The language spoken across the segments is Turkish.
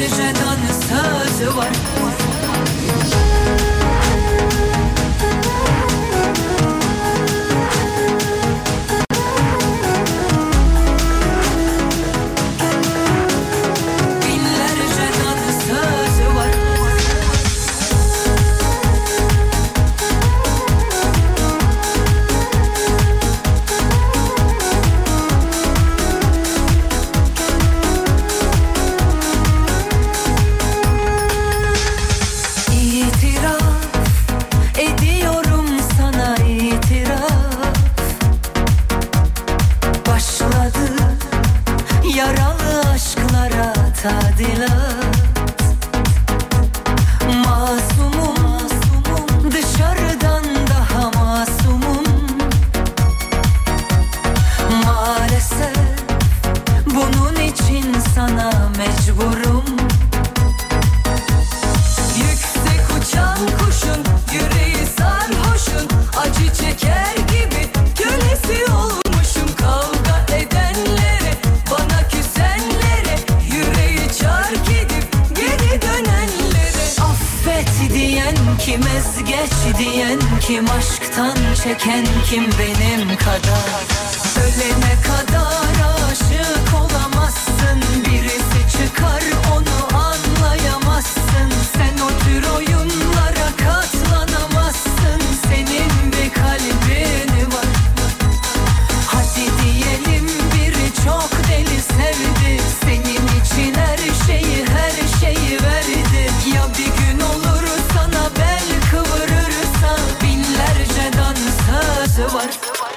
binlerce dansözü var. Çeken kim benim kadar? Ölene kadar aşık olamazsın. Birisi çıkar onu anlayamazsın. Sen o tür oyunlara katlanamazsın. Senin bir kalbin var. Hadi diyelim biri çok deli sevdi. Senin için her şeyi verdi. Ya bir gün olur sana bel kıvırırsa binlerce dansözü var.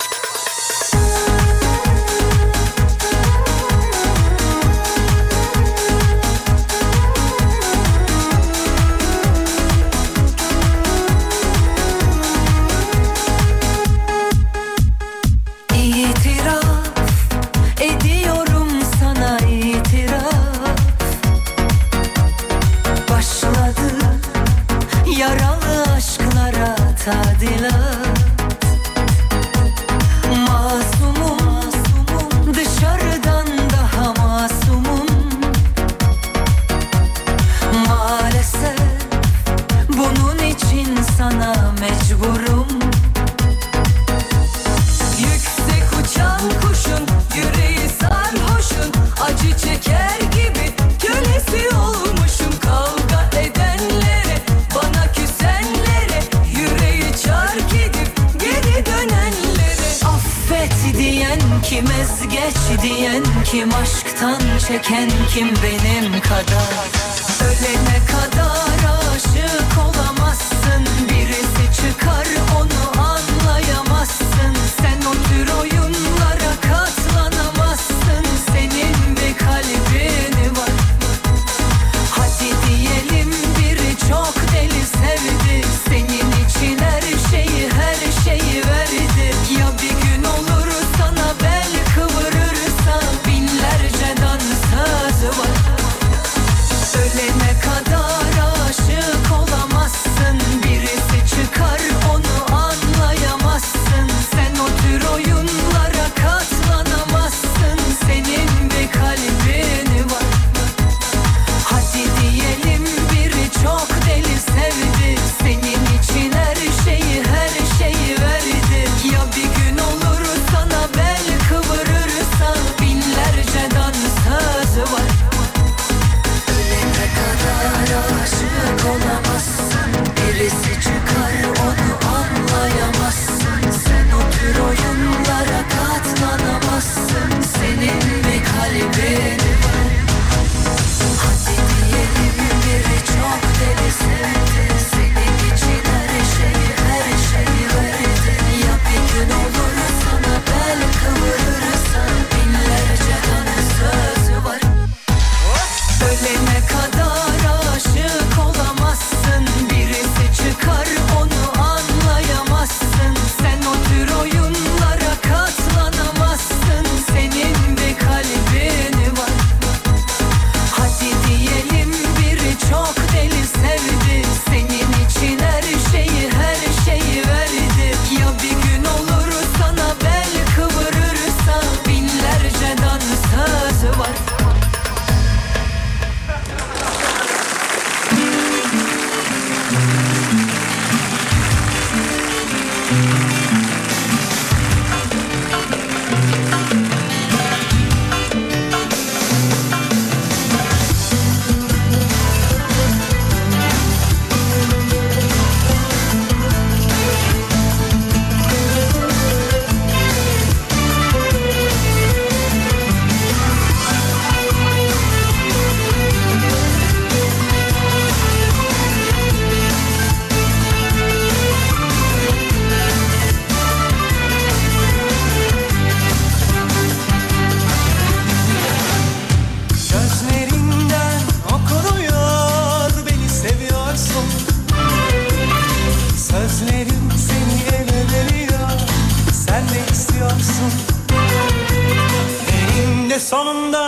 Kim aşktan çeken kim benim kadar? Ölene kadar aşık olamazsın. Birisi çıkar onu anlayamazsın. Sen o tür oyunlara katlanamazsın. Senin bir kalbin var. Hadi diyelim biri çok deli sevdi. Senin için her şeyi verdi. Ya bir gün olur sana bel kıvırırsa binlerce dansözü var. Ölene kadar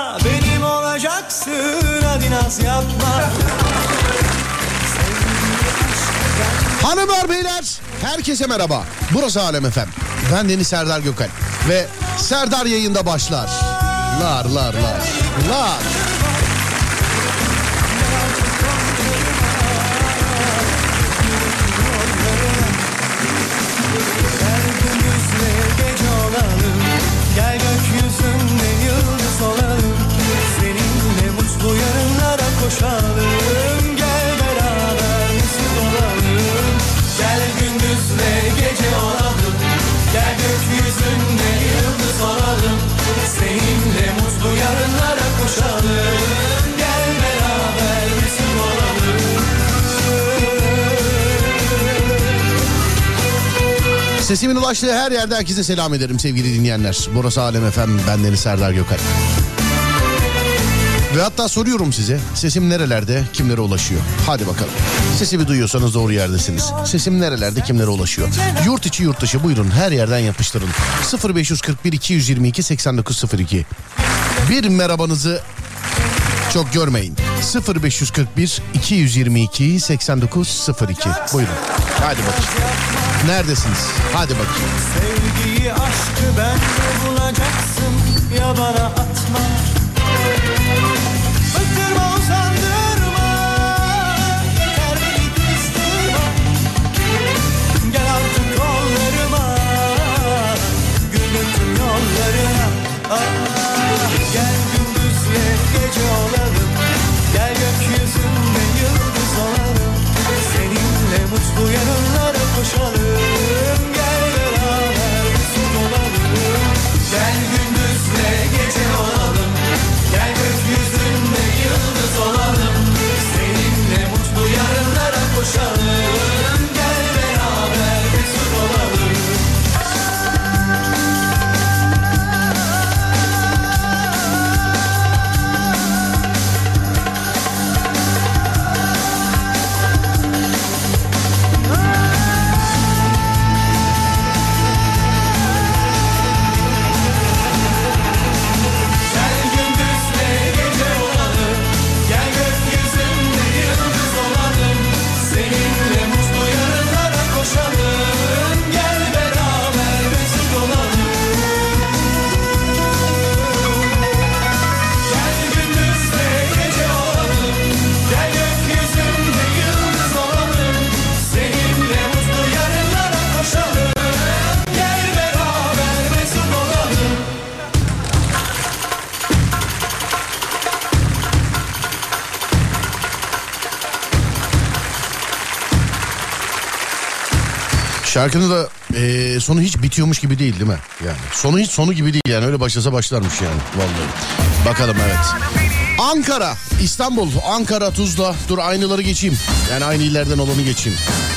benim olacaksın, hadi naz yapma. Hanımlar beyler herkese merhaba. Burası Alem FM. Ben Deniz Serdar Gökal ve Serdar yayında başlar. Lar. Gel gökyüzünde yıldız olalım, seninle mutlu yarınlara koşalım. Gel beraber mesut olalım, gel gündüzle gece olalım. Gel gökyüzünde yıldız olalım, seninle mutlu yarınlara koşalım. Gel beraber mesut olalım. Sesimin ulaştığı her yerde herkese selam ederim sevgili dinleyenler. Burası Alem FM, ben Deniz Serdar Gökal. Ve hatta soruyorum size, sesim nerelerde, kimlere ulaşıyor? Hadi bakalım. Sesimi duyuyorsanız doğru yerdesiniz. Sesim nerelerde, kimlere ulaşıyor? Yurt içi yurt dışı buyurun her yerden yapıştırın. 0541 222 8902. Bir merhabanızı çok görmeyin. 0541 222 8902. Buyurun. Hadi bakayım. Neredesiniz? Hadi bakayım. Sevgiyi, aşkı bende bulacaksın, ya bana atma. Bıktırma, usandırma, yeter beni kızdırma. Gel artık kollarıma, gülüntüm yollarına. Gel gündüzle gece olalım, gel gökyüzünde yıldız olalım. Seninle mutlu yarınlara koşalım. Gel beraber mesut olalım, gel gündüzle gece olalım. Gel gökyüzünde yıldız olalım, seninle mutlu yarınlara koşalım. Gel beraber mesut olalım. Şarkının da sonu hiç bitiyormuş gibi değil mi? Yani sonu hiç sonu gibi değil yani, öyle başlasa başlarmış yani vallahi. Bakalım, evet. Ankara, İstanbul, Ankara, Tuzla. Dur aynıları geçeyim. Yani aynı illerden olanı geçeyim.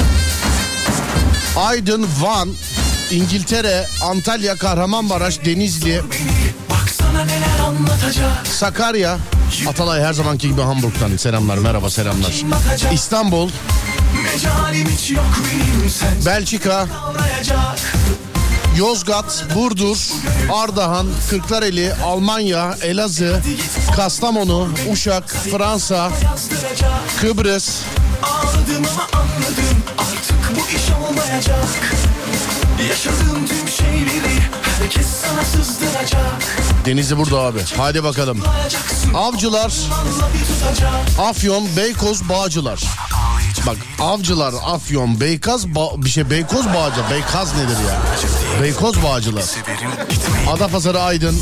Aydın, Van, İngiltere, Antalya, Kahramanmaraş, Denizli, Sakarya, Atalay her zamanki gibi Hamburg'dan selamlar, merhaba, selamlar. İstanbul, Belçika, Yozgat, Burdur, Ardahan, Kırklareli, Almanya, Elazığ, Kastamonu, Uşak, Fransa, Kıbrıs. Ağladım ama anladım, artık bu iş olmayacak. Yaşadığım tüm şeyleri herkes sana sızdıracak. Denizli burada abi. Hadi bakalım. Avcılar, Afyon, Beykoz, Bağcılar. Bak Avcılar, Afyon, Beykoz, Beykoz, Bağcılar. Beykoz nedir ya? Beykoz, Bağcılar. Adapazarı, Aydın.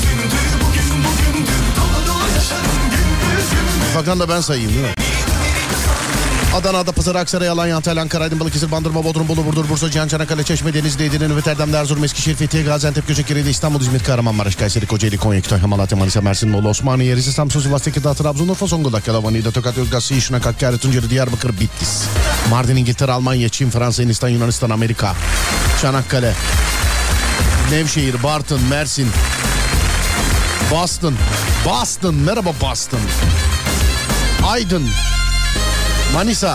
Fakan da ben sayayım değil mi? Adana, Adapazarı, Aksaray, Alanya, Antalya, Ankara, Aydın, Balıkesir, Bandırma, Bodrum, Bolu, Burdur, Bursa, Cihan, Çanakkale, Çeşme, Denizli, Edirne, Rotterdam, Erzurum, Eskişehir, Fethiye, Gaziantep, Göcekere, İstanbul, İzmir, Kahramanmaraş, Kayseri, Kocaeli, Konya, Kütahya, Malatya, Manisa, Mersin, Muğla, Osmaniye, Rize, Samsun, Sivas, Tekirdağ, Trabzon, Urfa, Zonguldak, Yalova'da, Tokat, Yozgat, Siirt, Şırnak, Hakkari, Tunceli, Diyarbakır, Bitlis, Mardin, İngiltere, Almanya, Çin, Fransa, Hindistan, Yunanistan, Amerika, Çanakkale, Nevşehir, Bartın, Mersin, Boston, merhaba Boston, Aydın, Manisa,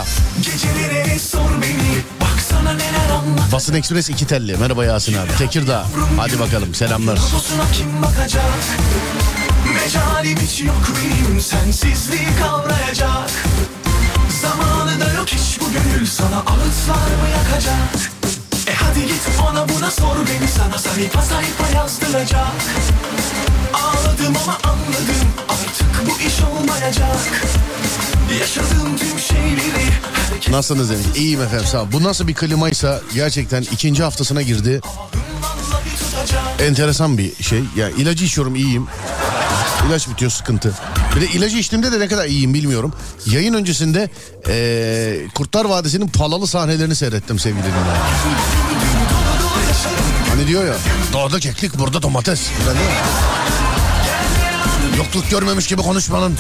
Basın Ekspres 2 telli. Merhaba Yasin abi. Tekirdağ. Hadi bakalım selamlar. Mecalim hiç yok benim sensizliği kavrayacak. Zamanı da yok hiç bu gönül sana ağıtlar mı yakacak? Hadi git ona buna sor beni sana sayfa sayfa yazdıracak. Ağladım ama anladım artık bu iş olmayacak. Yaşadığım tüm şeyleri. Nasılsınız demiş. İyiyim efendim sağ ol. Bu nasıl bir klimaysa gerçekten ikinci haftasına girdi. Enteresan bir şey. Ya ilacı içiyorum iyiyim. İlaç bitiyor sıkıntı. Bir de ilacı içtiğimde de ne kadar iyiyim bilmiyorum. Yayın öncesinde Kurtlar Vadisi'nin palalı sahnelerini seyrettim sevgili dinleyenler. Hani diyor ya doğada keklik burada domates. Yokluk görmemiş gibi konuşmanın.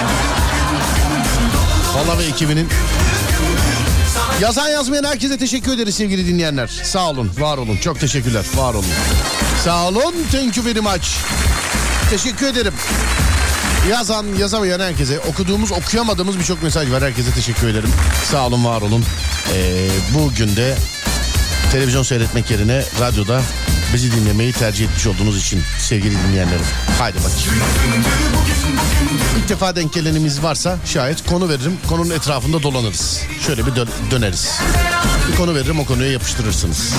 Pala ve ekibinin. Yazan yazmayan herkese teşekkür ederiz sevgili dinleyenler. Sağ olun, var olun. Çok teşekkürler, var olun. Sağ olun, thank you very much. Teşekkür ederim. Yazan, yazamayan herkese, okuyamadığımız birçok mesaj var. Herkese teşekkür ederim. Sağ olun, var olun. Bugün de televizyon seyretmek yerine radyoda bizi dinlemeyi tercih etmiş olduğunuz için sevgili dinleyenlerim. Haydi bakayım. İlk defa denk gelenimiz varsa şayet konu veririm. Konunun etrafında dolanırız. Şöyle bir döneriz. Bir konu veririm, o konuya yapıştırırsınız.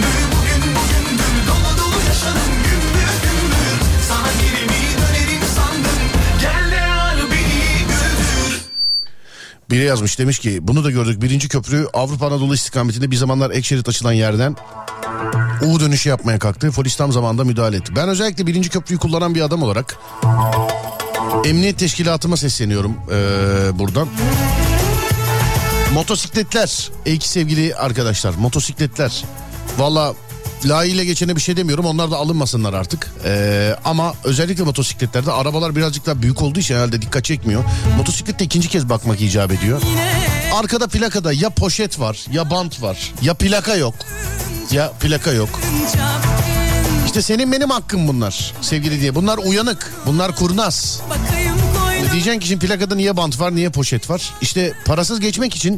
Biri yazmış, demiş ki bunu da gördük. 1. köprü Avrupa Anadolu istikametinde bir zamanlar ek şerit açılan yerden U dönüşü yapmaya kalktı. Polis tam zamanında müdahale etti. Ben özellikle 1. köprüyü kullanan bir adam olarak emniyet teşkilatıma sesleniyorum buradan. Motosikletler, sevgili arkadaşlar, motosikletler. Valla layığıyla geçene bir şey demiyorum, onlar da alınmasınlar artık. Ama özellikle motosikletlerde arabalar birazcık daha büyük olduğu için herhalde dikkat çekmiyor. Motosiklette ikinci kez bakmak icap ediyor. Arkada plakada ya poşet var ya bant var ya plaka yok. Ya plaka yok. İşte senin benim hakkım bunlar sevgili diye. Bunlar uyanık, bunlar kurnaz. Diyeceksin ki şimdi plakada niye bant var, niye poşet var? İşte parasız geçmek için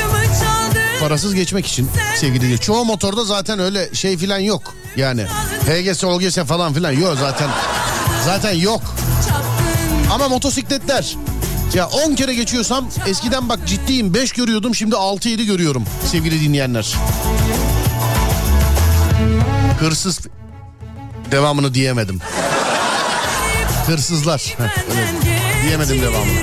sevgili diye. Çoğu motorda zaten öyle şey filan yok. Yani HGS, OGS falan filan yok zaten yok. Ama motosikletler, ya 10 kere geçiyorsam eskiden bak ciddiyim 5 görüyordum, şimdi 6-7 görüyorum sevgili dinleyenler. Hırsız, devamını diyemedim. Hırsızlar. Diyemedim devamını.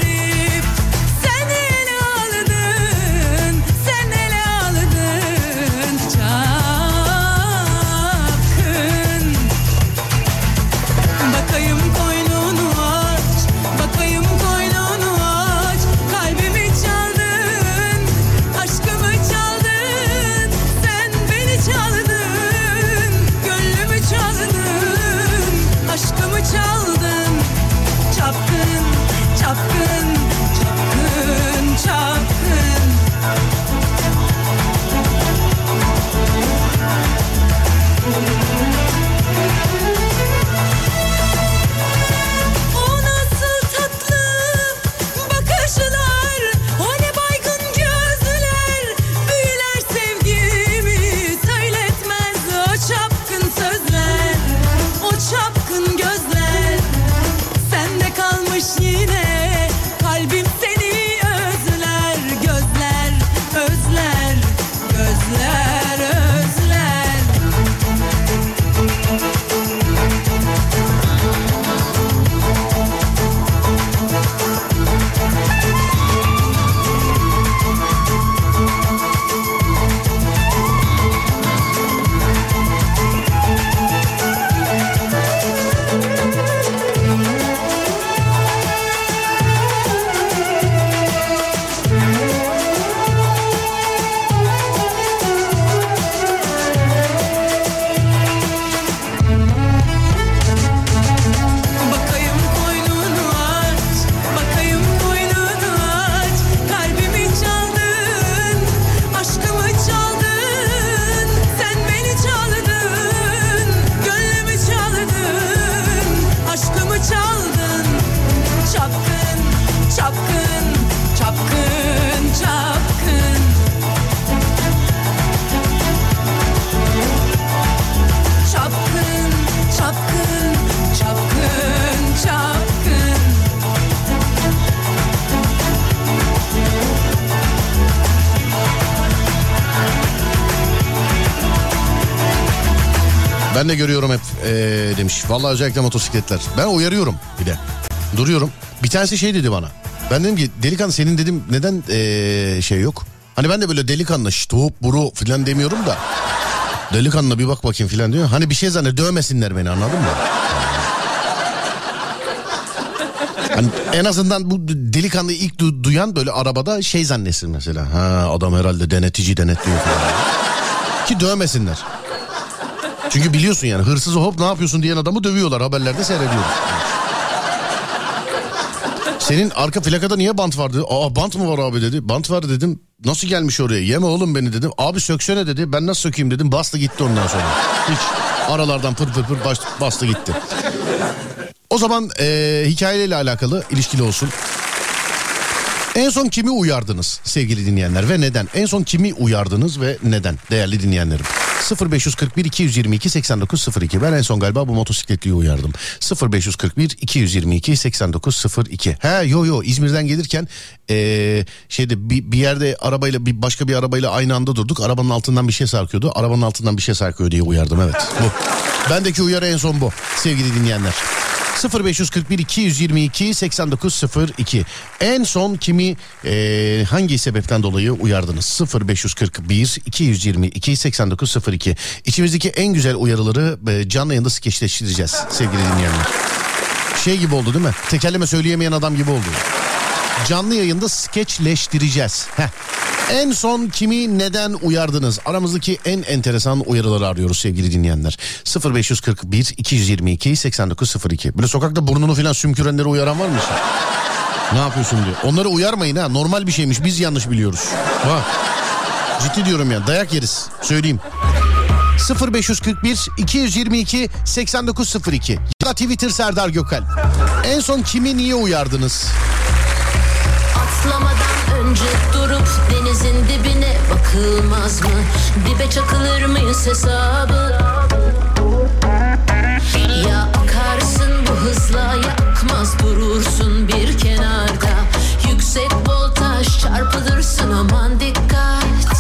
Ben de görüyorum hep demiş. Vallahi özellikle motosikletler. Ben uyarıyorum bir de. Duruyorum. Bir tanesi şey dedi bana. Ben dedim ki delikanlı senin dedim neden şey yok? Hani ben de böyle delikanlı ştup buru falan demiyorum da. Delikanlı bir bak bakayım falan diyor. Hani bir şey zannediyor dövmesinler beni, anladın mı? Hani en azından bu delikanlı ilk duyan böyle arabada şey zannetsin mesela. Ha adam herhalde denetliyor falan. Ki dövmesinler. Çünkü biliyorsun yani hırsızı hop ne yapıyorsun diyen adamı dövüyorlar, haberlerde seyrediyoruz. Senin arka plakada niye bant vardı? Aa bant mı var abi dedi. Bant var dedim. Nasıl gelmiş oraya? Yeme oğlum beni dedim. Abi söksene dedi. Ben nasıl sökeyim dedim. Bastı gitti ondan sonra. Hiç aralardan pır bastı gitti. O zaman hikayeyle alakalı ilişkili olsun. En son kimi uyardınız sevgili dinleyenler ve neden? En son kimi uyardınız ve neden değerli dinleyenlerim? 0541 222 8902. Ben en son galiba bu motosikletliyi uyardım. 0541 222 8902. Yo İzmir'den gelirken şeyde bir yerde arabayla başka bir arabayla aynı anda durduk. Arabanın altından bir şey sarkıyordu. Arabanın altından bir şey sarkıyor diye uyardım, evet. Bu. Bendeki uyarı en son bu sevgili dinleyenler. 0541 222 8902. En son kimi hangi sebepten dolayı uyardınız? 0541 222 8902. İçimizdeki en güzel uyarıları canlı yayında skeçleştireceğiz sevgili dinleyenler. Şey gibi oldu değil mi? Tekerleme söyleyemeyen adam gibi oldu. Canlı yayında skeçleştireceğiz. En son kimi neden uyardınız? Aramızdaki en enteresan uyarıları arıyoruz sevgili dinleyenler. 0541 222 8902. Böyle sokakta burnunu falan sümkürenleri uyaran var mı? Ne yapıyorsun diyor. Onları uyarmayın ha. Normal bir şeymiş. Biz yanlış biliyoruz. Bak. Ciddi diyorum ya. Dayak yeriz. Söyleyeyim. 0541 222 8902. Ya da Twitter Serdar Gökalp. En son kimi niye uyardınız? Atlamadan önce durup denizin dibine bakılmaz mı? Dibe çakılır mıyız hesabı? Ya akarsın bu hızla ya akmaz durursun bir kenarda. Yüksek voltaj çarpılırsın aman dikkat.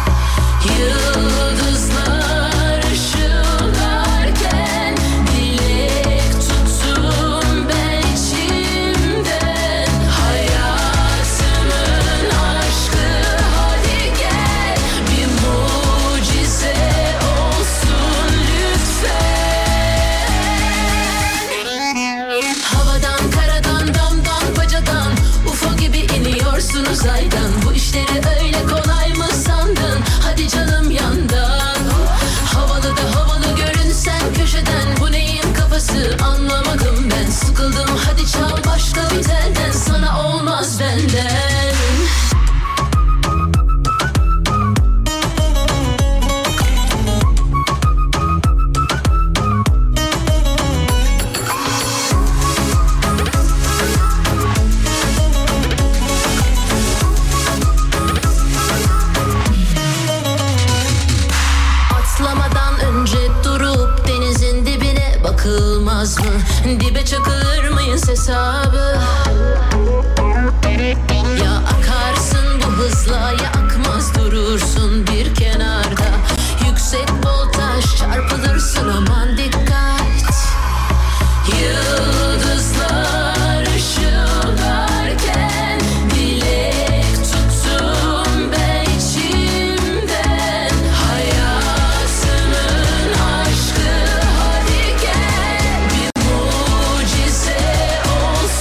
Yıldızlar ışılarken dilek tuttum ben içimden. Hayatımın aşkı hadi gel bir mucize olsun lütfen. Havadan karadan damdan bacadan UFO gibi iniyorsun uzaydan. Bu işleri öyle kolay mı sandın? Hadi canım yandan. Havalı da havalı görünsen köşeden. Bu neyin kafası anlamadım ben. Sıkıldım hadi çal başka bir telden. Sana olmaz benden. Atlamadan önce durup denizin dibine bakılmaz mı? Dibe çakılır mıyız hesabı? Ya akarsın bu hızla ya akmaz durursun bir kenarda. Yüksek voltaj çarpılırsın aman dikkat. Yıldızlar ışılarken dilek tuttum ben içimden. Hayatımın aşkı hadi gel bir mucize olsun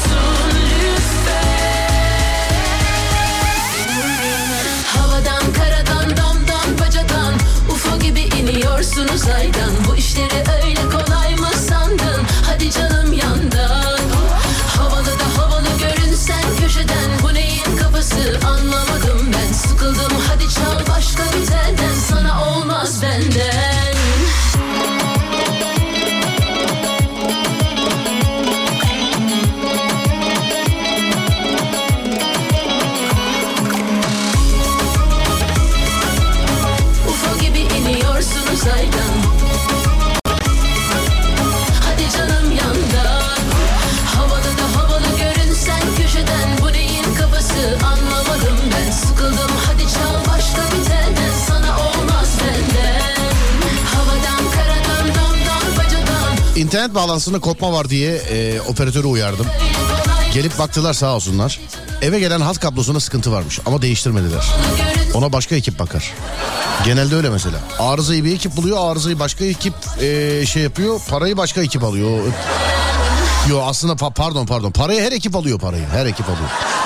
İnternet bağlantısında kopma var diye operatörü uyardım. Gelip baktılar sağ olsunlar. Eve gelen hat kablosuna sıkıntı varmış ama değiştirmediler. Ona başka ekip bakar. Genelde öyle mesela. Arızayı bir ekip buluyor, arızayı başka ekip şey yapıyor, parayı başka ekip alıyor. Yo aslında pardon. Parayı her ekip alıyor parayı. Her ekip alıyor.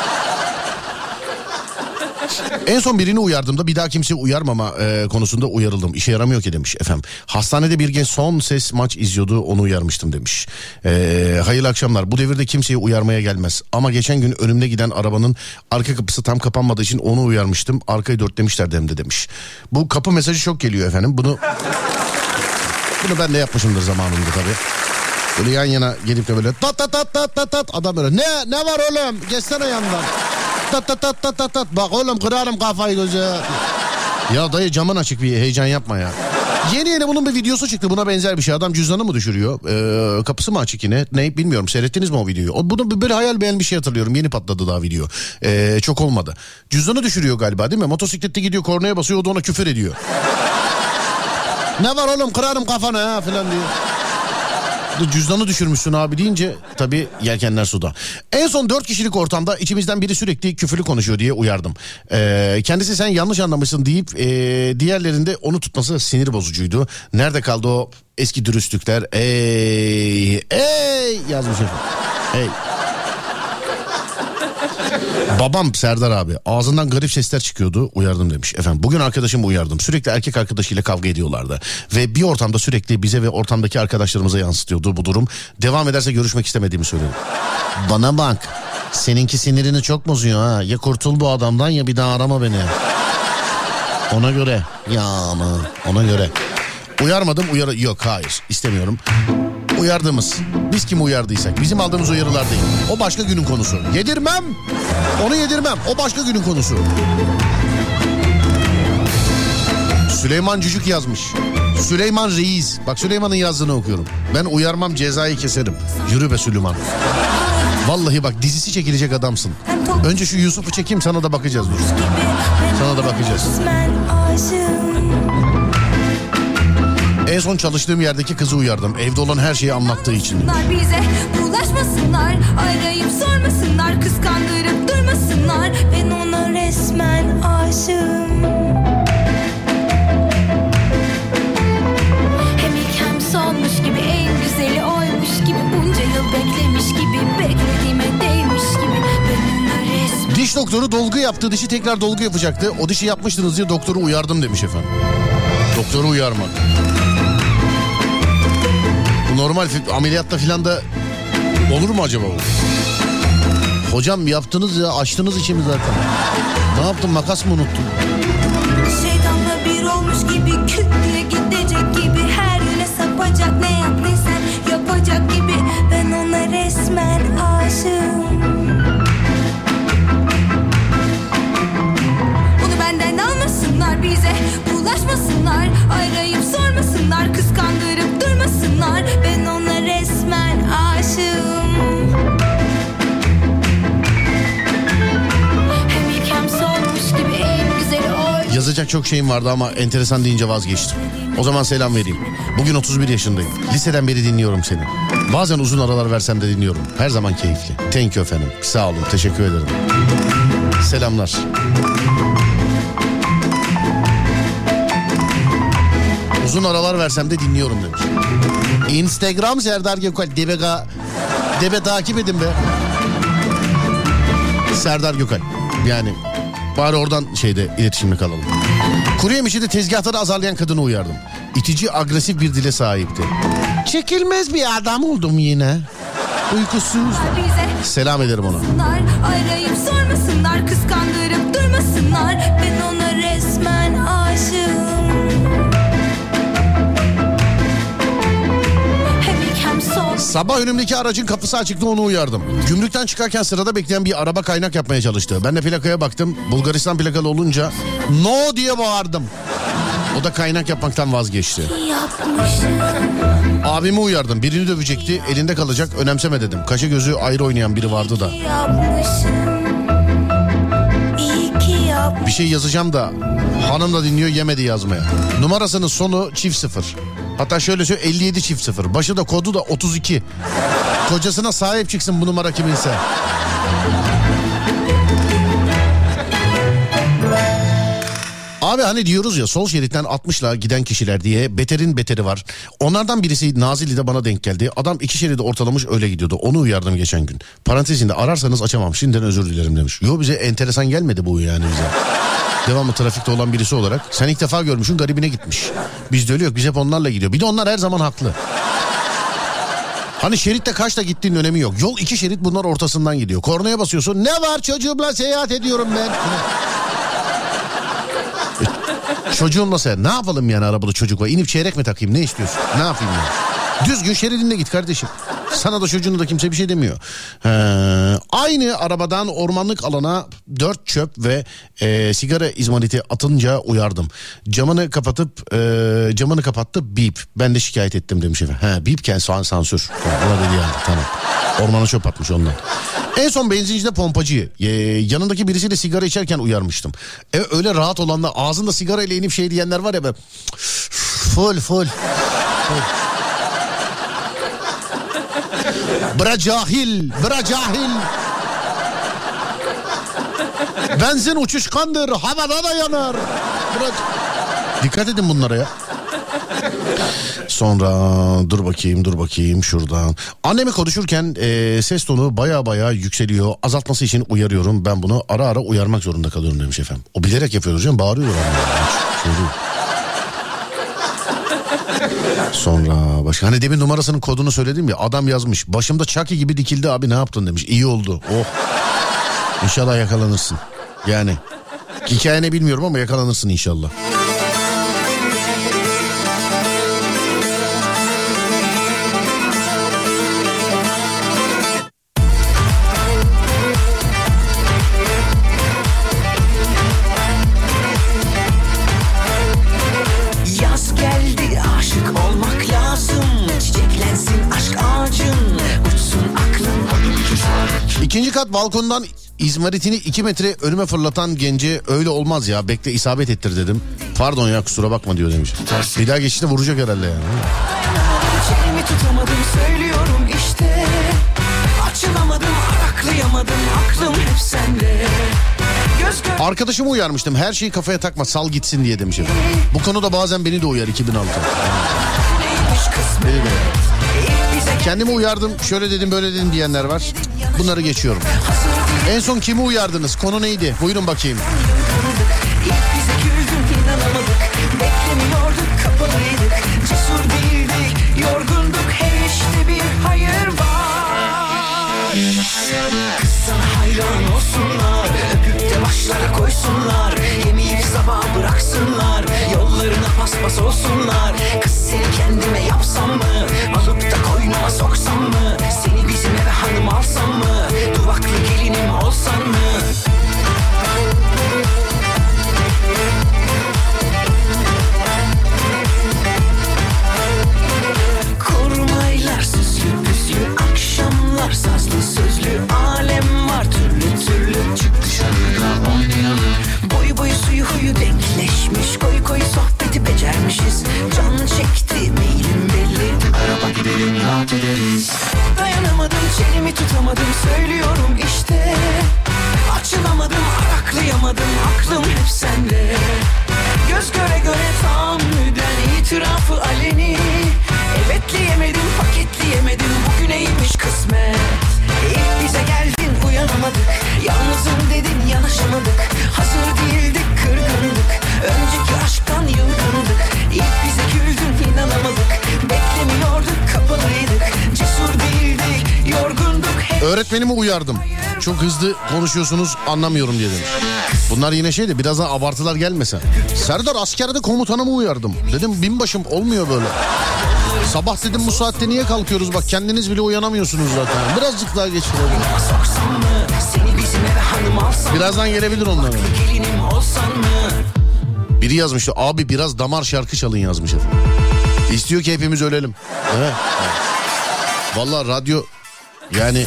En son birini uyardığımda bir daha kimseyi uyarmama konusunda uyarıldım. İşe yaramıyor ki demiş efendim. Hastanede bir genç son ses maç izliyordu, onu uyarmıştım demiş. Hayırlı akşamlar. Bu devirde kimseyi uyarmaya gelmez. Ama geçen gün önümde giden arabanın arka kapısı tam kapanmadığı için onu uyarmıştım. Arkayı dörtlemişlerdi hem de demiş. Bu kapı mesajı çok geliyor efendim. Bunu ben de yapmışımdır zamanında tabii. Böyle yan yana gelip de böyle tat adam böyle ne var oğlum geçsene yandan. Tat bak oğlum kırarım kafayı gözü. Ya dayı camın açık, bir heyecan yapma ya. Yeni bunun bir videosu çıktı, buna benzer bir şey. Adam cüzdanı mı düşürüyor? Kapısı mı açık yine? Ne bilmiyorum, seyrettiniz mi o videoyu? Bunu böyle hayal beğen bir şey hatırlıyorum. Yeni patladı daha video. Çok olmadı. Cüzdanı düşürüyor galiba değil mi? Motosiklette gidiyor, kornaya basıyor, o da ona küfür ediyor. Ne var oğlum kırarım kafanı ha falan diyor. Cüzdanı düşürmüşsün abi deyince tabii yelkenler suda. En son 4 kişilik ortamda içimizden biri sürekli küfürlü konuşuyor diye uyardım. Kendisi sen yanlış anlamışsın deyip diğerlerinde onu tutması sinir bozucuydu. Nerede kaldı o eski dürüstlükler? Ey yazmış efendim. Ey. Babam Serdar abi ağzından garip sesler çıkıyordu, uyardım demiş. Efendim bugün arkadaşımı uyardım. Sürekli erkek arkadaşıyla kavga ediyorlardı. Ve bir ortamda sürekli bize ve ortamdaki arkadaşlarımıza yansıtıyordu bu durum. Devam ederse görüşmek istemediğimi söyledim. Bana bak, seninki sinirini çok bozuyor ha. Ya kurtul bu adamdan ya bir daha arama beni. Ona göre. Ona göre. Uyarmadım yok hayır istemiyorum. Uyardığımız, biz kimi uyardıysak bizim aldığımız uyarılar değil. O başka günün konusu. Yedirmem. Onu yedirmem. O başka günün konusu. Süleyman Cücük yazmış. Süleyman Reis. Bak Süleyman'ın yazdığını okuyorum. Ben uyarmam, cezayı keserim. Yürü be Süleyman. Vallahi bak dizisi çekilecek adamsın. Önce şu Yusuf'u çekeyim, sana da bakacağız dur. Sana da bakacağız. En son çalıştığım yerdeki kızı uyardım. Evde olan her şeyi anlattığı için. Bize bulaşmasınlar, arayıp sormasınlar, kıskandırıp durmasınlar. Ben ona resmen aşığım. Hem ilk hem sonmuş gibi, en güzeli oymuş gibi, bunca yıl beklemiş gibi, beklediğime değmiş gibi. Ben ona resmen... Diş doktoru dolgu yaptı, dişi tekrar dolgu yapacaktı. O dişi yapmıştınız diye doktoru uyardım demiş efendim. Doktoru uyarmak. Normal ameliyatta filan da olur mu acaba bu? Hocam yaptınız ya, açtınız içimi zaten. Ne yaptın, makas mı unuttun? Şeytanla bir olmuş gibi, küt diye gidecek gibi, her yöne sapacak, ne yaptıysan yapacak gibi. Ben ona resmen aşığım. Onu benden almasınlar, bize bulaşmasınlar, arayıp sormasınlar, kıskandırıp durmasınlar. Ben ona resmen aşığım. Hem ilk hem sonmuş gibi, en güzeli o. Yazacak çok şeyim vardı ama enteresan deyince vazgeçtim. O zaman selam vereyim. Bugün 31 yaşındayım. Liseden beri dinliyorum seni. Bazen uzun aralar versem de dinliyorum. Her zaman keyifli. Thank you efendim. Sağ olun. Teşekkür ederim. Selamlar. Uzun aralar versem de dinliyorum demiş. Instagram Serdar Gökal. Debe takip edin be. Serdar Gökal. Yani bari oradan iletişimli kalalım. Kuru yemişi tezgahları azarlayan kadını uyardım. İtici, agresif bir dile sahipti. Çekilmez bir adam oldum yine. Uykusuz. Selam ederim ona. Arayıp sormasınlar, kıskandırıp durmasınlar. Ben ona resmen aşığım. Sabah önümdeki aracın kapısı açıktı, onu uyardım. Gümrükten çıkarken sırada bekleyen bir araba kaynak yapmaya çalıştı. Ben de plakaya baktım. Bulgaristan plakalı olunca no diye bağırdım. O da kaynak yapmaktan vazgeçti. Abimi uyardım. Birini dövecekti. Elinde kalacak. Önemseme dedim. Kaşı gözü ayrı oynayan biri vardı da. Bir şey yazacağım da hanım da dinliyor, yemedi yazmaya. Numarasının sonu +0. Hatta şöyle söyleyeyim, 57 çift 0. Başı da kodu da 32. Kocasına sahip çıksın bu numara kiminse. Abi hani diyoruz ya, sol şeritten 60'la giden kişiler diye, beterin beteri var. Onlardan birisi Nazilli'de bana denk geldi. Adam 2 şeridi ortalamış öyle gidiyordu. Onu uyardım geçen gün. Parantezinde ararsanız açamam, şimdiden özür dilerim demiş. Yo, bize enteresan gelmedi bu yani bize. Devamlı trafikte olan birisi olarak. Sen ilk defa görmüşsün, garibine gitmiş. Bizde öyle yok, biz hep onlarla gidiyor. Bir de onlar her zaman haklı. Hani şeritte kaçta gittiğinin önemi yok. Yol 2 şerit, bunlar ortasından gidiyor. Kornaya basıyorsun, ne var çocuğumla seyahat ediyorum ben. Çocuğumla seyahat, ne yapalım yani arabada çocuk var? İnip çeyrek mi takayım, ne istiyorsun? Ne yapayım yani? Düzgün şeridinde git kardeşim. Sana da çocuğuna da kimse bir şey demiyor. Aynı arabadan ormanlık alana 4 çöp ve sigara izmariti atınca uyardım. Camını kapattı, bip. Ben de şikayet ettim demiş efendim. Bipken sansür. Ona dedi yani, tamam. Ormana çöp atmış ondan. En son benzincide pompacıyı yanındaki birisiyle sigara içerken uyarmıştım. Öyle rahat olanlar, ağzında sigara ile inip şey diyenler var ya, ben full. Bıra cahil. Benzin uçuşkandır, havada da yanar. Dikkat edin bunlara ya. Sonra dur bakayım şuradan. Annemi konuşurken ses tonu baya yükseliyor. Azaltması için uyarıyorum. Ben bunu ara uyarmak zorunda kalıyorum demiş efendim. O bilerek yapıyordur canım, bağırıyorlar. Sonra başka, hani demin numarasının kodunu söyledim ya, adam yazmış. Başımda Chucky gibi dikildi abi, ne yaptın demiş. İyi oldu. Oh. İnşallah yakalanırsın. Yani hikayeni bilmiyorum ama yakalanırsın inşallah. İkinci kat balkondan izmaritini 2 metre önüme fırlatan gence öyle olmaz ya, bekle isabet ettir dedim. Pardon ya, kusura bakma diyor demiş. Bir daha geçişte vuracak herhalde yani. Çelimi tutamadım, söylüyorum işte. Açılamadım, araklayamadım, aklım hep sende. Arkadaşımı uyarmıştım, her şeyi kafaya takma, sal gitsin diye demiş efendim. Bu konuda bazen beni de uyar 2006. Kendimi uyardım, şöyle dedim böyle dedim diyenler var. Bunları geçiyorum. En son kimi uyardınız? Konu neydi? Buyurun bakayım. Bize güldün, inanamadık. Beklemiyorduk, kapalıydık. Cesur değildik, yorgunduk. Her işte bir hayır var. Kız sana hayran olsunlar. Öpüp de başlara koysunlar. Yemeyip sabah bıraksınlar. Yollarına paspas olsunlar. Kız seni kendime yapsam mı? Alıp da koynuma soksam mı? Seni bizim eve hanım alsam mı? Duvaklı gelinim olsan mı? Kurmaylar süslü püslü, akşamlar sazlı sözlü, alem var türlü türlü. Çık dışarıda oynayalım. Boy boyu suyu huyu denkleşmiş, koy sohbeti becermişiz. Can çekti meylim belli, araba gidelim rahat ederiz. Dayanamadım, çenemi tutamadım, söylüyorum işte. Açılamadım, araklayamadım, aklım hep sende. Göz göre göre tahammüden itirafı aleni. Evet diyemedim, paketleyemedim, bugüneymiş kısmet. İlk bize geldin, uyanamadık. Yalnızım dedin, yanaşamadık. Hazır değildik, kırgındık. Önceki aşktan yılgındık. İlk bize güldün, inanamadık. Beklemiyorduk, kapalıydık. Cesur değildik, yorgunduk. Öğretmenimi uyardım. Çok hızlı konuşuyorsunuz, anlamıyorum diye demiş. Bunlar yine şeydi, biraz daha abartılar gelmese. Serdar, askerde komutanımı uyardım. Dedim binbaşım, olmuyor böyle. Sabah dedim bu saatte niye kalkıyoruz, bak kendiniz bile uyanamıyorsunuz zaten. Birazcık daha geç. Birazdan gelebilir onlar. Biri yazmıştı, abi biraz damar şarkı çalın yazmış efendim. İstiyor ki hepimiz ölelim. Evet. Vallahi radyo yani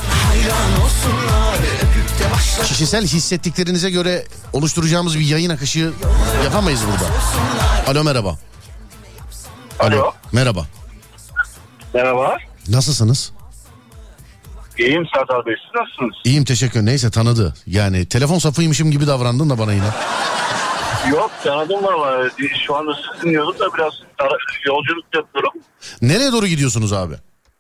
kişisel hissettiklerinize göre oluşturacağımız bir yayın akışı yapamayız burada. Alo, merhaba. Alo. Merhaba. Merhaba. Nasılsınız? İyiyim Serdar Bey. Siz nasılsınız? İyiyim teşekkür. Neyse tanıdı. Yani telefon safıymışım gibi davrandın da bana yine. Yok tanıdım valla. Şu anda sizi dinliyordum da biraz yolculuk yapıyorum. Nereye doğru gidiyorsunuz abi?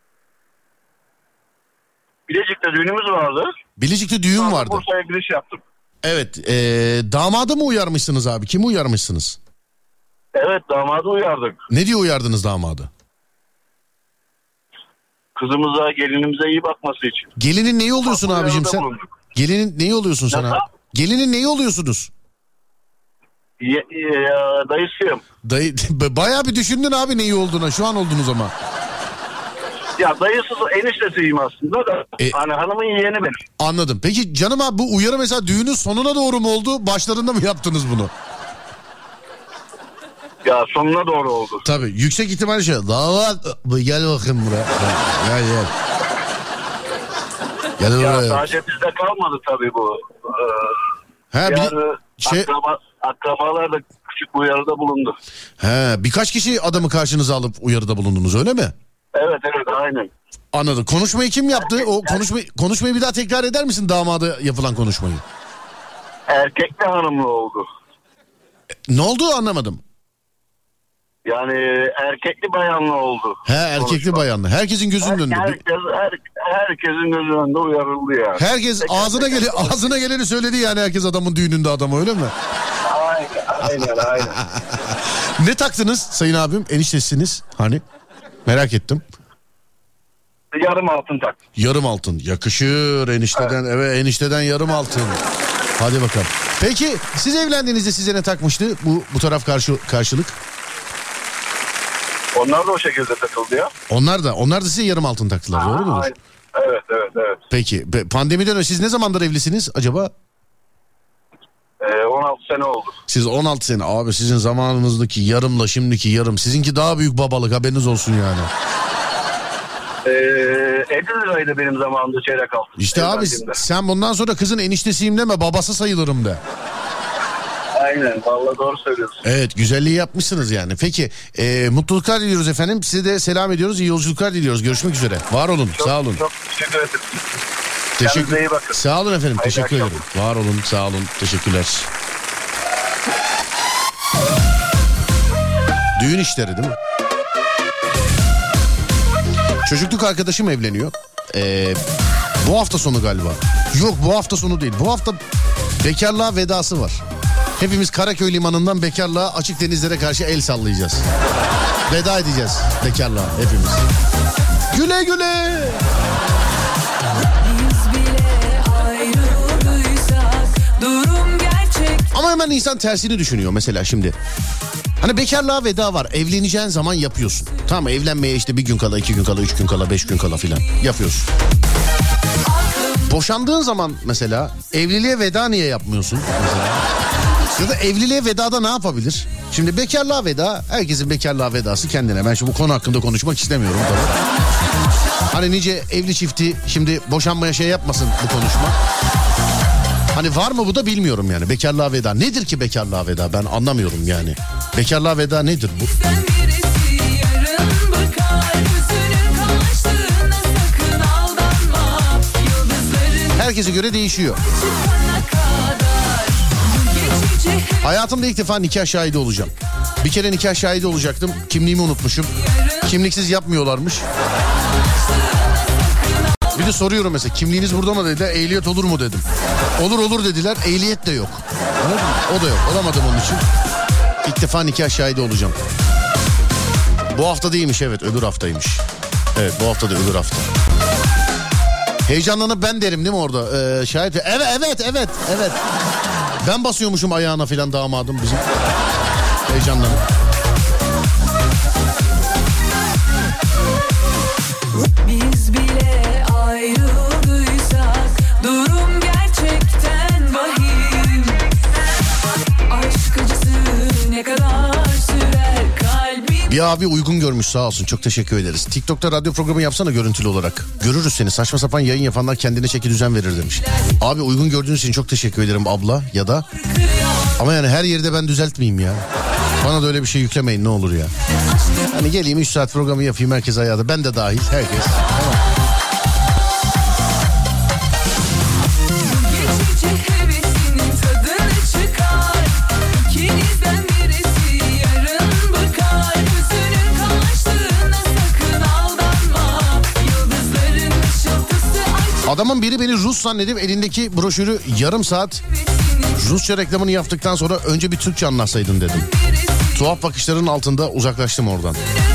Bilecik'te düğünümüz vardı. Bilecik'te düğün vardı. Bursa'ya giriş yaptım. Evet. Damadı mı uyarmışsınız abi? Kimi uyarmışsınız? Evet damadı uyardık. Ne diye uyardınız damadı? Kızımıza, gelinimize iyi bakması için. Gelinin neyi oluyorsun Uyarıda abicim sen? bulunduk. Gelinin neyi oluyorsun sen abi? Nasıl? Gelinin neyi oluyorsunuz? Dayısıyım. Dayı, bayağı bir düşündün abi neyi olduğuna. Şu an oldunuz ama. Ya dayısı eniştesiyim aslında da. Hani hanımın yeğeni benim. Anladım. Peki canım abi bu uyarı mesela düğünün sonuna doğru mu oldu? Başlarında mı yaptınız bunu? Ya sonuna doğru oldu. Tabii yüksek ihtimalle şey. Damat gel bakayım buraya. Gel gel. Gel Ya buraya. sadece bizde kalmadı tabii bu. He, Akrabalar da küçük uyarıda bulundu. Birkaç kişi adamı karşınıza alıp uyarıda bulundunuz öyle mi? Evet aynen. Anladım. Konuşmayı kim yaptı? O konuşmayı bir daha tekrar eder misin damada yapılan konuşmayı? Erkekli hanımlı oldu. Ne oldu anlamadım. Yani erkekli bayanlı oldu. Erkekli konuşma. Bayanlı. Herkesin gözünün önünde. Herkesin gözünün önünde uyarıldı yani. Herkes ağzına geleni söyledi yani herkes adamın düğününde adamı öyle mi? Aynen. Ne taktınız sayın abim? Eniştesiniz hani? Merak ettim. Yarım altın tak. Yarım altın. Yakışır enişteden. Evet enişteden yarım altın. Hadi bakalım. Peki siz evlendiğinizde size ne takmıştı bu taraf karşılık? Onlar da o şekilde takıldı ya. Onlar da size yarım altın taktılar doğru mudur? Evet. Peki pandemiden önce siz ne zamandır evlisiniz acaba? 16 sene oldu. Siz 16 sene abi sizin zamanınızdaki yarımla şimdiki yarım sizinki daha büyük babalık haberiniz olsun yani. 50 liraydı benim zamanımda çeyrek altın. İşte abi sen bundan sonra kızın eniştesiyim deme babası sayılırım de. Aynen vallahi doğru söylüyorsun. Evet güzelliği yapmışsınız yani. Peki mutluluklar diliyoruz efendim. Size de selam ediyoruz. İyi yolculuklar diliyoruz. Görüşmek üzere. Var olun. Sağ olun. Çok teşekkür ederim. Kendinize iyi bakın. Sağ olun efendim. Hayırlı teşekkür akşamlar. ederim. Var olun. Sağ olun. Teşekkürler. Düğün işleri değil mi? Çocukluk arkadaşım evleniyor. Bu hafta sonu galiba. Yok bu hafta sonu değil. Bu hafta bekarlığa vedası var. Hepimiz Karaköy limanından bekarlığa açık denizlere karşı el sallayacağız. Veda edeceğiz bekarlığa hepimiz. Güle güle. Ama hemen insan tersini düşünüyor mesela şimdi. Hani bekarlığa veda var. Evleneceğin zaman yapıyorsun. Tamam mı? Evlenmeye işte bir gün kala, 2 gün kala, 3 gün kala, 5 gün kala filan yapıyorsun. Boşandığın zaman mesela evliliğe veda niye yapmıyorsun? Mesela? Ya da evliliğe vedada ne yapabilir? Şimdi bekarlığa veda, herkesin bekarlığa vedası kendine. Ben şimdi bu konu hakkında konuşmak istemiyorum tabii. Hani nice evli çifti şimdi boşanmaya şey yapmasın bu konuşma. Hani var mı bu da bilmiyorum yani. Bekarlığa veda. Nedir ki bekarlığa veda? Ben anlamıyorum yani. Bekarlığa veda nedir bu? Herkese göre değişiyor. Hayatımda ilk defa nikah şahidi olacağım. Bir kere nikah şahidi olacaktım. Kimliğimi unutmuşum. Kimliksiz yapmıyorlarmış. Bir de soruyorum mesela kimliğiniz burada mı dediler, ehliyet olur mu dedim. Olur dediler, ehliyet de yok. Anladın mı? O da yok, olamadım onun için. İlk defa nikah şahidi olacağım. Bu hafta değilmiş, evet öbür haftaymış. Evet bu hafta da öbür hafta. Heyecanlanıp ben derim değil mi orada? Şahit evet. Ben basıyormuşum ayağına filan damadım bizim. Heyecanlanıp. Biz bile ayrıldıysak durum gerçekten vahim. Aşk acısı ne kadar sürer kalbim. Bir abi uygun görmüş sağ olsun, çok teşekkür ederiz. TikTok'ta radyo programı yapsana görüntülü olarak. Görürüz seni, saçma sapan yayın yapanlar kendine çeki düzen verir demiş. Abi uygun gördüğünüz için çok teşekkür ederim abla ya da. Ama yani her yerde ben düzeltmeyeyim ya. Bana da öyle bir şey yüklemeyin ne olur ya. Hani geleyim 3 saat programı yapayım, herkes ayağı, ben de dahil, herkes. Tamam. Adamın biri beni Rus zannedip elindeki broşürü yarım saat Rusça reklamını yaptıktan sonra önce bir Türkçe anlatsaydın dedim. Tuhaf bakışların altında uzaklaştım oradan.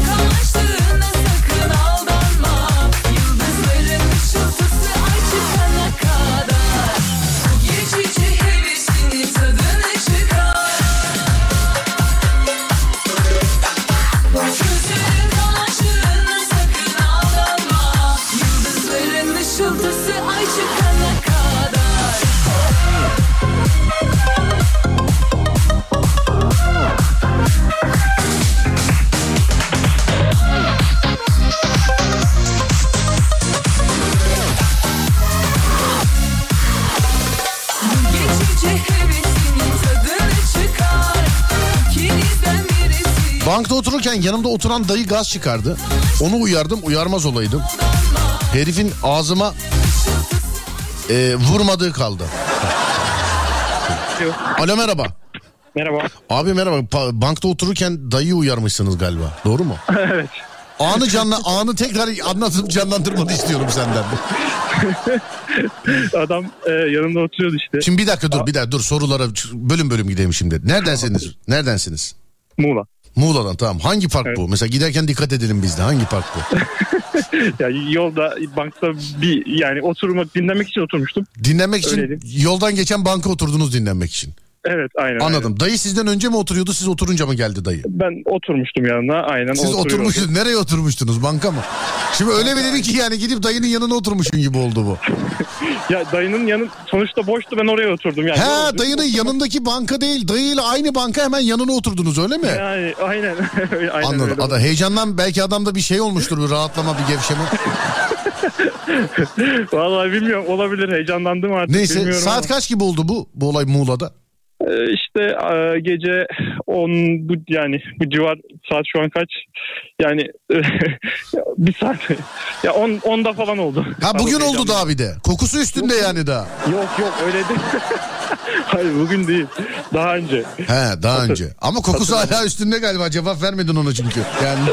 Bankta otururken yanımda oturan dayı gaz çıkardı. Onu uyardım, uyarmaz olaydım. Herifin ağzıma vurmadığı kaldı. Alo, merhaba. Merhaba. Abi merhaba. Bankta otururken dayıyı uyarmışsınız galiba. Doğru mu? Evet. Anı tekrar anlatıp canlandırmanı istiyorum senden. Adam yanımda oturuyordu işte. Şimdi bir dakika dur sorulara bölüm bölüm gidelim şimdi. Neredensiniz? Muğla. Muğla'dan, tamam. Hangi park Evet. bu? Mesela giderken dikkat edelim biz de. Hangi park bu? Yani yolda bankta dinlemek için oturmuştum. Dinlenmek için Öyleydim. yoldan geçen banka oturdunuz dinlenmek için. Evet, aynen. Anladım. Aynen. Dayı sizden önce mi oturuyordu, siz oturunca mı geldi dayı? Ben oturmuştum yanına, aynen. Siz oturmuşsunuz. Nereye oturmuştunuz? Banka mı? Şimdi öyle bir dedin ki yani gidip dayının yanına oturmuşsun gibi oldu bu. Ya dayının yanı sonuçta boştu, ben oraya oturdum. Yani He, dayının yanındaki banka değil, dayıyla aynı banka hemen yanına oturdunuz, öyle mi? Yani aynen. Aynen Anladım. öyle. Heyecandan belki adamda bir şey olmuştur, bir rahatlama, bir gevşeme. Vallahi bilmiyorum, olabilir, heyecanlandım artık. Neyse, saat ama. kaç gibi oldu bu olay Muğla'da? İşte gece 10 bu civar, saat şu an kaç? Yani bir saat. Ya 10'da falan oldu. Ha, bugün oldu daha bir de. Kokusu üstünde yani daha. Yok öyle değil. Hayır, bugün değil. Daha önce. He, daha önce. Ama kokusu hala üstünde galiba. Cevap vermedin ona çünkü. Yani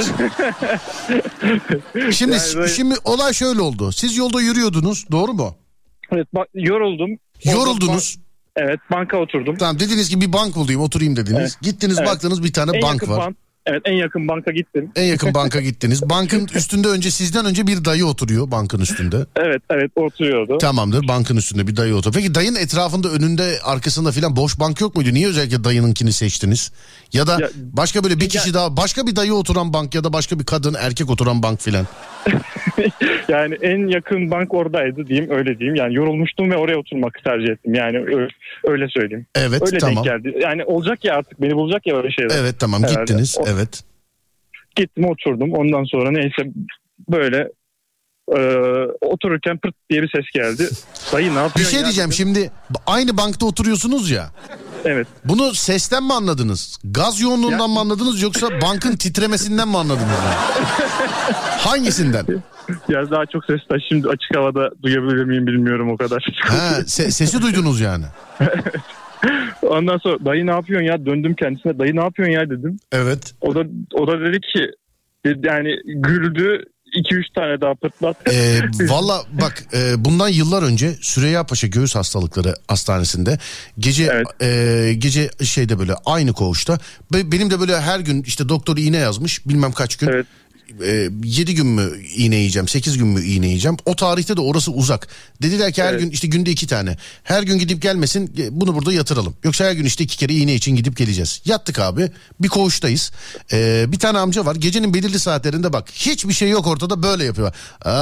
şimdi olay şöyle oldu. Siz yolda yürüyordunuz, doğru mu? Evet, yoruldum. Yoruldunuz. Evet, banka oturdum. Tamam, dediniz ki bir bank bulayım, oturayım dediniz. Evet. Gittiniz, Evet. baktınız bir tane bank var. Evet, en yakın banka gittim. En yakın banka gittiniz. Bankın üstünde sizden önce bir dayı oturuyor bankın üstünde. Evet oturuyordu. Tamamdır, bankın üstünde bir dayı oturuyor. Peki dayının etrafında, önünde, arkasında filan boş bank yok muydu? Niye özellikle dayınınkini seçtiniz? Ya da başka böyle bir kişi daha, başka bir dayı oturan bank ya da başka bir kadın, erkek oturan bank filan. Yani en yakın bank oradaydı diyeyim, öyle diyeyim. Yani yorulmuştum ve oraya oturmak tercih ettim. Yani öyle söyleyeyim. Evet, öyle tamam. denk geldi. Yani olacak ya, artık beni bulacak ya öyle şeyler. Evet, tamam, herhalde. gittiniz. Evet. Gittim, oturdum. Ondan sonra neyse böyle otururken pırt diye bir ses geldi. Dayı ne yapıyorsun? Bir şey ya diyeceğim, dedim. şimdi aynı bankta oturuyorsunuz ya. Evet. Bunu sesten mi anladınız? Gaz yoğunluğundan mı anladınız, yoksa bankın titremesinden mi anladınız? Hangisinden? Ya daha çok ses, şimdi açık havada duyabilir miyim bilmiyorum, o kadar. Ha, sesi duydunuz yani. Ondan sonra dayı ne yapıyorsun ya, döndüm kendisine, dayı ne yapıyorsun ya dedim. Evet. O da dedi ki, yani güldü, 2-3 tane daha pırtlattı. Valla bak, bundan yıllar önce Süreyya Paşa Göğüs Hastalıkları Hastanesi'nde gece gece şeyde böyle aynı koğuşta, benim de böyle her gün işte doktor iğne yazmış, bilmem kaç gün. Evet. 7 gün mü iğne yiyeceğim, 8 gün mü iğne yiyeceğim. O tarihte de orası uzak. Dediler ki her gün işte günde 2 tane. Her gün gidip gelmesin, bunu burada yatıralım. Yoksa her gün işte 2 kere iğne için gidip geleceğiz. Yattık abi, bir koğuştayız. Bir tane amca var, gecenin belirli saatlerinde bak, hiçbir şey yok ortada, böyle yapıyor.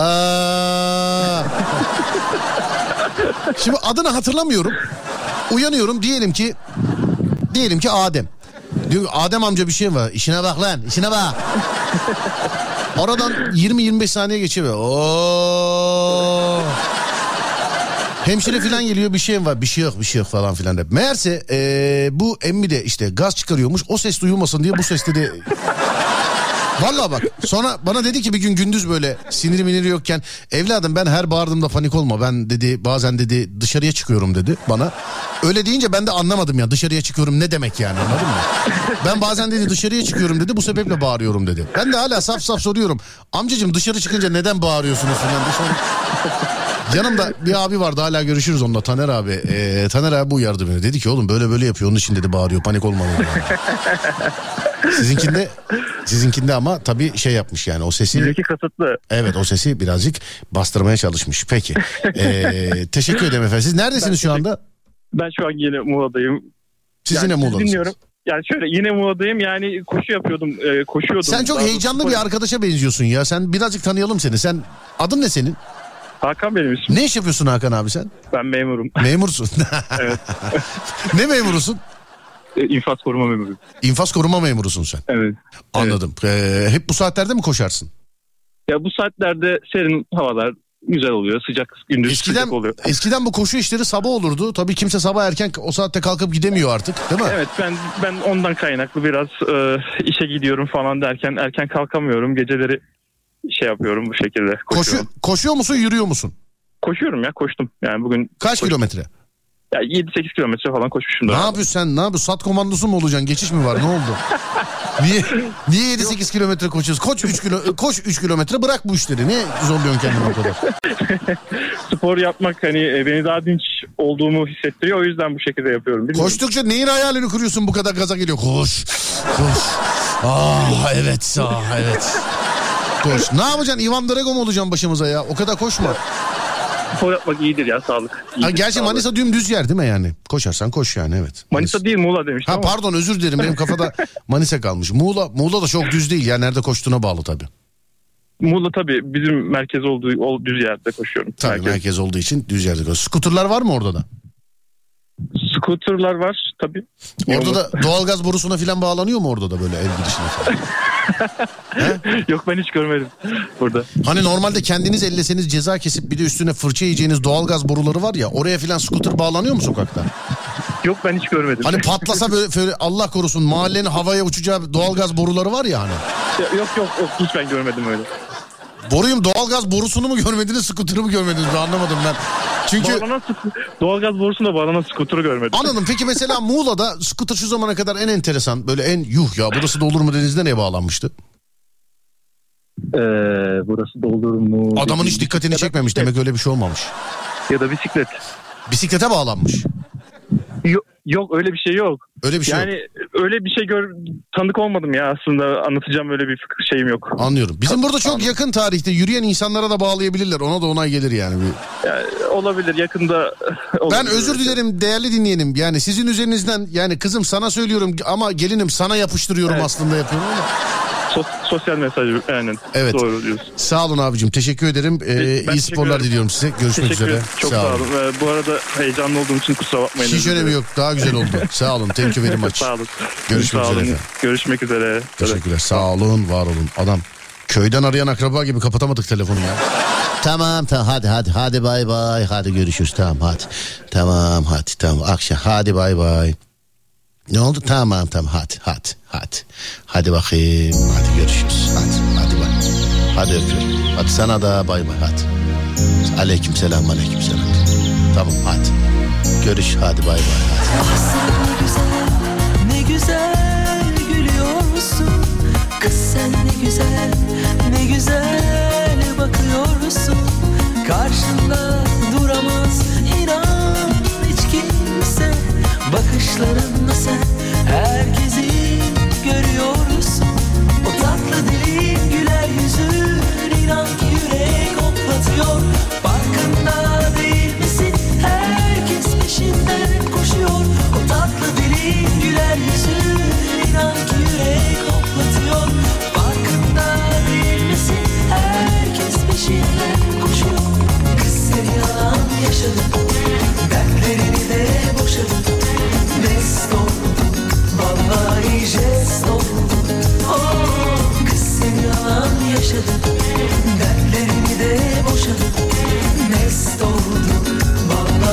Şimdi adını hatırlamıyorum. Uyanıyorum, diyelim ki Adem. Diyor Adem amca bir şey var. İşine bak lan, işine bak. Aradan 20-25 saniye geçiyor. Hemşire falan geliyor, bir şey var, bir şey yok falan filan. Meğerse bu emmi de işte gaz çıkarıyormuş, o ses duyulmasın diye bu ses dedi. Vallahi bak, sonra bana dedi ki bir gün gündüz böyle siniri yokken, evladım ben her bağırdığımda panik olma, ben dedi bazen dedi dışarıya çıkıyorum dedi bana. Öyle deyince ben de anlamadım ya, dışarıya çıkıyorum ne demek yani, anladın mı? Ben bazen dedi dışarıya çıkıyorum dedi, bu sebeple bağırıyorum dedi. Ben de hala saf soruyorum, amcacığım dışarı çıkınca neden bağırıyorsunuz falan diye. Yanımda bir abi vardı, hala görüşürüz onunla, Taner abi. Taner abi uyardı beni, dedi ki oğlum böyle yapıyor, onun için dedi bağırıyor, panik olmalı. Sizinkinde ama tabii şey yapmış yani, o sesi. Bizimki kasıtlı. Evet, o sesi birazcık bastırmaya çalışmış. Peki. Teşekkür ederim efendim. Siz neredesiniz şu anda? Ben şu an yine Muğla'dayım. Siz yine Muğla'dasınız. Dinliyorum. Yani şöyle yine Muğla'dayım, yani koşu yapıyordum, koşuyordum. Sen çok heyecanlı bir arkadaşa benziyorsun ya. Sen birazcık tanıyalım seni. Sen, adın ne senin? Hakan benim ismim. Ne iş yapıyorsun Hakan abi sen? Ben memurum. Memursun. Evet. Ne memurusun? İnfaz koruma memuruyum. İnfaz koruma memurusun sen. Evet. Anladım. Evet. Hep bu saatlerde mi koşarsın? Ya bu saatlerde serin havalar güzel oluyor. Sıcak, gündüz sıcak oluyor. Eskiden bu koşu işleri sabah olurdu. Tabii kimse sabah erken o saatte kalkıp gidemiyor artık, değil mi? Evet, ben ondan kaynaklı biraz işe gidiyorum falan derken erken kalkamıyorum. Geceleri şey yapıyorum, bu şekilde koşuyorum. Koşuyor musun, yürüyor musun? Koşuyorum ya, koştum. Yani bugün kaç kilometre? Ya 7-8 kilometre falan koşmuşum. Ne yapıyorsun sen? Ne yapıyorsun? Sat komandosu mu olacaksın? Geçiş mi var? Ne oldu? Niye 7-8 kilometre koşuyorsun? Koş 3 kilometre, bırak bu işleri. Niye zorluyorsun kendini o kadar? Spor yapmak hani beni daha dinç olduğumu hissettiriyor. O yüzden bu şekilde yapıyorum. Bilmiyorum. Koştukça neyin hayalini kuruyorsun, bu kadar gaza geliyor? Koş. Evet. Koş. Ne yapacaksın? Ivan Drago mu olacaksın başımıza ya? O kadar koşma. Spor yapmak iyidir ya, sağlık. İyidir, gerçi sağlık. Manisa dümdüz yer değil mi yani? Koşarsan koş yani, evet. Manisa değil, Muğla demiştim ama. Pardon, özür dilerim, benim kafada Manisa kalmış. Muğla da çok düz değil ya, nerede koştuğuna bağlı tabii. Muğla tabii bizim merkez olduğu düz yerde koşuyorum. Tabii merkez olduğu için düz yerde koşuyorum. Skuterlar var mı orada da? Skuterlar var tabii. Orada da doğalgaz borusuna falan bağlanıyor mu orada da, böyle ev girişine falan? Yok, ben hiç görmedim burada. Hani normalde kendiniz elleseniz ceza kesip bir de üstüne fırça yiyeceğiniz doğalgaz boruları var ya, oraya falan skuter bağlanıyor mu sokakta? Yok, ben hiç görmedim. Hani patlasa böyle Allah korusun mahallenin havaya uçacağı doğalgaz boruları var ya hani. Yok hiç ben görmedim öyle. Boruyum, doğalgaz borusunu mu görmediniz, skuter'ı mı görmediniz, anlamadım ben. Çünkü doğalgaz borusunda bağlanan skuter'ı görmedim. Anladım. Peki mesela Muğla'da skuter şu zamana kadar en enteresan, böyle en yuh ya burası da olur mu dediğinizde neye bağlanmıştı? Burası da olur mu? Adamın hiç dikkatini çekmemiş, demek öyle bir şey olmamış. Ya da bisiklet. Bisiklete bağlanmış. Yok öyle bir şey yok. Öyle bir şey yani yok. Öyle bir şey tanık olmadım ya, aslında anlatacağım öyle bir şeyim yok. Anlıyorum. Bizim burada çok yakın tarihte yürüyen insanlara da bağlayabilirler. Ona da onay gelir yani. Olabilir yakında. Olabilir. Ben özür dilerim değerli dinleyenim. Yani sizin üzerinizden, yani kızım sana söylüyorum ama gelinim sana yapıştırıyorum, evet. Aslında yapıyorum ama. Sosyal mesajı yani. Evet. Doğru diyorsun. Sağ olun abicim, teşekkür ederim. İyi sporlar diliyorum size. Görüşmek üzere. Çok sağ olun. Bu arada heyecanlı olduğum için kusura bakmayın. Hiç önemi yok. Daha güzel oldu. Sağ olun. Thank you very much. Sağ olun. Görüşmek üzere efendim. Görüşmek üzere. Teşekkürler. Sağ olun, var olun. Adam köyden arayan akraba gibi kapatamadık telefonu ya. Tamam hadi bay bay. Hadi görüşürüz, tamam hadi. Tamam akşam hadi bay bay. Ne oldu? Tamam hadi. Hadi bakayım. Hadi görüşürüz. Hadi bak. Hadi öpüyorum. Hadi sana da bay bay hadi. Aleykümselam. Tamam hadi. Görüş hadi bay bay hadi. Ne güzel gülüyorsun. Kız sen ne güzel bakıyorsun. Karşında duramaz inan hiç kimse. Bakışlarınla sen herkesi görüyorsun. O tatlı dilin, güler yüzün, inan ki yürek hoplatıyor. Farkında değil misin? Herkes peşinden koşuyor. O tatlı dilin, güler yüzün, inan ki yürek hoplatıyor. Farkında değil misin? Herkes peşinden koşuyor. Kız seni yalan yaşadı, dertlerini de boşadı. Mest oldum, vallahi jest oldum. Oh, kız seni yalan yaşadı, dertlerini de boşadı. Mest oldum, vallahi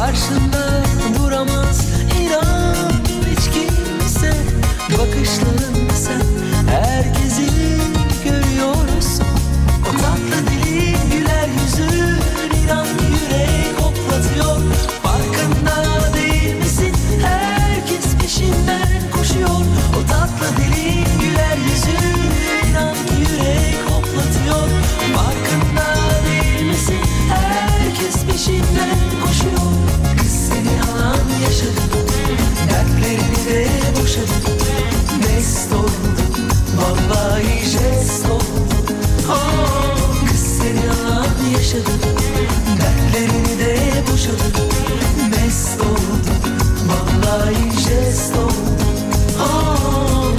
karşında duramaz. İnan hiç kimse, bakışlarında sen herkesi görüyorsun. O tatlı dilin, güler yüzün, inan yürek hoplatıyor. Farkında değil misin? Herkes peşinden koşuyor. O tatlı dilin, güler yüzün, inan yürek hoplatıyor. Farkında değil misin? Herkes peşinden koşuyor. Kız seni yalan yaşadı, dertlerini de boşadı. Mest oldu, vallahi jest oldu. Oh, kız seni yalan yaşadı, dertlerini de boşadı. Mest oldu, vallahi jest oldu. Oh.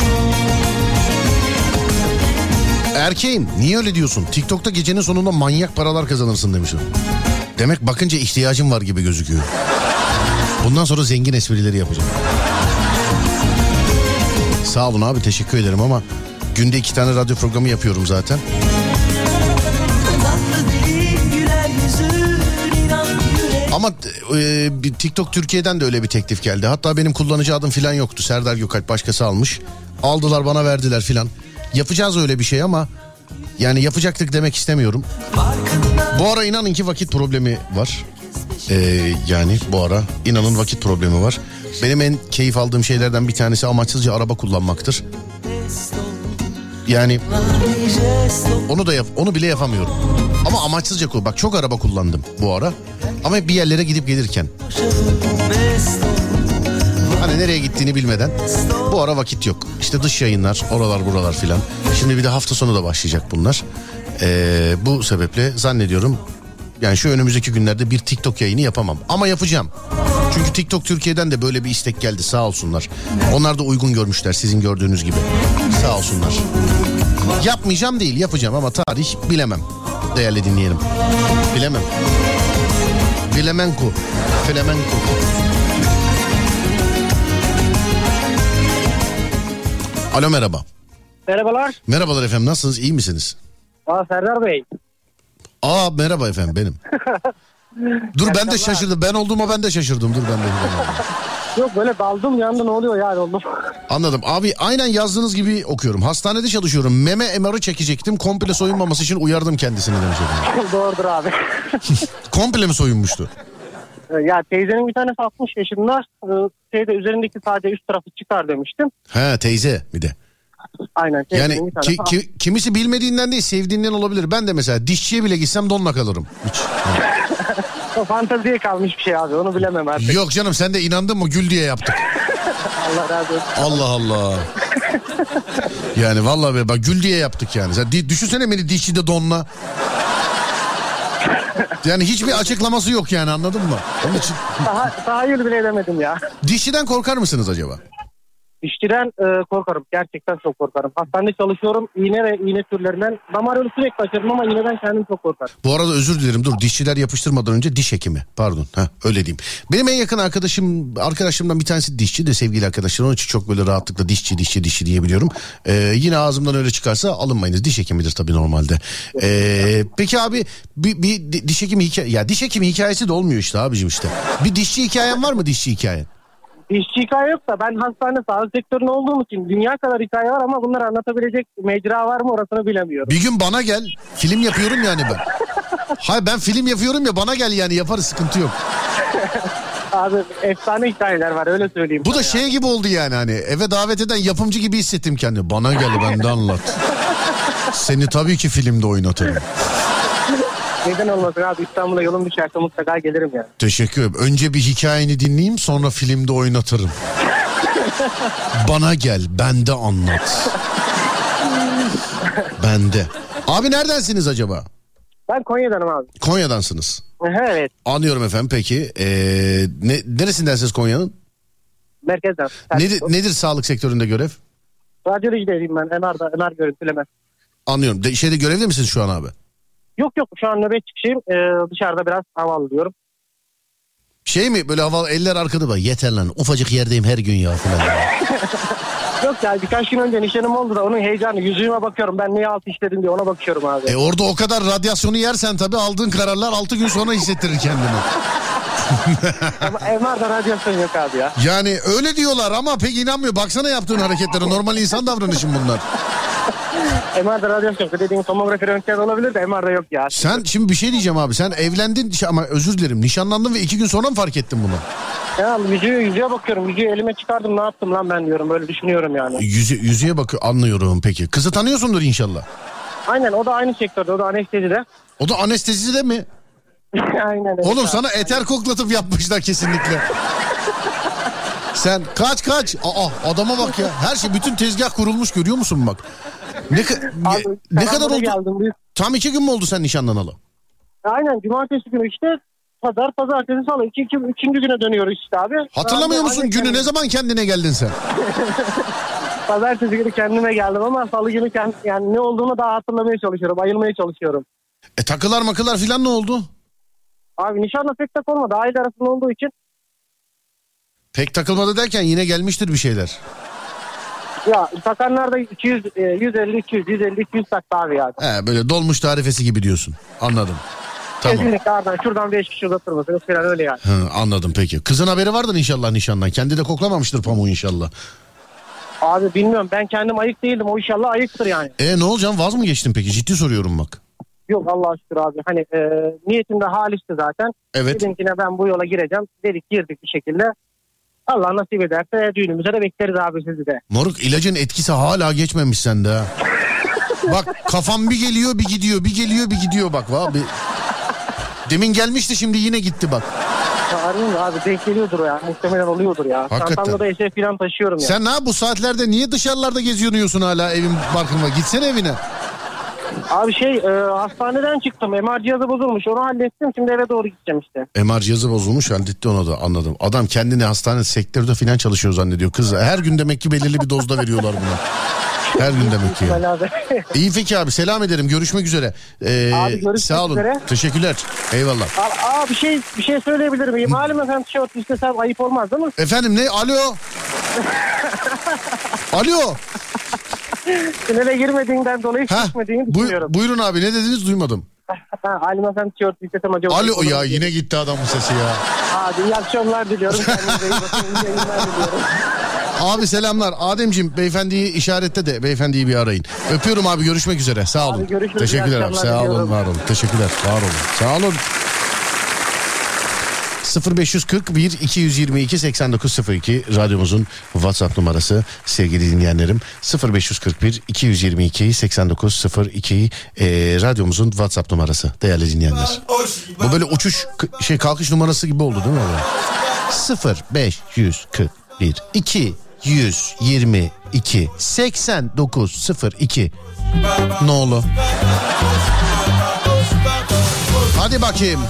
Erkeğim niye öyle diyorsun? TikTok'ta gecenin sonunda manyak paralar kazanırsın demişim. Demek bakınca ihtiyacım var gibi gözüküyor. Bundan sonra zengin esprileri yapacağım. Sağ olun abi, teşekkür ederim ama günde 2 tane radyo programı yapıyorum zaten. Ama bir TikTok Türkiye'den de öyle bir teklif geldi. Hatta benim kullanıcı adım falan yoktu. Serdar Gökalp başkası almış. Aldılar, bana verdiler filan. Yapacağız öyle bir şey ama yani yapacaktık demek istemiyorum. Bu ara inanın ki vakit problemi var. Yani bu ara inanın vakit problemi var. Benim en keyif aldığım şeylerden bir tanesi amaçsızca araba kullanmaktır. Yani onu bile yapamıyorum. Ama amaçsızca bak çok araba kullandım bu ara. Ama hep bir yerlere gidip gelirken. Hani nereye gittiğini bilmeden. Bu ara vakit yok. İşte dış yayınlar, oralar buralar filan. Şimdi bir de hafta sonu da başlayacak bunlar. Bu sebeple zannediyorum yani şu önümüzdeki günlerde bir TikTok yayını yapamam. Ama yapacağım. Çünkü TikTok Türkiye'den de böyle bir istek geldi, sağ olsunlar. Onlar da uygun görmüşler sizin gördüğünüz gibi. Sağ olsunlar. Yapmayacağım değil, yapacağım ama tarih bilemem. Değerli dinleyelim. Bilemem. Flamenco. Alo, merhaba. Merhabalar. Merhabalar efendim, nasılsınız, iyi misiniz? Serdar Bey. Merhaba efendim, benim. Dur ben de şaşırdım, ben olduğuma ben de şaşırdım. Dur ben de. Yok böyle daldım yandı, ne oluyor yani oldum. Anladım abi, aynen yazdığınız gibi okuyorum. Hastanede çalışıyorum, meme MR'ı çekecektim, komple soyunmaması için uyardım kendisini demiş efendim. Doğrudur abi. Komple mi soyunmuştu? Ya teyzenin bir tanesi 60 yaşında. Teyze üzerindeki sadece üst tarafı çıkar demiştim. He, teyze bir de. Aynen. Yani kimisi bilmediğinden değil, sevdiğinden olabilir. Ben de mesela dişçiye bile gitsem donla kalırım. Hiç. O fanteziye kalmış bir şey abi, onu bilemem artık. Yok canım, sen de inandın mı, gül diye yaptık. Allah razı olsun. Allah Allah. Yani vallahi be, bak gül diye yaptık yani. Sen düşünsene beni dişçide donla. Yani hiçbir açıklaması yok yani, anladın mı? Onun için... Hayır bile edemedim ya. Dişçiden korkar mısınız acaba? Dişçiden korkarım. Gerçekten çok korkarım. Hastanede çalışıyorum. İğne ve iğne türlerinden. Damar yolu sürekli açarım ama iğneden kendim çok korkarım. Bu arada özür dilerim, dur, dişçiler yapıştırmadan önce diş hekimi. Pardon, öyle diyeyim. Benim en yakın arkadaşımdan bir tanesi dişçi de, sevgili arkadaşlar. Onun için çok böyle rahatlıkla dişçi diyebiliyorum. Yine ağzımdan öyle çıkarsa alınmayınız. Diş hekimidir tabii normalde. Peki abi bir diş hekimi ya diş hekimi hikayesi de olmuyor işte abicim işte. Bir dişçi hikayen var mı, dişçi hikayen? İşçi hikaye yok da ben hastane sağlık sektöründe olduğum için dünya kadar hikaye var ama bunları anlatabilecek mecra var mı orasını bilemiyorum. Bir gün bana gel, film yapıyorum yani ben. Hayır, ben film yapıyorum ya, bana gel yani, yaparız, sıkıntı yok. Abi efsane hikayeler var, öyle söyleyeyim. Bu da şey gibi oldu yani, hani eve davet eden yapımcı gibi hissettim kendimi. Bana gel, ben de anlat. Seni tabii ki filmde oynatırım. Neden olmasın abi, İstanbul'a yolum düşerse mutlaka gelirim yani. Teşekkür ederim. Önce bir hikayeni dinleyeyim, sonra filmde oynatırım. Bana gel, ben de anlat. Ben de. Abi neredensiniz acaba? Ben Konya'danım abi. Konya'dansınız. Evet. Anlıyorum efendim, peki. Neresindensiniz Konya'nın? Merkezden. Nedir sağlık sektöründe görev? Radyolojideyim ben. MR görüntüleme. Anlıyorum. Şeyde görevli misiniz şu an abi? Yok şu an nöbet çıkışıyım. Dışarıda biraz hava alıyorum. Şey mi böyle havalı, eller arkada bak, yeter lan ufacık yerdeyim her gün ya falan. Yok ya, birkaç gün önce nişanım oldu da onun heyecanı, yüzüğüme bakıyorum, ben niye altı işledim diye ona bakıyorum abi. Orada o kadar radyasyonu yersen tabii aldığın kararlar 6 gün sonra hissettirir kendini. Ama MR'da radyasyon yok abi ya. Yani öyle diyorlar ama pek inanmıyor. Baksana yaptığın hareketlere, normal insan davranışın bunlar. MR'da radyasyon yok. Dediğin tomografi röntgen olabilir de MR'da yok ya. Sen şimdi bir şey diyeceğim abi. Sen evlendin ama özür dilerim. Nişanlandın ve 2 gün sonra mı fark ettin bunu? Ya yüzüğe bakıyorum. Yüzüğü elime çıkardım, ne yaptım lan ben diyorum. Böyle düşünüyorum yani. Yüzüğe bakıyor, anlıyorum peki. Kızı tanıyorsundur inşallah. Aynen, o da aynı sektörde. O da anestezide. O da anestezide mi? Aynen. Oğlum evet, sana eter koklatıp yapmışlar kesinlikle. Sen kaç. Adama bak ya. Her şey, bütün tezgah kurulmuş, görüyor musun bak. Ne kadar oldu? Geldim. Tam 2 gün mü oldu sen nişanlanalı? Aynen, cumartesi günü işte. Pazartesi, salı. Üçüncü güne dönüyoruz işte abi. Hatırlamıyor musun günü? Ne zaman kendine geldin sen? Pazartesi günü kendime geldim ama salı günü yani ne olduğunu daha hatırlamaya çalışıyorum. Ayılmaya çalışıyorum. Takılar makılar filan ne oldu? Abi nişanla pek tak olmadı. Aile arasında olduğu için. Pek takılmadı derken yine gelmiştir bir şeyler. Ya takanlar da 200, 150, 200, 150, 200 taktı abi ya. Böyle dolmuş tarifesi gibi diyorsun. Anladım. Tamam. Kesinlikle Ardan. Şuradan 5 kişi uzatırmasınız falan, öyle yani. Anladım peki. Kızın haberi vardır inşallah nişandan. Kendi de koklamamıştır pamuğu inşallah. Abi bilmiyorum, ben kendim ayık değildim. O inşallah ayıktır yani. Ne olacağım, vaz mı geçtin peki? Ciddi soruyorum bak. Yok Allah'a şükür abi. Hani niyetim de halisti zaten. Evet. Dedim ki ben bu yola gireceğim. Dedik, girdik bir şekilde. Allah nasip ederse düğünümüze de bekleriz abi sizi de. Moruk, ilacın etkisi hala geçmemiş sende ha. Bak kafam bir geliyor bir gidiyor, bir geliyor bir gidiyor bak. Demin gelmişti, şimdi yine gitti bak. Arayayım abi, denk geliyordur ya. Muhtemelen oluyordur ya. Hakikaten. Çantamda da SF falan taşıyorum ya. Sen ne bu saatlerde niye dışarılarda geziyorsun hala evin barkınma? Gitsene evine. Abi hastaneden çıktım. MR cihazı bozulmuş. Onu hallettim. Şimdi eve doğru gideceğim işte. MR cihazı bozulmuş, halletti, onu da anladım. Adam kendini hastane sektörde falan çalışıyor zannediyor. Kız her gün demek ki belirli bir dozda veriyorlar buna. Her gün demek ki. İyi peki abi, selam ederim, görüşmek üzere. Abi görüşmek sağ olun üzere. Teşekkürler, eyvallah. Bir şey söyleyebilir miyim? Halim efendim tişört istesem ayıp olmaz değil mi? Efendim ne? Alo. Alo. Tünele girmediğinden dolayı düşmediğini düşünüyorum. Buyurun abi, ne dediniz, duymadım. Halim efendim tişört istesem acaba... Alo ya, yine gitti adamın sesi ya. Hadi iyi akşamlar diliyorum. Kendinize iyi bakın. İyi yayınlar diliyorum. Abi selamlar. Ademciğim, beyefendiyi işarette de beyefendiyi bir arayın. Öpüyorum abi, görüşmek üzere. Sağ olun. Teşekkürler abi. Sağ olun, var olun. Teşekkürler, var olun. Sağ olun. 0541 222 8902 radyomuzun WhatsApp numarası sevgili dinleyenlerim. 0541 222 8902 radyomuzun WhatsApp numarası değerli dinleyenler. Bu böyle uçuş kalkış numarası gibi oldu değil mi? 0541 222 8902 ne olur. Hadi bakayım.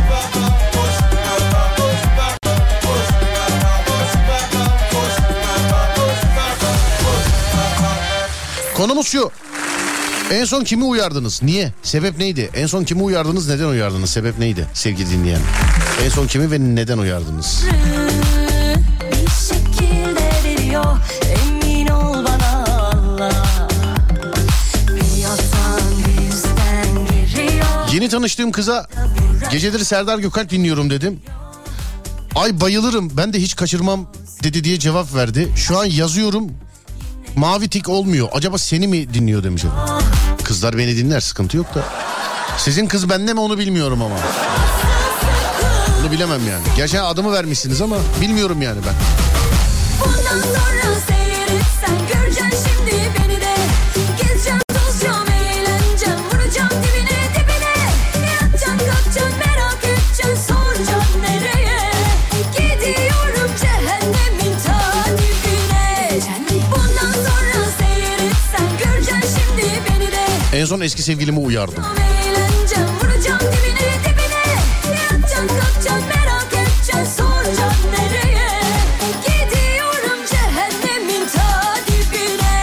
Konumuz şu. En son kimi uyardınız? Niye? Sebep neydi? En son kimi uyardınız? Neden uyardınız? Sebep neydi sevgili dinleyen? En son kimi ve neden uyardınız? Bir şekilde veriyor, emin ol bana Allah. Bir yatan bizden giriyor. Yeni tanıştığım kıza geceleri Serdar Gökalp dinliyorum dedim. Ay bayılırım, ben de hiç kaçırmam dedi diye cevap verdi. Şu an yazıyorum. Mavi tik olmuyor. Acaba seni mi dinliyor demişim. Kızlar beni dinler, sıkıntı yok da. Sizin kız bende mi onu bilmiyorum ama. Bunu bilemem yani. Gerçi adımı vermişsiniz ama bilmiyorum yani ben. Bundan sonra seyretsen göreceksin şimdi beni de. Gezeceğim, tozacağım, eğleneceğim, vuracağım dibine dibine. Ne yapacaksın, kalkacaksın, merak edeceksin, soracaksın nereye. Gidiyorum cehennemin ta dibine. Bundan sonra seyretsen göreceksin şimdi beni de. En son eski sevgilimi uyardım. Eğleneceğim, vuracağım dibine dibine. Ne yapacaksın, kalkacaksın, merak edeceksin, soracaksın nereye. Gidiyorum cehennemin ta dibine.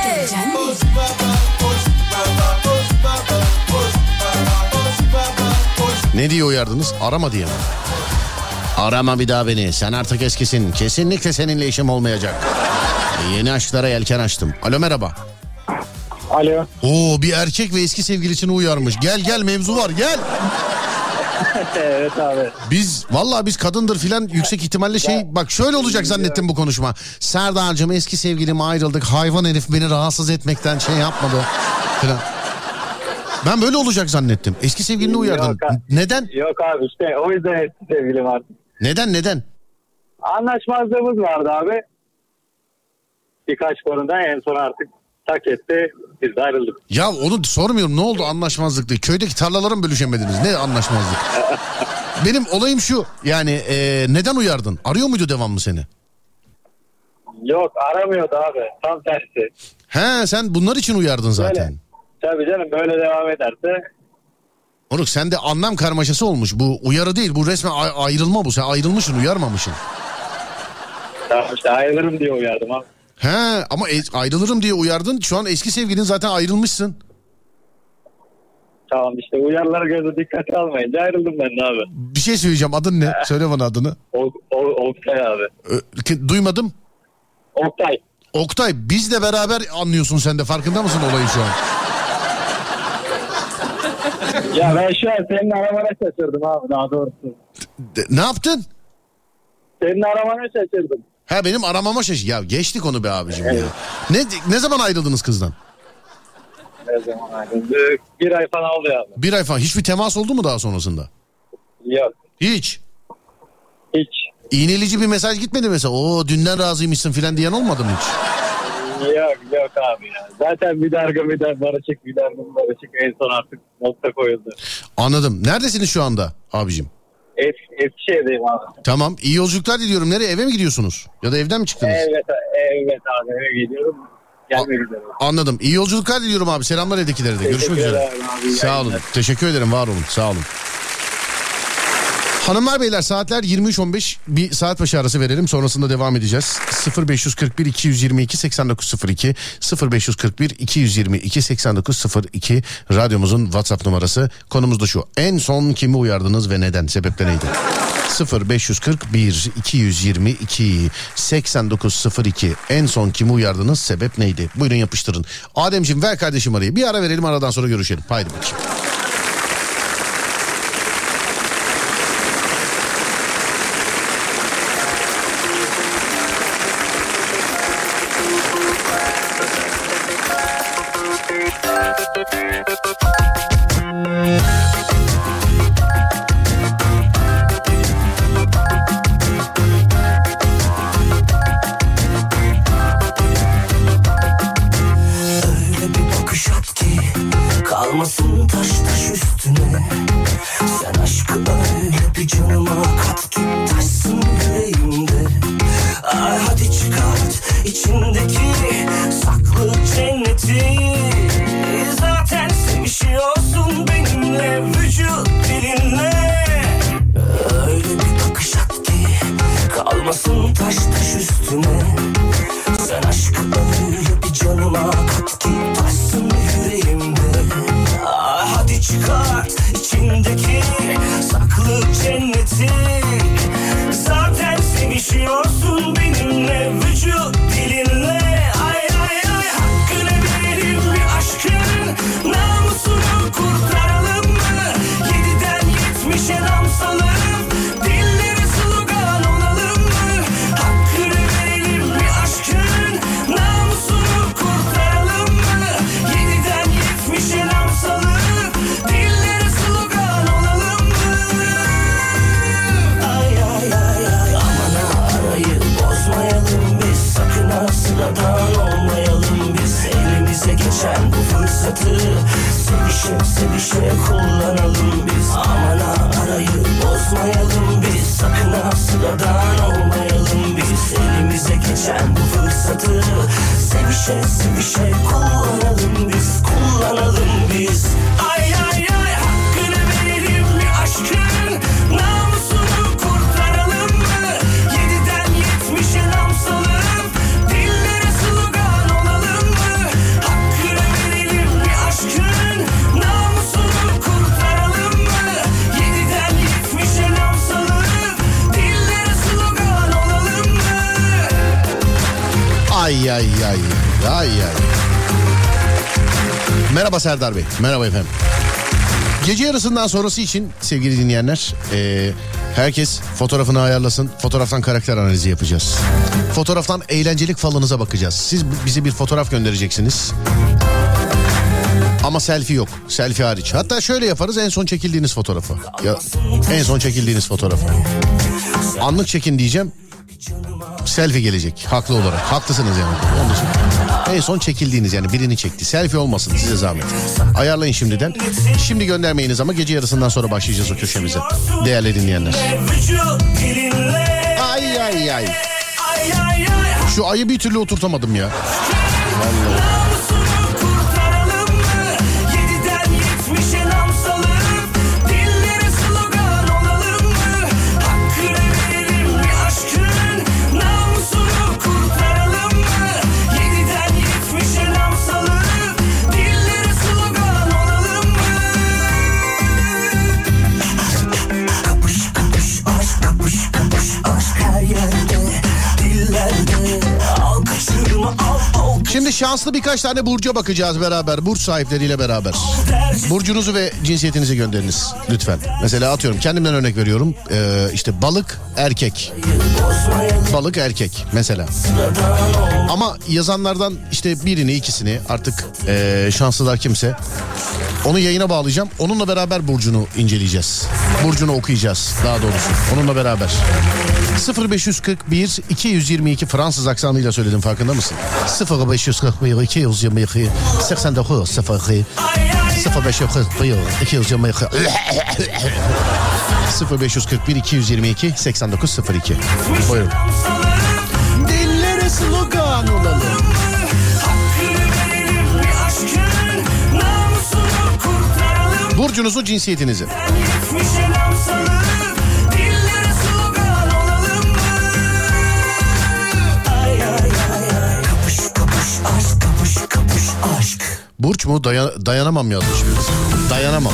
Ne diye uyardınız? Arama diye mi? Arama bir daha beni. Sen artık eskisin. Kesinlikle seninle işim olmayacak. Yeni aşklara yelken açtım. Alo, merhaba. Alo. Oo, bir erkek ve eski sevgilisini uyarmış. Gel mevzu var, gel. Evet abi. Biz kadındır filan yüksek ihtimalle bak şöyle olacak zannettim bu konuşma. Serdar'cığım eski sevgilim ayrıldık, hayvan herif beni rahatsız etmekten yapmadı filan. Ben böyle olacak zannettim. Eski sevgilini uyardın. Neden? Yok abi işte o yüzden eski sevgilim artık. Neden? Anlaşmazlığımız vardı abi. Birkaç konuda en son artık tak etti. Biz de ayrıldık. Ya onu sormuyorum, ne oldu anlaşmazlıkta? Köydeki tarlaları mı bölüşemediniz? Ne anlaşmazlık? Benim olayım şu yani neden uyardın? Arıyor muydu devamlı seni? Yok aramıyordu abi. Tam tersi. He sen bunlar için uyardın zaten. Böyle. Tabii canım böyle devam ederse. Moruk sende anlam karmaşası olmuş. Bu uyarı değil, bu resmen ayrılma bu. Sen ayrılmışsın, uyarmamışsın. Tamam işte ayrılırım diye uyardım abi. He ama ayrılırım diye uyardın. Şu an eski sevgilin zaten ayrılmışsın. Tamam işte uyarılara göre dikkate almayınca ayrıldım ben de abi. Bir şey söyleyeceğim, adın ne? Söyle bana adını. Oktay abi. Duymadım. Oktay bizle beraber anlıyorsun sen de, farkında mısın olayı şu an? Ya ben şu an senin aramana şaşırdım abi daha doğrusu. Ne yaptın? Senin aramana şaşırdım. Ha benim aramama şaşırdım. Ya geçtik onu be abicim ya. Ne zaman ayrıldınız kızdan? Ne zaman ayrıldık? 1 ay falan oldu abi. 1 ay falan. Hiçbir temas oldu mu daha sonrasında? Yok. Hiç. İğneleyici bir mesaj gitmedi mesela. Oo dünden razıymışsın filan diyen olmadı mı hiç? Yok abi ya. Zaten bir dargın barışık en son artık nokta koyuldu. Anladım. Neredesiniz şu anda abicim? Eskişehir'deyim abi. Tamam. İyi yolculuklar diliyorum. Nereye? Eve mi gidiyorsunuz? Ya da evden mi çıktınız? Evet abi eve gidiyorum. Gelmek üzere. Anladım. İyi yolculuklar diliyorum abi. Selamlar evdekilere de. Görüşmek üzere. Sağ olun. Teşekkür ederim. Var olun. Sağ olun. Hanımlar beyler saatler 23.15, bir saat başı arası verelim, sonrasında devam edeceğiz. 0541 222 8902 0541 222 8902 radyomuzun WhatsApp numarası. Konumuz da şu: en son kimi uyardınız ve neden, sebepleri neydi? 0541 222 8902 en son kimi uyardınız, sebep neydi? Buyurun yapıştırın. Ademciğim ver kardeşim arayı, bir ara verelim, aradan sonra görüşelim. Haydi bakayım. Kalmasın taş taş üstüne. Sen aşkı öyle bir canıma kat ki taşsın yüreğimde. Ay hadi çıkart içindeki saklı cenneti. Zaten sevişiyorsun benimle vücut dilinle. Öyle bir bakış at ki kalmasın taş taş üstüne. Sen aşkı öyle bir canıma kat ki taşsın yüreğimde. Hadi çıkart içindeki saklı cenneti. Zaten sevişiyorsun benimle vücut dilinle. Ay ay ay hakkını verelim bir aşkın, namusunu kurtaralım mı? 7'den 70'e damsalım, dilleri slogan olalım mı? Hakkını verelim bir aşkın, namusunu kurtaralım mı? 7'den 70'e damsalım, dilleri slogan olalım mı? Ay ay ay ay aman arayı bozmayalım biz, sakın ha sıradan olmayalım biz. Elimize geçen bu fırsatı sevişe sevişe kullanalım biz. Aman ha arayı bozmayalım biz, sakın ha sıradan olmayalım biz. Elimize geçen bu fırsatı sevişe sevişe kullanalım biz. Ay ay ay hakkını verelim bir aşkın, namusunu kurtaralım mı? 7'den 70'e damsalım, dillere slogan olalım mı? Hakkını verelim bir aşkın, namusunu kurtaralım mı? 7'den 70'e damsalım, dillere slogan olalım mı? Ay ay ay ay ay. Merhaba Serdar Bey. Merhaba efendim. Gece yarısından sonrası için sevgili dinleyenler, herkes fotoğrafını ayarlasın. Fotoğraftan karakter analizi yapacağız. Fotoğraftan eğlencelik falınıza bakacağız. Siz bize bir fotoğraf göndereceksiniz. Ama selfie yok. Selfie hariç. Hatta şöyle yaparız, en son çekildiğiniz fotoğrafı. Ya, en son çekildiğiniz fotoğrafı. Anlık çekin diyeceğim. Selfie gelecek haklı olarak. Haklısınız yani. Onun için. En son çekildiğiniz, yani birini çekti. Selfie olmasın, size zahmet. Ayarlayın şimdiden. Şimdi göndermeyiniz ama gece yarısından sonra başlayacağız o köşemize. Değerli dinleyenler. Ay ay ay. Şu ayı bir türlü oturtamadım ya. Vallahi. Şimdi şanslı birkaç tane burca bakacağız beraber. Burç sahipleriyle beraber. Burcunuzu ve cinsiyetinizi gönderiniz lütfen. Mesela atıyorum, kendimden örnek veriyorum. İşte balık erkek. Balık erkek mesela. Ama yazanlardan işte birini, ikisini, artık şanslılar kimse, onu yayına bağlayacağım. Onunla beraber burcunu inceleyeceğiz. Burcunu okuyacağız daha doğrusu. Onunla beraber. 0541 222 Fransız aksanıyla söyledim, farkında mısın? 0541 222 89 02 0541 222 0541 222 89 02. Buyurun. Dillere slogan olalım. Burcunuzu, cinsiyetinizi. Burç mu? Dayanamam yazmış birisi. Dayanamam.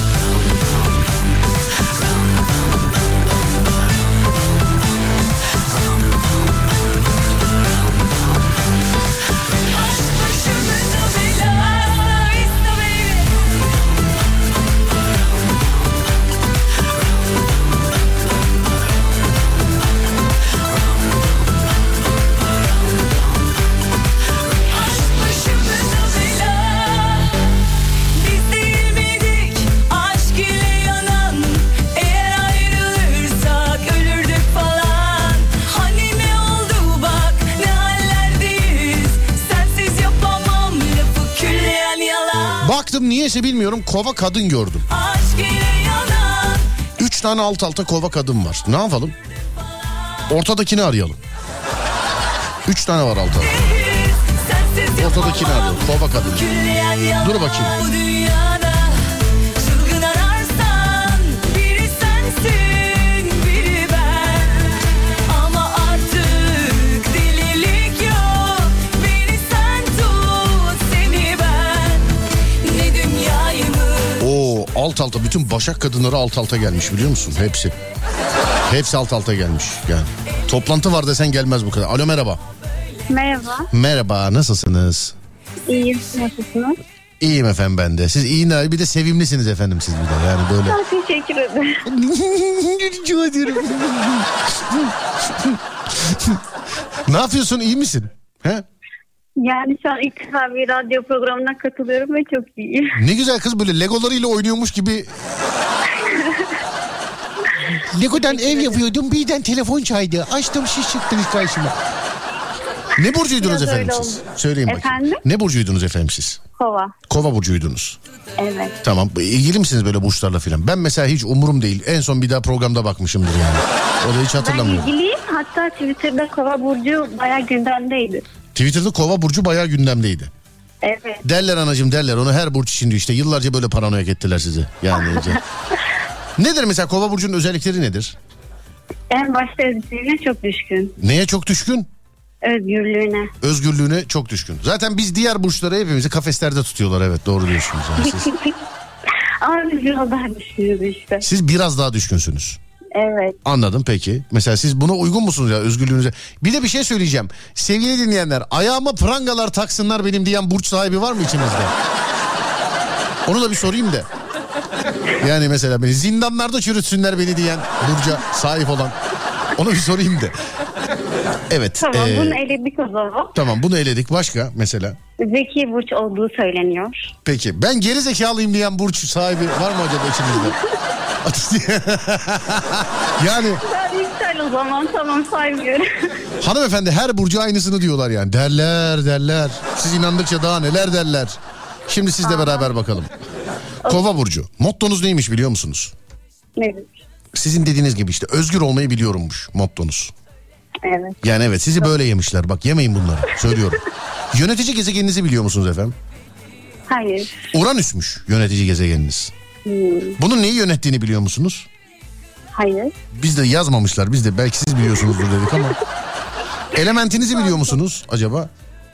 Niyeyse bilmiyorum, kova kadın gördüm. 3 tane alt alta kova kadın var. Ne yapalım? Ortadakini arayalım. 3 tane var alt alta. Ortadakini arayalım. Kova kadın. Dur bakayım. Alt alta bütün Başak kadınları alt alta gelmiş, biliyor musun? Hepsi. Hepsi alt alta gelmiş yani. Toplantı var desen gelmez bu kadar. Alo, merhaba. Merhaba. Merhaba, nasılsınız? İyiyim, nasılsınız? İyiyim efendim ben de. Siz iyi, bir de sevimlisiniz efendim siz bir de. Yani böyle. Teşekkür ederim. Rica ederim. Ne yapıyorsun, iyi misin? He? Yani şu an ilk defa bir radyo programına katılıyorum ve çok iyi. Ne güzel kız, böyle legolarıyla oynuyormuş gibi. Lego'dan ev yapıyordum, birden telefon çaydı. Açtım, siz çıktınız karşıma. Ne burcuydunuz efendim siz? Söyleyin bakayım. Efendim? Ne burcuydunuz efendim siz? Kova. Kova burcuydunuz. Evet. Tamam, ilgili misiniz böyle burçlarla falan? Ben mesela hiç umurum değil. En son bir daha programda bakmışımdır yani. O da hiç hatırlamıyorum. Ben ilgiliyim. Hatta Twitter'da Kova burcu bayağı gündemdeydi. Twitter'da Kova burcu bayağı gündemdeydi. Evet. Derler anacığım, derler. Onu her burç için diyor işte. Yıllarca böyle paranoyak ettiler sizi. Yani. Nedir mesela Kova burcunun özellikleri nedir? En başta özgürlüğüne çok düşkün. Neye çok düşkün? Özgürlüğüne. Özgürlüğüne çok düşkün. Zaten biz diğer burçları hepimizi kafeslerde tutuyorlar, evet, doğru diyorsunuz. Yani siz. Ama biz biraz daha düşkünüz işte. Siz biraz daha düşkünsünüz. Evet. Anladım, peki. Mesela siz buna uygun musunuz ya, özgürlüğünüze? Bir de bir şey söyleyeceğim. Sevgili dinleyenler, ayağıma prangalar taksınlar benim diyen burç sahibi var mı içimizde? Onu da bir sorayım da. Yani mesela beni zindanlarda çürütsünler beni diyen burca sahip olan. Onu bir sorayım da. Evet. Tamam bunu eledik o zaman. Tamam bunu eledik. Başka mesela? Zeki burç olduğu söyleniyor. Peki ben geri zekalıyım diyen burç sahibi var mı acaba içinizde? Yani Ben yüksel o zaman, tamam saymıyorum. hanımefendi her burcu aynısını diyorlar yani. Derler. Siz inandıkça daha neler derler. Şimdi sizle beraber bakalım. Kova burcu. Mottonuz neymiş biliyor musunuz? Evet. Sizin dediğiniz gibi işte özgür olmayı biliyorummuş mottonuz. Evet. Yani evet sizi böyle yemişler. Bak yemeyin bunları söylüyorum. Yönetici gezegeninizi biliyor musunuz efendim? Hayır. Uranüsmüş yönetici gezegeniniz. Bunun neyi yönettiğini biliyor musunuz? Hayır. Biz de yazmamışlar. Biz de belki siz biliyorsunuzdur dedik ama. Elementinizi biliyor musunuz acaba?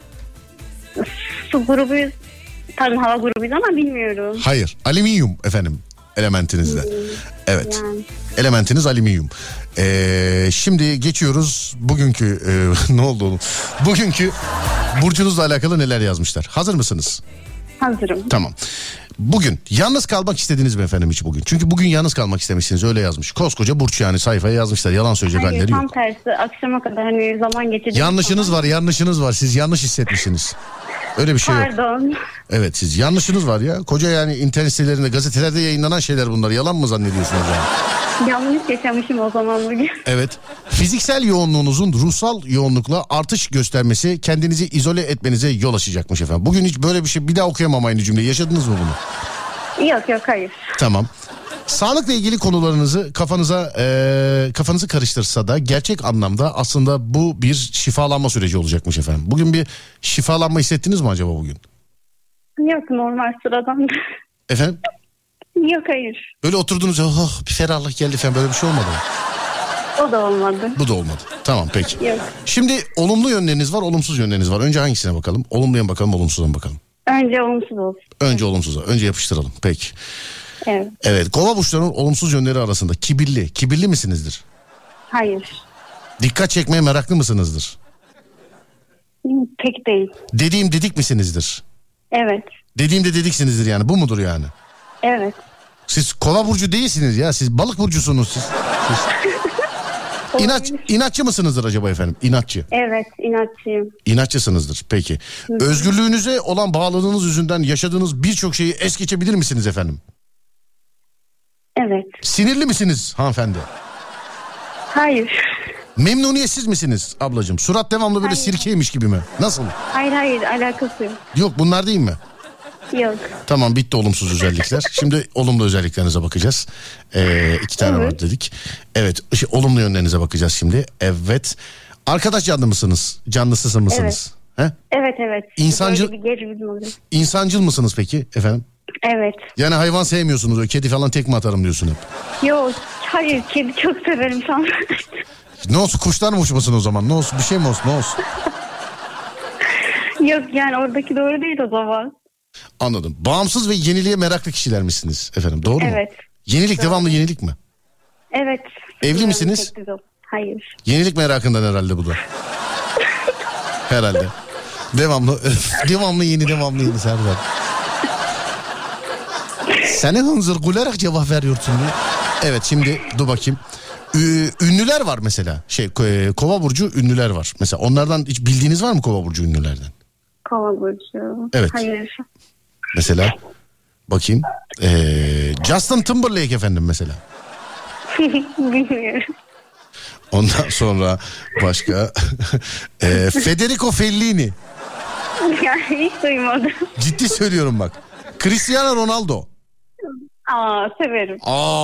Su grubuyuz. Tabii hava grubuyuz ama bilmiyorum. Hayır. Alüminyum efendim elementinizde. Evet. Yani. Elementiniz alüminyum. Şimdi geçiyoruz bugünkü ne oldu oğlum? Bugünkü burcunuzla alakalı neler yazmışlar. Hazır mısınız? Hazırım. Tamam. Bugün yalnız kalmak istediniz mi efendim hiç bugün? Çünkü bugün yalnız kalmak istemişsiniz öyle yazmış. Koskoca burç yani sayfaya yazmışlar. Yalan söyleyecek Hayır, halleri tam yok. tersi. Akşama kadar hani zaman geçecek. Yanlışınız var, yanlışınız var. Siz yanlış hissetmişsiniz. Öyle bir şey yok. Pardon. Evet siz yanlışınız var ya. Koca yani internet sitelerinde, gazetelerde yayınlanan şeyler bunlar. Yalan mı zannediyorsunuz yani? Yanlış yaşamışım o zaman bugün. Evet. Fiziksel yoğunluğunuzun ruhsal yoğunlukla artış göstermesi kendinizi izole etmenize yol açacakmış efendim. Bugün hiç böyle bir şey bir daha okuyamam aynı cümleyi. Yaşadınız mı bunu? Yok hayır. Tamam. Sağlıkla ilgili konularınızı kafanızı karıştırsa da gerçek anlamda aslında bu bir şifalanma süreci olacakmış efendim. Bugün bir şifalanma hissettiniz mi acaba bugün? Yok normal sıradan. Efendim? Yok hayır. Öyle oturdunuz bir ferahlık geldi falan böyle bir şey olmadı mı? O da olmadı. Bu da olmadı. Tamam peki. Yok. Şimdi olumlu yönleriniz var, olumsuz yönleriniz var. Önce hangisine bakalım? Olumluya mı bakalım, olumsuza mı bakalım? Önce olumsuz olsun. Önce olumsuza. Önce yapıştıralım. Peki. Evet. Evet. Kova burçlarının olumsuz yönleri arasında kibirli. Kibirli misinizdir? Hayır. Dikkat çekmeye meraklı mısınızdır? Pek değil. Dediğim dedik misinizdir? Evet. Dediğimde dediksinizdir yani. Bu mudur yani? Evet. Siz kova burcu değilsiniz ya. Siz balık burcusunuz siz. İnatçı mısınızdır acaba efendim? İnatçı. Evet, inatçıyım. İnatçısınızdır. Peki. Özgürlüğünüze olan bağlılığınız yüzünden yaşadığınız birçok şeyi es geçebilir misiniz efendim? Evet. Sinirli misiniz hanımefendi? Hayır. Memnuniyetsiz misiniz ablacığım? Surat devamlı böyle sirkeymiş gibi mi? Nasıl? Hayır alakası yok. Yok bunlar değil mi? Yok. Tamam bitti olumsuz özellikler. Şimdi olumlu özelliklerinize bakacağız. 2 tane var dedik. Evet olumlu yönlerinize bakacağız şimdi. Evet. Arkadaş canlı mısınız? Canlısı mısınız? Evet. He? Evet. İnsancıl, böyle bir gerilim oluyor. insancıl mısınız peki efendim? Evet. Yani hayvan sevmiyorsunuz. Öyle kedi falan tekme atarım diyorsun hep. Yok hayır kedi çok severim sana. Ne olsun kuşlar mı uçmasın o zaman? Ne olsun bir şey mi olsun ne olsun? Yok yani oradaki doğru değil o zaman. Anladım. Bağımsız ve yeniliğe meraklı kişiler misiniz efendim? Doğru mu? Evet. Yenilik Doğru. devamlı yenilik mi? Evet. Evli misiniz? Hayır. Yenilik merakından herhalde bu da. Herhalde. Devamlı yeni Serdar. Seni hınzır gülerek cevap veriyorsun diye. Evet şimdi dur bakayım. Ünlüler var mesela. Kova burcu ünlüler var. Mesela onlardan hiç bildiğiniz var mı Kova burcu ünlülerden? Kova burcu. Evet. Hayır. Mesela bakayım. Justin Timberlake efendim mesela. Bilmiyorum. Ondan sonra başka Federico Fellini. Yani hiç duymadım. Ciddi söylüyorum bak. Cristiano Ronaldo. Severim.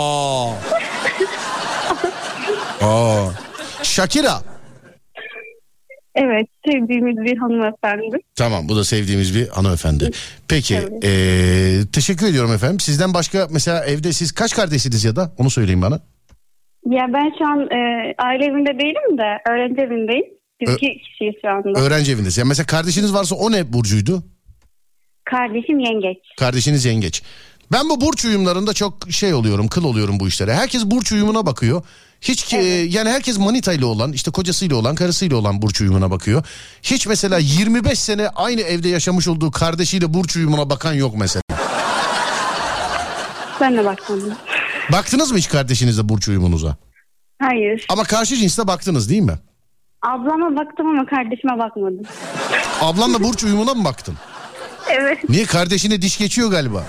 Shakira. Evet sevdiğimiz bir hanımefendi. Tamam bu da sevdiğimiz bir hanımefendi. Peki teşekkür ediyorum efendim. Sizden başka mesela evde siz kaç kardeşsiniz ya da onu söyleyin bana. Ya ben şu an aile evinde değilim de öğrenci evindeyim. Biz 2 kişiyiz şu anda. Öğrenci evindeyiz. Yani mesela kardeşiniz varsa o ne burcuydu? Kardeşim yengeç. Kardeşiniz yengeç. Ben bu burç uyumlarında çok kıl oluyorum bu işlere. Herkes burç uyumuna bakıyor. Hiç yani herkes manitayla olan, işte kocasıyla olan, karısıyla olan burç uyumuna bakıyor. Hiç mesela 25 sene aynı evde yaşamış olduğu kardeşiyle burç uyumuna bakan yok mesela. Ben de bakmadım. Baktınız mı hiç kardeşinizle burç uyumunuza? Hayır. Ama karşı cinsle baktınız değil mi? Ablama baktım ama kardeşime bakmadım. Ablanla burç uyumuna mı baktın? Evet. Niye, kardeşine diş geçiyor galiba?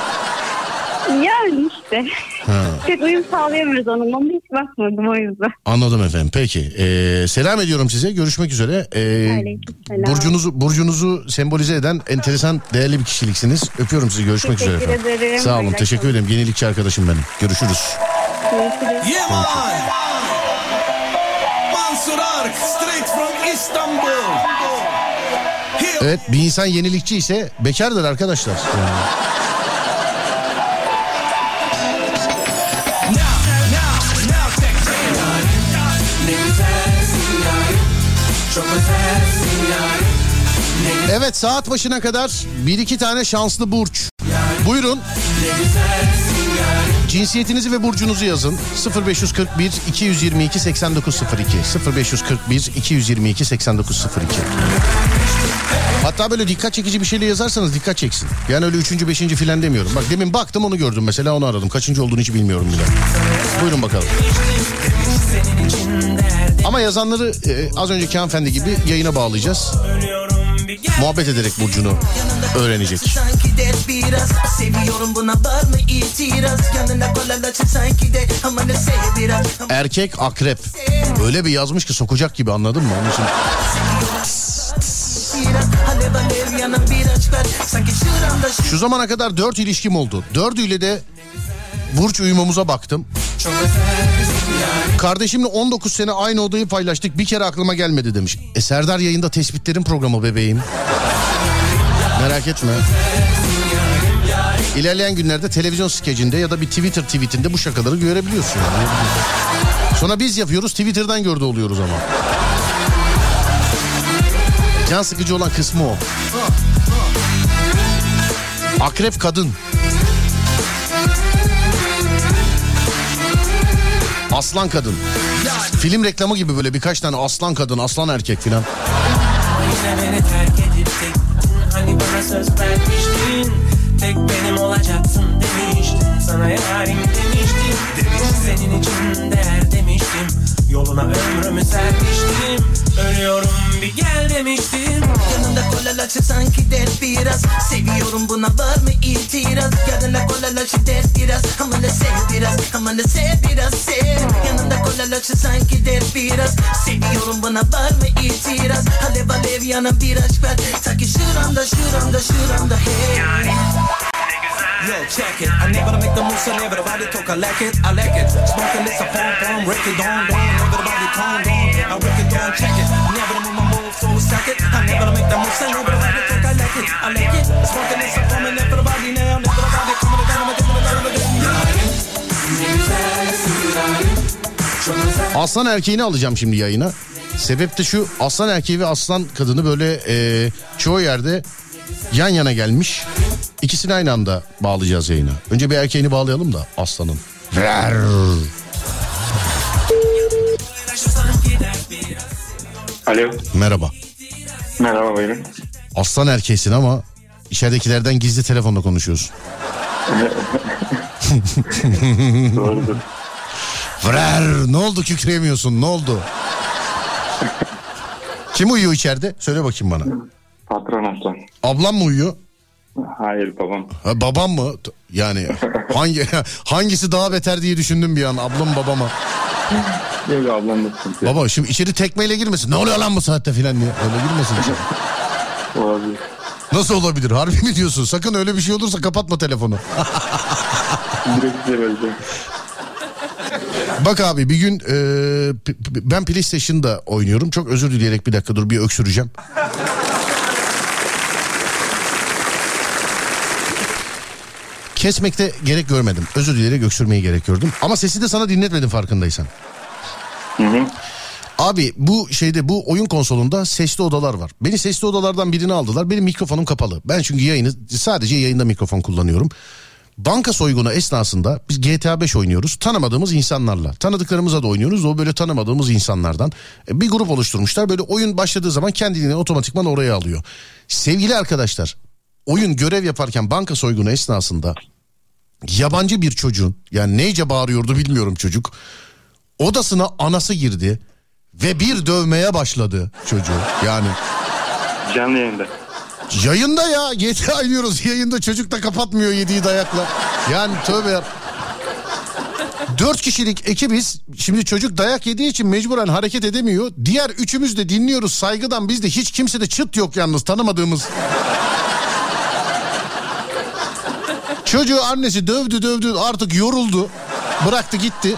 Yani işte. Ha. Pek uyum sağlayamıyoruz onunla ama hiç bakmadım o yüzden. Anladım efendim. Peki. Selam ediyorum size. Görüşmek üzere. Aleykümselam. Burcunuzu sembolize eden enteresan, değerli bir kişiliksiniz. Öpüyorum sizi. Görüşmek üzere efendim. Teşekkür ederim. Sağ olun. Teşekkür ederim. Yenilikçi arkadaşım benim. Görüşürüz. Görüşürüz. Yeah man. Mansur Ark, straight from Istanbul. Evet, bir insan yenilikçi ise bekardır arkadaşlar. Evet, saat başına kadar 1-2 tane şanslı burç. Buyurun. Cinsiyetinizi ve burcunuzu yazın. 0541 222 8902 0541 222 8902. Hatta böyle dikkat çekici bir şeyle yazarsanız dikkat çeksin. Yani öyle 3. 5. filan demiyorum. Bak demin baktım, onu gördüm mesela, onu aradım. Kaçıncı olduğunu hiç bilmiyorum bile. Buyurun bakalım. Ama yazanları az önceki hanımefendi gibi yayına bağlayacağız. Muhabbet ederek burcunu öğrenecek. Erkek akrep. Öyle bir yazmış ki sokacak gibi, anladın mı? Onun için... Şu zamana kadar 4 ilişkim oldu. 4'üyle de burç uyumumuza baktım. Kardeşimle 19 sene aynı odayı paylaştık. Bir kere aklıma gelmedi demiş. Serdar yayında tespitlerin programı bebeğim. Merak etme. İlerleyen günlerde televizyon skecinde ya da bir Twitter tweetinde bu şakaları görebiliyorsun. Yani. Sonra biz yapıyoruz, Twitter'dan gördü oluyoruz ama. Can sıkıcı olan kısmı o. Akrep kadın. Aslan kadın. Film reklamı gibi böyle birkaç tane aslan kadın, aslan erkek filan. Hani bana söz vermiştin, tek benim olacaksın demiştin, sana yarim demiştim, senin için değer demiştim, yoluna ömrümü sermiştim, ölüyorum bir gel demiştim. Yanında kolalaşır sanki dert biraz, seviyorum buna var mı itiraz, yanında kolalaşır dert biraz, ama ne sev biraz, ama ne sev biraz sev. Yanında kolalaşır sanki dert biraz, seviyorum buna var mı itiraz, alev alev yanan bir aşk ver, ta ki şuramda şuramda şuramda hey. Yo, check it. I never make the move, so never about it. Talk, I like it, I like it. Smoking this, a pom-pom, break it down, down. Never about it, calm down. I break it down, check it. Never move my move, so stack it. I never make the move, so never about it. Talk, I like it, I like it. Smoking this, a pom, and never about it now. Never about it, coming down, Aslan erkeğini alacağım şimdi yayına. Sebep de şu: aslan erkeği ve aslan kadını böyle çoğu yerde yan yana gelmiş. İkisini aynı anda bağlayacağız yayına. Önce bir erkeğini bağlayalım da aslanın. Alo. Merhaba. Merhaba buyurun. Aslan erkeğisin ama içeridekilerden gizli telefonla konuşuyorsun. Doğrudur. Ne oldu, kükreyemiyorsun, ne oldu? Kim uyuyor içeride? Söyle bakayım bana. Patron aslan. Ablam mı uyuyor? Hayır babam. Ha, babam mı? Yani hangisi daha beter diye düşündüm bir an. Ablam babama. Yok ablam da sıkıntı. Baba şimdi içeri tekmeyle girmesin. Ne oluyor lan bu saatte filan diye. Öyle girmesin içeri. Olabilir. Nasıl olabilir? Harbi mi diyorsun? Sakın öyle bir şey olursa kapatma telefonu. Direkt size vereceğim. Bak abi, bir gün ben PlayStation'da oynuyorum. Çok özür dileyerek bir dakika dur, bir öksüreceğim. Kesmekte gerek görmedim. Özür dileyerek öksürmeyi gerek gördüm. Ama sesi de sana dinletmedim farkındaysan. Hı hı. Abi bu oyun konsolunda sesli odalar var. Beni sesli odalardan birine aldılar. Benim mikrofonum kapalı. Ben çünkü sadece yayında mikrofon kullanıyorum. Banka soygunu esnasında biz GTA 5 oynuyoruz. Tanımadığımız insanlarla. Tanıdıklarımıza da oynuyoruz. O böyle tanımadığımız insanlardan. Bir grup oluşturmuşlar. Böyle oyun başladığı zaman kendiliğini otomatikman oraya alıyor. Sevgili arkadaşlar, oyun görev yaparken banka soygunu esnasında yabancı bir çocuğun, yani neyce bağırıyordu bilmiyorum çocuk, odasına anası girdi ve bir dövmeye başladı çocuğu. Yani Canlı yayında. yayında ya, GTA oynuyoruz yayında, çocuk da kapatmıyor yediği dayakla. Yani tövbe ya. 4 kişilik ekibiz. Şimdi çocuk dayak yediği için mecburen hareket edemiyor. Diğer üçümüz de dinliyoruz saygıdan, bizde hiç kimse de çıt yok yalnız, tanımadığımız. Çocuğu annesi dövdü artık yoruldu. Bıraktı gitti.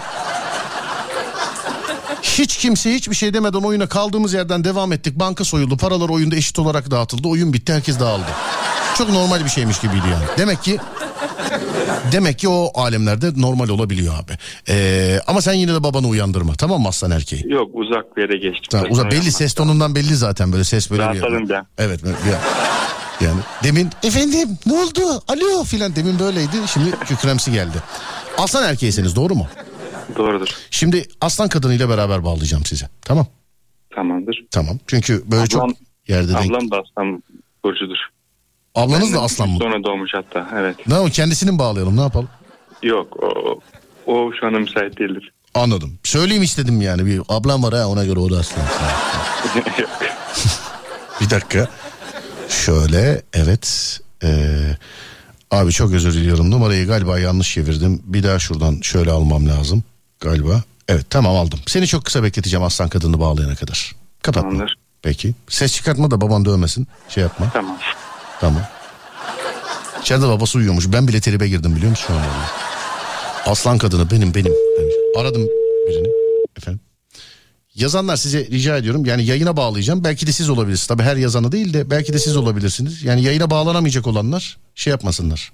Hiç kimse hiçbir şey demeden oyuna kaldığımız yerden devam ettik. Banka soyuldu, paralar oyunda eşit olarak dağıtıldı. Oyun bitti, herkes dağıldı. Çok normal bir şeymiş gibiydi yani. Demek ki o alemlerde normal olabiliyor abi. Ama sen yine de babanı uyandırma, tamam mı aslan erkeği? Yok, uzak bir yere geçtim. Tamam, uzak, belli, ses tonundan belli zaten, böyle ses böyle rahatladım bir. ben. Evet yani demin efendim ne oldu alo filan, demin böyleydi, şimdi kükremsi geldi. Aslan erkeğisiniz, doğru mu? Doğrudur. Şimdi aslan kadınıyla beraber bağlayacağım size, tamam? Tamamdır. Tamam, çünkü böyle çok yerde denk. Ablam da aslan burcudur. Ablanız da aslan mı? Sonra doğmuş hatta, evet. Ne o, kendisini mi bağlayalım, ne yapalım? Yok, o şu an müsait değildir. Anladım. Söyleyeyim istedim yani, bir ablam var ha, ona göre o da aslan. Yok. Bir dakika. Şöyle, evet. Abi çok özür diliyorum, numarayı galiba yanlış çevirdim. Bir daha şuradan şöyle almam lazım galiba. Evet, tamam aldım. Seni çok kısa bekleteceğim aslan kadını bağlayana kadar. Kapatma. Tamamdır. Peki. Ses çıkartma da baban dövmesin. Şey yapma. Tamam. İçeride babası uyuyormuş. Ben bile tribe girdim biliyor musun şu an? Aslan kadını benim. Aradım birini. Efendim. Yazanlar, size rica ediyorum. Yani yayına bağlayacağım. Belki de siz olabilirsiniz. Tabii her yazanı değil de belki de siz olabilirsiniz. Yani yayına bağlanamayacak olanlar şey yapmasınlar.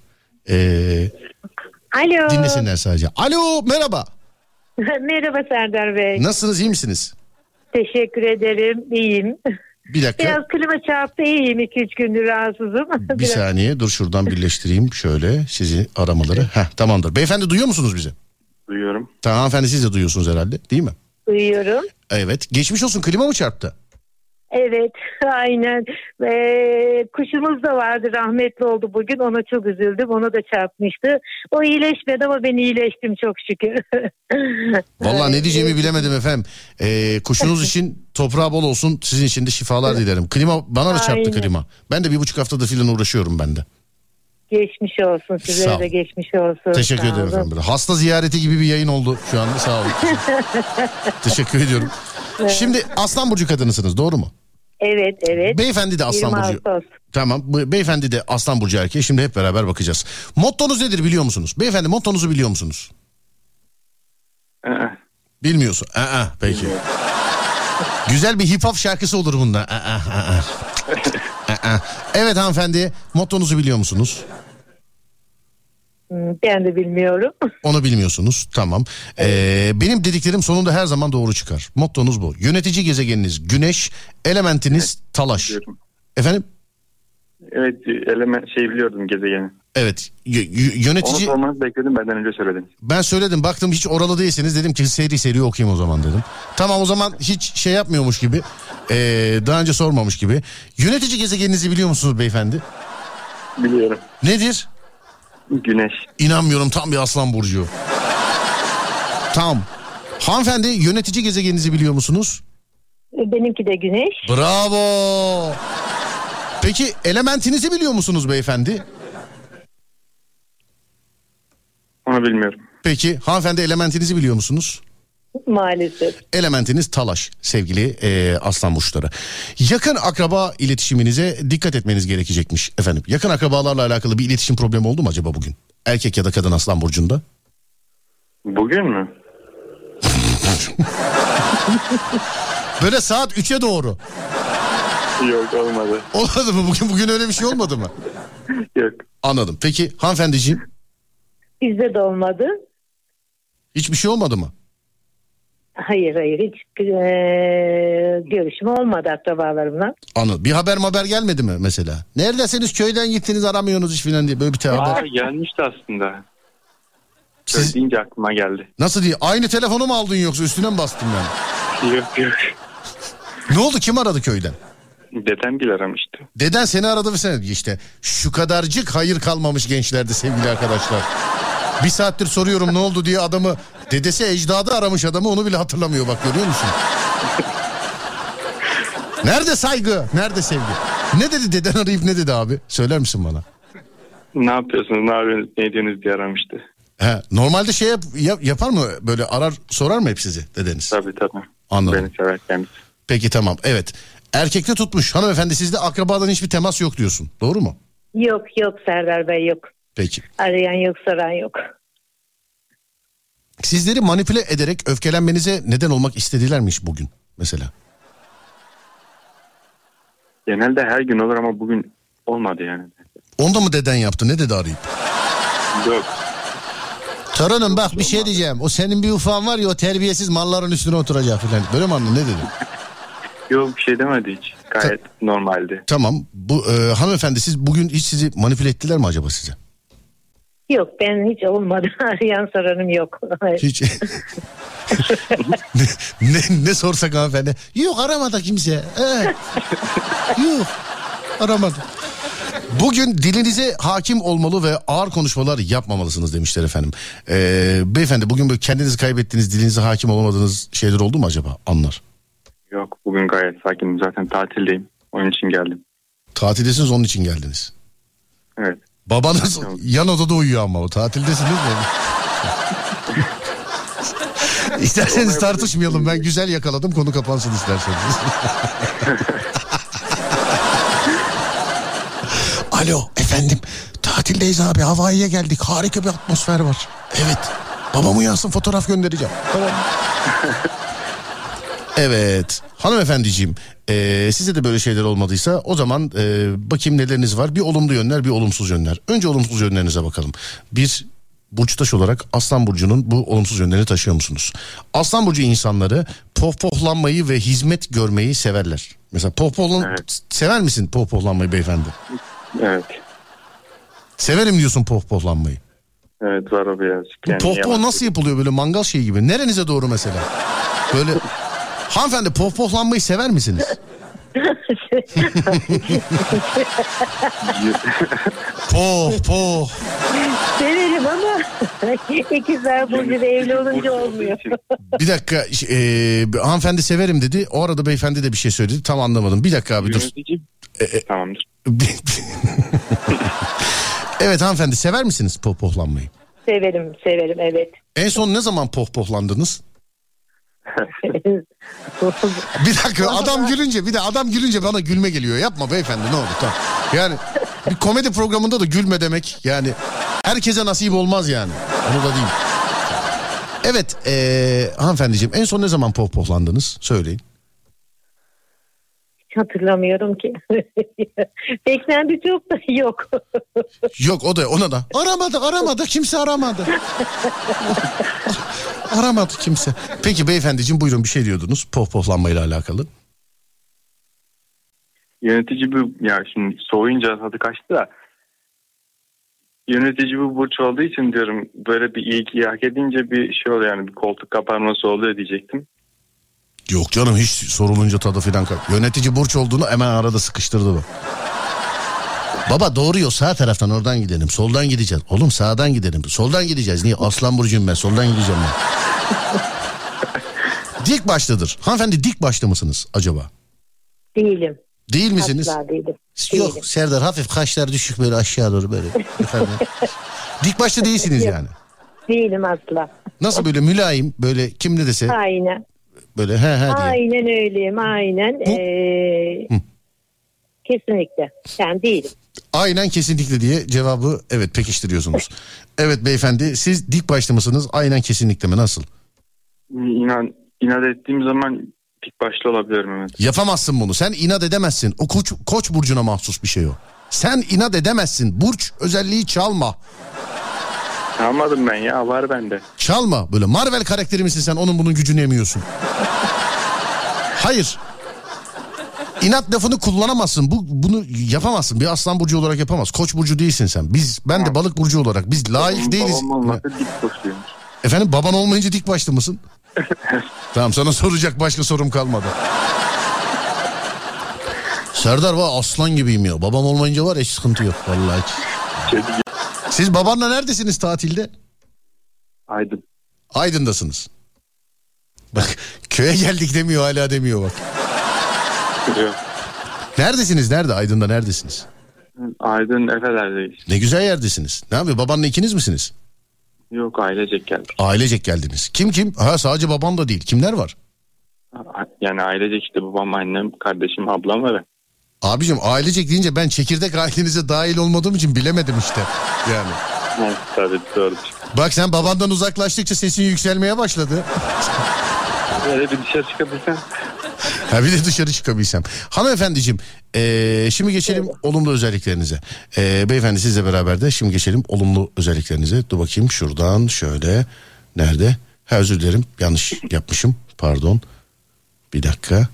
Alo. Dinlesinler sadece. Alo, merhaba. Merhaba Serdar Bey. Nasılsınız, iyi misiniz? Teşekkür ederim, iyiyim. Bir dakika. Biraz klima çarptı, iyiyim, 2-3 gündür rahatsızım. Bir saniye, dur şuradan birleştireyim şöyle sizi aramaları. Tamamdır. Beyefendi duyuyor musunuz bizi? Duyuyorum. Tamam, hanımefendi siz de duyuyorsunuz herhalde, değil mi? Duyuyorum. Evet. Geçmiş olsun, klima mı çarptı? Evet, aynen. Kuşumuz da vardı, rahmetli oldu bugün, ona çok üzüldüm, ona da çarpmıştı. O iyileşmedi ama ben iyileştim çok şükür. Vallahi ne diyeceğimi bilemedim efendim. Kuşunuz için toprağı bol olsun, sizin için de şifalar dilerim. Klima bana da çarptı, klima. Ben de 1,5 haftadır filan uğraşıyorum ben de. Geçmiş olsun, size de geçmiş olsun. Teşekkür ederim efendim. Hasta ziyareti gibi bir yayın oldu şu anda, sağ olun. Teşekkür ediyorum. Şimdi Aslan Burcu kadınısınız, doğru mu? Evet. Beyefendi de Aslan Burcu. Tamam, beyefendi de Aslan Burcu erkeği. Şimdi hep beraber bakacağız. Mottonuz nedir biliyor musunuz? Beyefendi, mottonuzu biliyor musunuz? Bilmiyorsun. Peki. Güzel bir hip hop şarkısı olur bunda. Evet hanımefendi, mottonuzu biliyor musunuz? Ben de bilmiyorum. Onu bilmiyorsunuz, tamam. Benim dediklerim sonunda her zaman doğru çıkar. Mottonuz bu. Yönetici gezegeniniz Güneş, elementiniz Talaş. Biliyorum. Efendim? Evet, biliyordum gezegeni. Evet, yönetici... Onu sormanızı bekledim, benden önce söyledin. Ben söyledim, baktım hiç oralı değilseniz, dedim ki seri okuyayım o zaman dedim. Tamam, o zaman hiç şey yapmıyormuş gibi, daha önce sormamış gibi. Yönetici gezegeninizi biliyor musunuz beyefendi? Biliyorum. Nedir? Güneş. İnanmıyorum, tam bir Aslan Burcu. Tamam. Hanımefendi, yönetici gezegeninizi biliyor musunuz? Benimki de Güneş. Bravo. Peki elementinizi biliyor musunuz beyefendi? Onu bilmiyorum. Peki hanımefendi, elementinizi biliyor musunuz? Maalesef. Elementiniz Talaş sevgili Aslan Burçları. Yakın akraba iletişiminize dikkat etmeniz gerekecekmiş efendim. Yakın akrabalarla alakalı bir iletişim problemi oldu mu acaba bugün? Erkek ya da kadın Aslan Burcu'nda. Bugün mü? Böyle saat 3'e doğru. Yok, olmadı. Olmadı mı? Bugün öyle bir şey olmadı mı? Yok. Anladım. Peki hanımefendiciğim? Bizde de olmadı. Hiçbir şey olmadı mı? Hayır hiç görüşme olmadı akrabalarımla. Anladım. Bir haber gelmedi mi mesela? Neredesiniz, köyden gittiniz, aramıyorsunuz hiç filan diye böyle bir haber. Gelmişti aslında. Siz... deyince aklıma geldi. Nasıl diye? Aynı telefonu mu aldın yoksa üstüne mi bastın yani? Yok. Ne oldu, kim aradı köyden? Dedemgil aramıştı. Deden seni aradı ve sen işte şu kadarcık hayır kalmamış gençlerde sevgili arkadaşlar. Bir saattir soruyorum ne oldu diye adamı, dedesi ecdadı aramış adamı, onu bile hatırlamıyor bak, görüyor musun? Nerede saygı? Nerede sevgi? Ne dedi deden arayıp ne dedi abi? Söyler misin bana? Ne yapıyorsunuz, ne yapıyorsunuz, ne ediyorsunuz diye aramıştı. He, normalde şey yapar mı, böyle arar sorar mı hep sizi dedeniz? Tabii. Anladım. Beni sever kendisi. Peki tamam, evet. Erkekte tutmuş hanımefendi, sizde akrabadan hiçbir temas yok diyorsun, doğru mu? Yok Serdar Bey, yok. Peki. Arayan yok, soran yok. Sizleri manipüle ederek öfkelenmenize neden olmak istediler mi hiç bugün mesela? Genelde her gün olur ama bugün olmadı yani. Onda mı deden yaptı, ne dedi arayıp? Yok. Torunum bak bir şey diyeceğim, o senin bir ufağın var ya, o terbiyesiz malların üstüne oturacak falan. Böyle mi anladın, ne dedi? Yok, bir şey demedi hiç. Gayet normaldi. Tamam. Bu hanımefendi, siz bugün hiç sizi manipüle ettiler mi acaba size? Yok, ben hiç olmadı. Arayan soranım yok. Hiç. ne sorsak hanımefendi? Yok, aramadı kimse. Yok, aramadı. Bugün dilinize hakim olmalı ve ağır konuşmalar yapmamalısınız demişler efendim. Beyefendi, bugün böyle kendinizi kaybettiğiniz, dilinize hakim olamadığınız şeyler oldu mu acaba, anlar? Yok, bugün gayet sakinim, zaten tatildeyim. Onun için geldim. Tatildesiniz, onun için geldiniz. Evet. Babanız yan odada uyuyor ama o tatildesiniz mi? İsterseniz tartışmayalım, ben güzel yakaladım, konu kapansın isterseniz. Alo efendim, tatildeyiz abi, Hawaii'ye geldik, harika bir atmosfer var. Evet, babam uyansın, fotoğraf göndereceğim. Tamam. Evet hanımefendiciğim, size de böyle şeyler olmadıysa o zaman bakayım neleriniz var. Bir olumlu yönler, bir olumsuz yönler. Önce olumsuz yönlerinize bakalım. Bir burçtaş olarak Aslan Burcu'nun bu olumsuz yönlerini taşıyor musunuz? Aslan Burcu insanları pohpohlanmayı ve hizmet görmeyi severler. Mesela evet. Sever misin pohpohlanmayı beyefendi? Evet. Severim diyorsun pohpohlanmayı. Evet, var o birazcık. Yani pohpoh nasıl yapılıyor, böyle mangal şeyi gibi? Nerenize doğru mesela? Böyle... Hanımefendi, pohpohlanmayı sever misiniz? Poh. Severim ama ikizler burcu evli olunca olmuyor. Bir dakika, hanımefendi severim dedi. O arada beyefendi de bir şey söyledi. Tam anlamadım. Bir dakika abi, dur. Tamamdır. Evet hanımefendi, sever misiniz pohpohlanmayı? Severim evet. En son ne zaman pohpohlandınız? Bir dakika, adam gülünce bana gülme geliyor. Yapma beyefendi, ne olur, tamam. Yani bir komedi programında da gülme demek yani herkese nasip olmaz yani. Onu da değil. Evet hanımefendiciğim, en son ne zaman pohpohlandınız? Söyleyin. Hiç hatırlamıyorum ki. Beklenti çok da yok. Yok, o da ona da. Aramadı kimse aramadı. Aramadı kimse. Peki beyefendiciğim, buyurun, bir şey diyordunuz pohpohlanmayla alakalı. Yönetici bu, ya şimdi soğuyunca tadı kaçtı da, yönetici bu burç olduğu için diyorum, böyle bir ilgiyi hak edince bir şey oluyor yani, bir koltuk kapanması oluyor diyecektim. Yok canım, hiç sorulunca tadı filan yönetici burç olduğunu hemen arada sıkıştırdı bu. Baba doğruyor, sağ taraftan, oradan gidelim, soldan gideceğiz. Oğlum sağdan gidelim, soldan gideceğiz. Niye? Aslan burcuyum ben, soldan gideceğim ben. Dik başlıdır. Hanımefendi, dik başlı mısınız acaba? Değilim. Değil misiniz? Asla değilim. Yok değilim. Serdar, hafif kaşlar düşük, böyle aşağı doğru böyle. Dik başlı değilsiniz yani. Değilim asla. Nasıl böyle mülayim, böyle kim ne dese. Aynen. Böyle he diye. Aynen öyleyim, aynen. Kesinlikle. Yani değilim. Aynen, kesinlikle diye cevabı evet pekiştiriyorsunuz. Evet beyefendi, siz dik başlı mısınız? Aynen, kesinlikle mi? Nasıl? İnat ettiğim zaman dik başlı olabiliyorum, evet. Yapamazsın bunu. Sen inat edemezsin. O koç burcuna mahsus bir şey o. Sen inat edemezsin. Burç özelliği çalma. Çalmadım ben ya, var bende. Çalma. Böyle Marvel karakteri misin sen? Onun bunun gücünü yemiyorsun. Hayır. İnat lafını kullanamazsın. Bunu yapamazsın. Bir aslan burcu olarak yapamaz. Koç burcu değilsin sen. Ben de balık burcu olarak. Biz layık değiliz. Babam olmasa dik başlıyım. Efendim, baban olmayınca dik başlı mısın? Tamam, sana soracak başka sorum kalmadı. Serdar var, aslan gibiyim ya. Babam olmayınca var ya, hiç sıkıntı yok vallahi. Siz babanla neredesiniz tatilde? Aydın. Aydın'dasınız. Bak köye geldik demiyor, hala demiyor bak. Yok. Neredesiniz? Nerede? Aydın'da neredesiniz? Aydın Efeler'deyiz. Ne güzel yerdesiniz. Ne yapıyor? Babanla ikiniz misiniz? Yok, ailecek geldik. Ailecek geldiniz. Kim? Ha, sadece baban da değil. Kimler var? Yani ailecek işte babam, annem, kardeşim, ablam ve ben. Abicim ailecek deyince ben çekirdek ailenize dahil olmadığım için bilemedim işte. Yani. Evet, tabii doğrudur. Bak sen babandan uzaklaştıkça sesin yükselmeye başladı. Böyle bir dışarı çıkabilsem. Ha, bir de dışarı çıkabilsem. Hanımefendiciğim şimdi geçelim olumlu özelliklerinize. Beyefendi sizle beraber de şimdi geçelim olumlu özelliklerinize. Dur bakayım şuradan şöyle. Nerede? Ha, özür dilerim, yanlış yapmışım. Pardon. Bir dakika.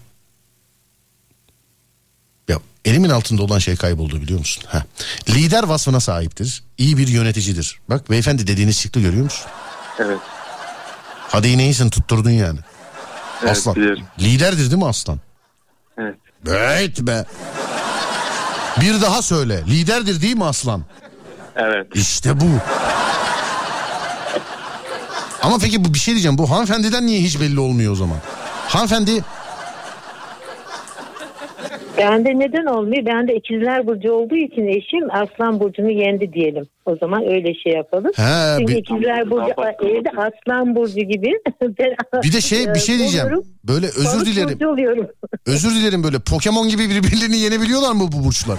Ya elimin altında olan şey kayboldu, biliyor musun? Ha. Lider vasfına sahiptir. İyi bir yöneticidir. Bak beyefendi dediğiniz çıktı, görüyor musun? Evet. Hadi yine iyisin, tutturdun yani. Evet, Aslan. biliyorum. Liderdir değil mi aslan? Evet. Evet be. Bir daha söyle. Liderdir değil mi aslan? Evet. İşte bu. Ama peki bu, bir şey diyeceğim. Bu hanımefendiden niye hiç belli olmuyor o zaman? Hanımefendi... Bende neden olmuyor? Bende ikizler burcu olduğu için eşim Aslan burcunu yendi diyelim. O zaman öyle şey yapalım. He, Çünkü ikizler burcu evde Aslan burcu gibi. Bir de bir şey diyeceğim. oluyorum. Böyle özür dilerim. Oluyorum. Özür dilerim, böyle Pokemon gibi birbirlerini yenebiliyorlar mı bu burçlar?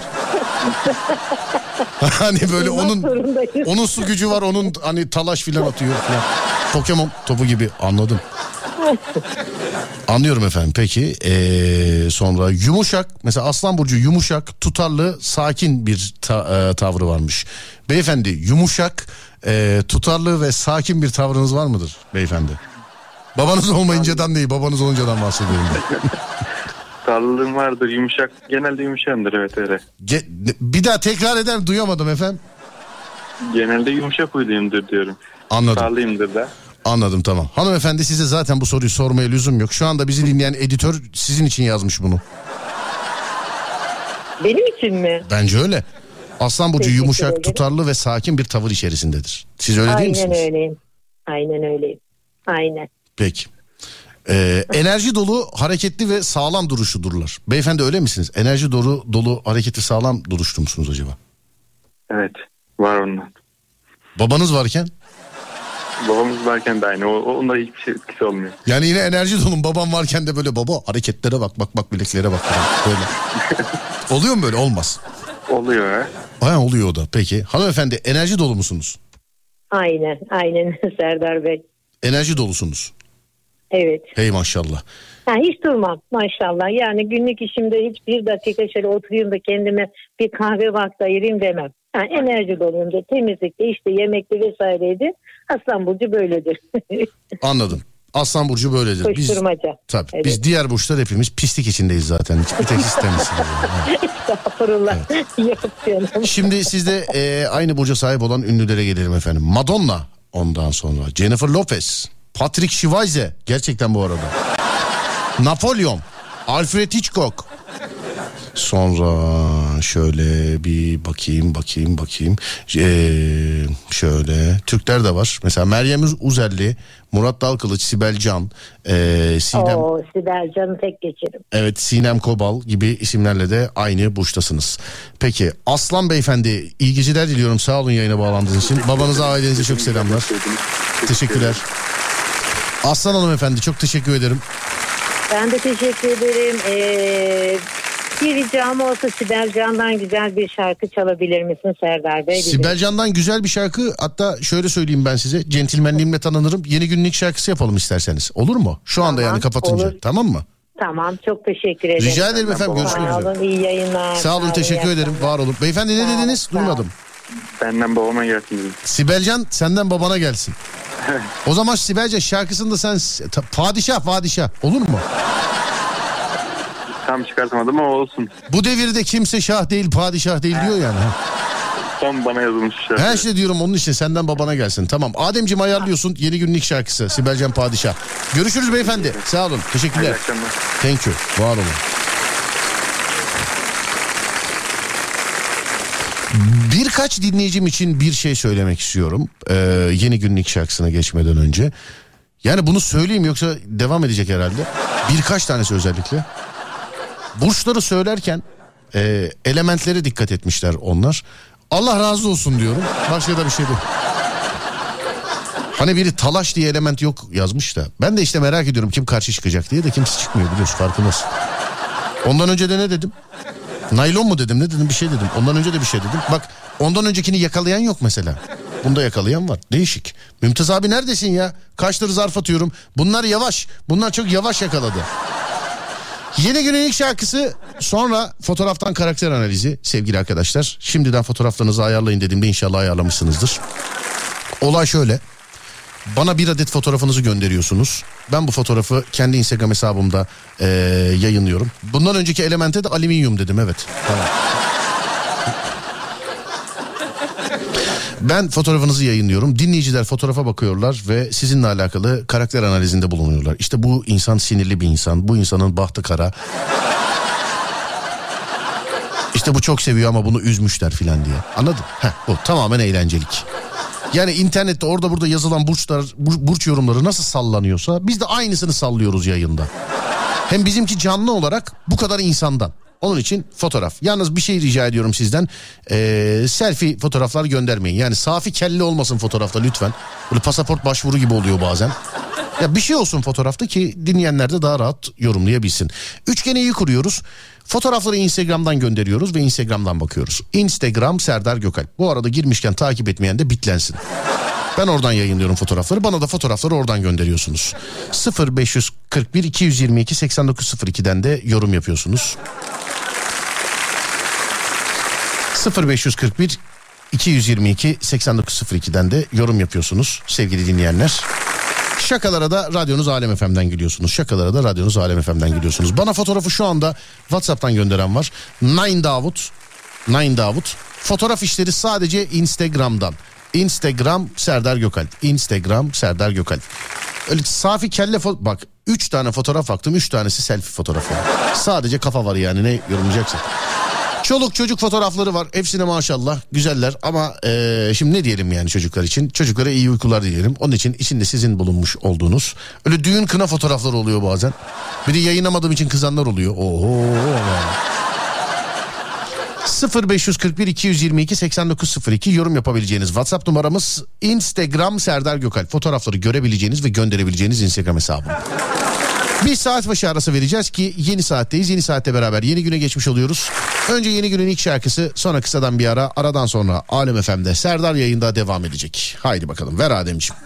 Hani böyle onun su gücü var, onun hani talaş filan atıyor filan. Pokemon topu gibi, anladım. Anlıyorum efendim. Peki sonra yumuşak, mesela Aslan burcu yumuşak, tutarlı, sakin bir tavrı varmış. Beyefendi yumuşak, tutarlı ve sakin bir tavrınız var mıdır beyefendi? Babanız olmayıncadan değil, babanız oluncadan bahsediyorum ben. Tutarlılığım vardır, yumuşak. Genelde yumuşağımdır, evet öyle. Bir daha tekrar eder, duyamadım efendim. Genelde yumuşak huyluyumdur diyorum. Anladım. Tutarlıyımdır da. Anladım, tamam. Hanımefendi size zaten bu soruyu sormaya lüzum yok. Şu anda bizi dinleyen editör sizin için yazmış bunu. Benim için mi? Bence öyle. Aslan burcu Teşekkür yumuşak, ederim. tutarlı ve sakin bir tavır içerisindedir. Siz öyle değil misiniz? Aynen öyleyim. Aynen öyleyim. Aynen. Peki. Enerji dolu, hareketli ve sağlam duruşudurlar. Beyefendi öyle misiniz? Enerji dolu, hareketli, sağlam duruşlu musunuz acaba? Evet, var ondan. Babanız varken? Babamız varken de aynı. Onda hiçbir şey etkisi olmuyor. Yani yine enerji dolu, babam varken de böyle baba hareketlere bak bileklere bak falan. Böyle. Oluyor mu böyle? Olmaz. Oluyor ha. Ha, oluyor o da. Peki. Hanımefendi enerji dolu musunuz? Aynen Serdar Bey. Enerji dolusunuz. Evet. Hey maşallah. Hiç durmam maşallah. Yani günlük işimde hiç bir dakika şöyle oturayım da kendime bir kahve vakti ayırayım demem. Enerji doluyumda, temizlikte, işte yemekte vesaireydi. Aslan burcu böyledir. Anladım. Aslan burcu böyledir. Koşturmaca. Tabii. Evet. Biz diğer burçlar hepimiz pislik içindeyiz zaten. Hiçbir tek istemezsiniz. Yani. Estağfurullah. Yok canım. Şimdi siz de aynı burca sahip olan ünlülere gelelim efendim. Madonna, ondan sonra Jennifer Lopez, Patrick Swayze, gerçekten bu arada. Napolyon, Alfred Hitchcock. Sonra şöyle bir bakayım. Şöyle Türkler de var. Mesela Meryem Uzerli, Murat Dalkılıç, Sibel Can, Sinem. Sibel Can'ı tek geçerim. Evet, Sinem Kobal gibi isimlerle de aynı burçtasınız. Peki Aslan beyefendi, iyi geceler diliyorum. Sağ olun yayına bağlandığınız için. Babanıza, ailenize çok selamlar. Teşekkürler. Aslan hanımefendi, çok teşekkür ederim. Ben de teşekkür ederim. Bir ricam olsa Sibel Can'dan güzel bir şarkı çalabilir misin Serdar Bey? Sibel Can'dan güzel bir şarkı, hatta şöyle söyleyeyim ben size. Centilmenliğimle tanınırım. Yeni günlük şarkısı yapalım isterseniz. Olur mu? Şu anda yani kapatınca. Olur. Tamam mı? Tamam, çok teşekkür ederim. Rica ederim efendim, görüşmek üzere. Sağ olun, iyi yayınlar. Sağ olun, teşekkür ederim. Var olun. Beyefendi ne dediniz? Duymadım. Benden babama gelsin dedim. Sibel Can senden babana gelsin. O zaman Sibel Can şarkısını da sen padişah olur mu? Tam çıkartamadım ama olsun. Bu devirde kimse şah değil, padişah değil diyor yani. Tam bana yazılmış şarkı. Her şey diyorum, onun için senden babana gelsin. Tamam. Ademciğim ayarlıyorsun, yeni günlük şarkısı Sibel Can Padişah. Görüşürüz beyefendi. Sağ olun. Teşekkürler. Thank you. Var olun. Birkaç dinleyicim için bir şey söylemek istiyorum. Yeni günün ilk şarkısına geçmeden önce. Yani bunu söyleyeyim yoksa devam edecek herhalde. Birkaç tanesi özellikle. Burçları söylerken elementlere dikkat etmişler onlar. Allah razı olsun diyorum. Başka da bir şey değil. Hani biri talaş diye element yok yazmış da. Ben de işte merak ediyorum kim karşı çıkacak diye de kimse çıkmıyor, biliyorsun, farkındasın. Ondan önce de ne dedim? Naylon mu dedim, ne dedim, bir şey dedim. Ondan önce de bir şey dedim. Bak ondan öncekini yakalayan yok mesela. Bunda yakalayan var. Değişik. Mümtaz abi neredesin ya? Kaçtır zarf atıyorum. Bunlar yavaş. Bunlar çok yavaş yakaladı. Yeni günün ilk şarkısı, sonra fotoğraftan karakter analizi sevgili arkadaşlar. Şimdiden fotoğraflarınızı ayarlayın dediğimde inşallah ayarlamışsınızdır. Olay şöyle. Bana bir adet fotoğrafınızı gönderiyorsunuz. Ben bu fotoğrafı kendi Instagram hesabımda yayınlıyorum. Bundan önceki elemente de alüminyum dedim, evet. Tamam. Ben fotoğrafınızı yayınlıyorum. Dinleyiciler fotoğrafa bakıyorlar ve sizinle alakalı karakter analizinde bulunuyorlar. İşte bu insan sinirli bir insan. Bu insanın bahtı kara. İşte bu çok seviyor ama bunu üzmüşler filan diye. Anladın? Bu tamamen eğlencelik. Yani internette orada burada yazılan burç yorumları nasıl sallanıyorsa biz de aynısını sallıyoruz yayında. Hem bizimki canlı olarak bu kadar insandan. Onun için fotoğraf. Yalnız bir şey rica ediyorum sizden. Selfie fotoğraflar göndermeyin. Yani safi kelle olmasın fotoğrafta lütfen. Böyle pasaport başvuru gibi oluyor bazen. Ya bir şey olsun fotoğrafta ki dinleyenler de daha rahat yorumlayabilsin. Üçgeneyi kuruyoruz. Fotoğrafları Instagram'dan gönderiyoruz ve Instagram'dan bakıyoruz. Instagram Serdar Gökalp. Bu arada girmişken takip etmeyen de bitlensin. Ben oradan yayınlıyorum fotoğrafları. Bana da fotoğrafları oradan gönderiyorsunuz. 0541 222 8902'den de yorum yapıyorsunuz. 0541 222 8902'den de yorum yapıyorsunuz sevgili dinleyenler. Şakalara da radyonuz Alem FM'den geliyorsunuz. Şakalara da radyonuz Alem FM'den geliyorsunuz. Bana fotoğrafı şu anda WhatsApp'tan gönderen var. Nine Davut. Fotoğraf işleri sadece Instagram'dan. Instagram Serdar Gökalp. Instagram Serdar Gökalp. Öyle safi kelle bak 3 tane fotoğraf baktım, 3 tanesi selfie fotoğrafı. Sadece kafa var yani, ne yorumlayacaksın? Çoluk çocuk fotoğrafları var. Hepsine maşallah güzeller ama şimdi ne diyelim yani çocuklar için? Çocuklara iyi uykular diyelim. Onun için içinde sizin bulunmuş olduğunuz öyle düğün kına fotoğrafları oluyor bazen. Bir de yayınlamadığım için kızanlar oluyor. Oho yani. 0541 222 8902 yorum yapabileceğiniz WhatsApp numaramız. Instagram Serdar Gökalp. Fotoğrafları görebileceğiniz ve gönderebileceğiniz Instagram hesabı. Bir saat başı arası vereceğiz ki yeni saatteyiz. Yeni saatte beraber yeni güne geçmiş oluyoruz. Önce yeni günün ilk şarkısı, sonra kısadan bir ara. Aradan sonra Alem FM'de Serdar yayında devam edecek. Haydi bakalım, ver Ademciğim.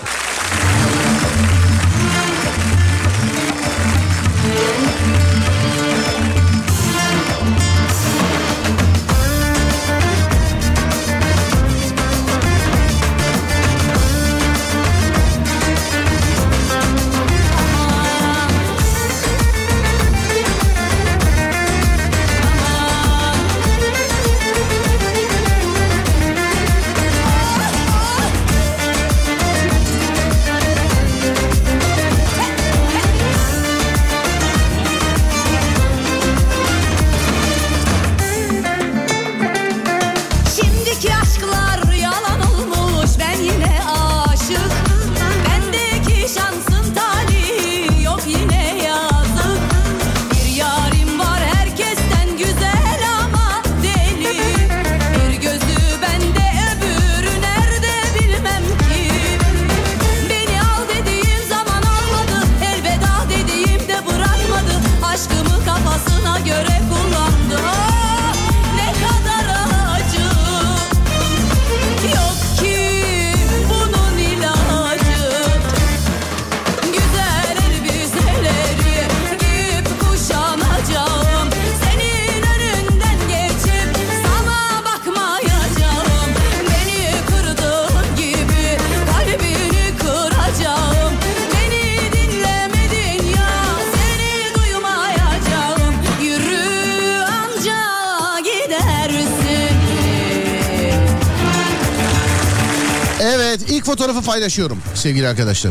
Fotoğrafı paylaşıyorum sevgili arkadaşlar.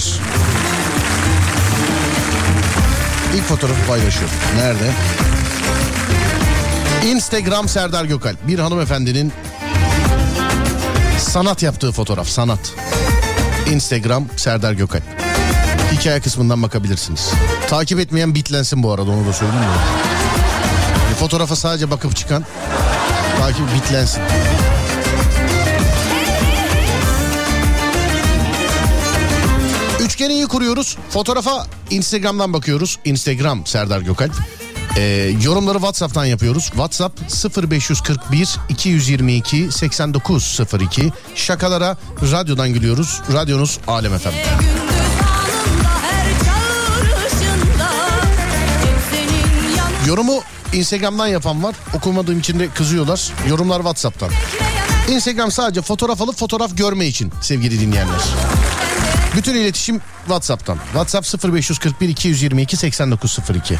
İlk fotoğrafı paylaşıyorum. Nerede? Instagram Serdar Gökalp. Bir hanımefendinin Sanat yaptığı fotoğraf, sanat. Instagram Serdar Gökalp. Hikaye kısmından bakabilirsiniz. Takip etmeyen bitlensin bu arada, onu da söyleyeyim mi? Fotoğrafa sadece bakıp çıkan takip bitlensin. Üçgeni kuruyoruz. Fotoğrafa Instagram'dan bakıyoruz. Instagram Serdar Gökalp. Yorumları WhatsApp'tan yapıyoruz. WhatsApp 0541 222 8902. Şakalara radyodan gülüyoruz. Radyonuz Alem FM. Yorumu Instagram'dan yapan var. Okumadığım için de kızıyorlar. Yorumlar WhatsApp'tan. Instagram sadece fotoğraf alıp fotoğraf görme için sevgili dinleyenler. Bütün iletişim WhatsApp'tan. WhatsApp 0541 222 8902.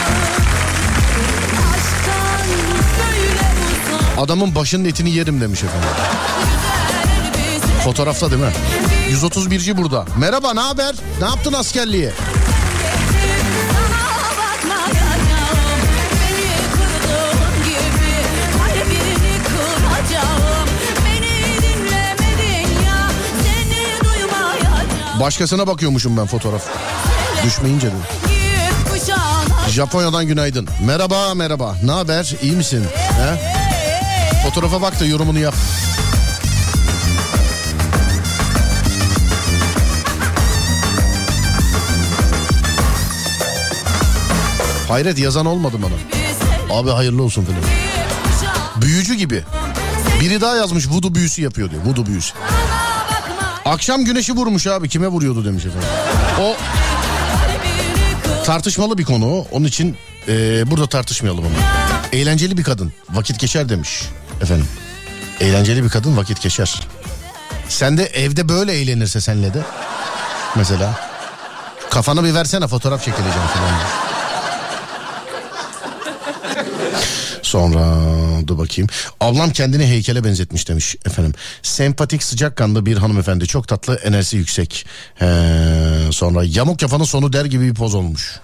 Adamın başının etini yerim demiş efendim. Fotoğrafta değil mi? 131'ci burada. Merhaba, ne haber? Ne yaptın askerliğe? Başkasına bakıyormuşum ben fotoğraf. Düşmeyince de. Japonya'dan günaydın. Merhaba merhaba. Ne haber? İyi misin? He? Fotoğrafa bak da yorumunu yap. Hayret, yazan olmadı bana. Abi hayırlı olsun falan. Büyücü gibi. Biri daha yazmış, voodoo büyüsü yapıyor diyor. Voodoo büyüsü. Akşam güneşi vurmuş abi, kime vuruyordu demiş efendim. O tartışmalı bir konu o. Onun için burada tartışmayalım onu. Eğlenceli bir kadın vakit geçer demiş efendim. Eğlenceli bir kadın vakit geçer. Sen de evde böyle eğlenirse senle de. Mesela kafanı bir versene, fotoğraf çekileceğim falan. Sonra dur bakayım. Ablam kendini heykele benzetmiş demiş efendim. Sempatik, sıcakkanlı bir hanımefendi. Çok tatlı, enerjisi yüksek. Sonra yamuk yafanın sonu der gibi bir poz olmuş.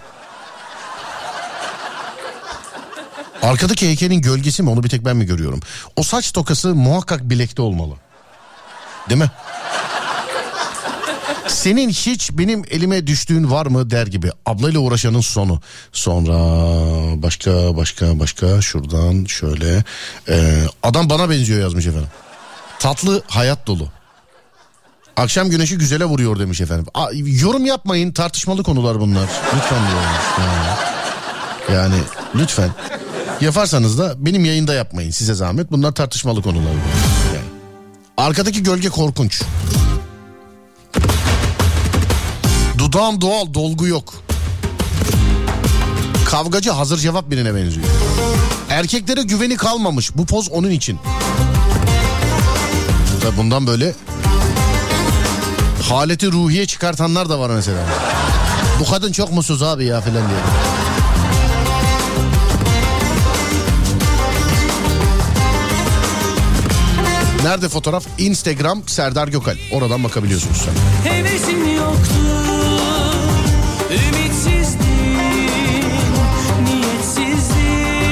Arkadaki heykelin gölgesi mi, onu bir tek ben mi görüyorum? O saç tokası muhakkak bilekte olmalı. Değil mi? Senin hiç benim elime düştüğün var mı der gibi. Ablayla uğraşanın sonu. Sonra başka şuradan şöyle. Adam bana benziyor yazmış efendim. Tatlı, hayat dolu. Akşam güneşi güzele vuruyor demiş efendim. Yorum yapmayın, tartışmalı konular bunlar. Lütfen diyorum. Yani lütfen. Yaparsanız da benim yayında yapmayın, size zahmet. Bunlar tartışmalı konular. Yani. Arkadaki gölge korkunç. Dudağım doğal, dolgu yok. Kavgacı, hazır cevap birine benziyor. Erkeklere güveni kalmamış. Bu poz onun için. Tabii bundan böyle haleti ruhiye çıkartanlar da var mesela. Bu kadın çok mutsuz abi ya filan diye. Nerede fotoğraf? Instagram Serdar Gökalp. Oradan bakabiliyorsunuz sen. Hevesim yoktu, ümitsizdim, niyetsizdim.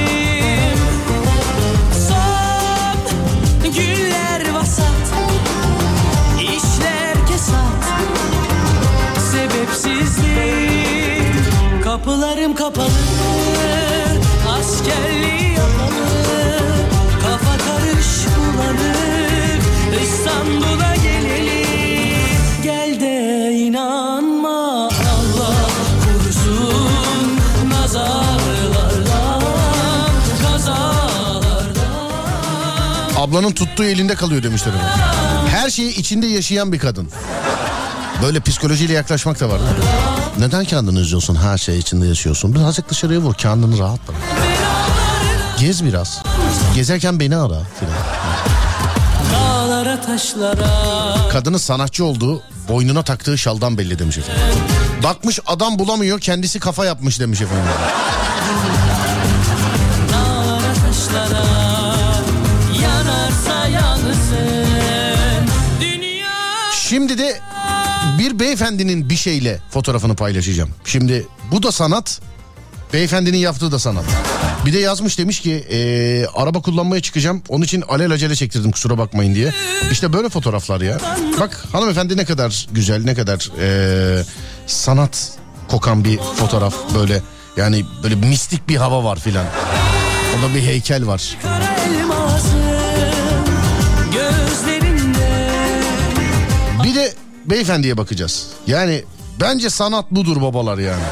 Son günler vasat, işler kesat, sebepsizdim. Kapılarım kapalı, askerliği yapalı, kafa karış bulanır. İstanbul'a gelelim, gel de inanma, Allah korusun nazarlardan, kazalardan. Ablanın tuttuğu elinde kalıyor demişler. Her şeyi içinde yaşayan bir kadın. Böyle psikolojiyle yaklaşmak da var değil mi? Neden kendini üzüyorsun, her şeyi içinde yaşıyorsun? Birazcık dışarıya vur, kendini rahat bırak. Gez biraz. Gezerken beni ara filan. Kadının sanatçı olduğu, boynuna taktığı şaldan belli demiş efendim. Bakmış adam bulamıyor, kendisi kafa yapmış demiş efendim. Şimdi de bir beyefendinin bir şeyle fotoğrafını paylaşacağım. Şimdi bu da sanat, beyefendinin yaptığı da sanat. Bir de yazmış, demiş ki araba kullanmaya çıkacağım, onun için alelacele çektirdim, kusura bakmayın diye. İşte böyle fotoğraflar ya. Bak hanımefendi ne kadar güzel, ne kadar sanat kokan bir fotoğraf böyle. Yani böyle mistik bir hava var filan. Orada bir heykel var. Bir de beyefendiye bakacağız. Yani bence sanat budur babalar yani.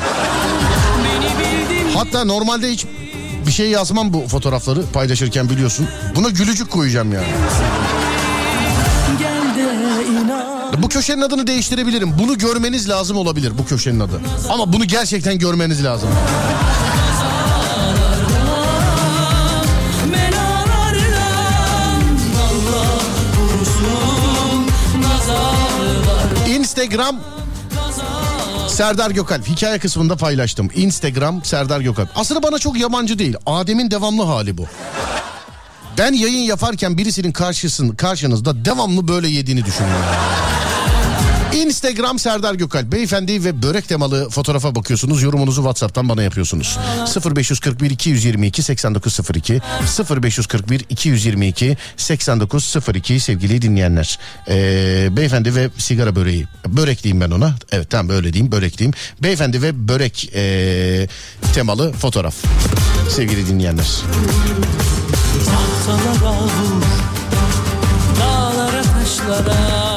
Hatta normalde hiç bir şey yazmam bu fotoğrafları paylaşırken, biliyorsun. Buna gülücük koyacağım yani. Bu köşenin adını değiştirebilirim. Bunu görmeniz lazım olabilir, bu köşenin adı. Ama bunu gerçekten görmeniz lazım. Instagram Serdar Gökalp, hikaye kısmında paylaştım. Instagram Serdar Gökalp. Aslında bana çok yabancı değil. Adem'in devamlı hali bu. Ben yayın yaparken birisinin karşınızda devamlı böyle yediğini düşünün. Instagram Serdar Gökalp. Beyefendi ve börek temalı fotoğrafa bakıyorsunuz. Yorumunuzu WhatsApp'tan bana yapıyorsunuz. 0541 222 8902 0541 222 8902 sevgili dinleyenler. Beyefendi ve sigara böreği. Börek diyeyim ben ona. Evet tamam, öyle diyeyim, börek diyeyim. Beyefendi ve börek temalı fotoğraf. Sevgili dinleyenler. Tahtalara vur, dağlara taşlara.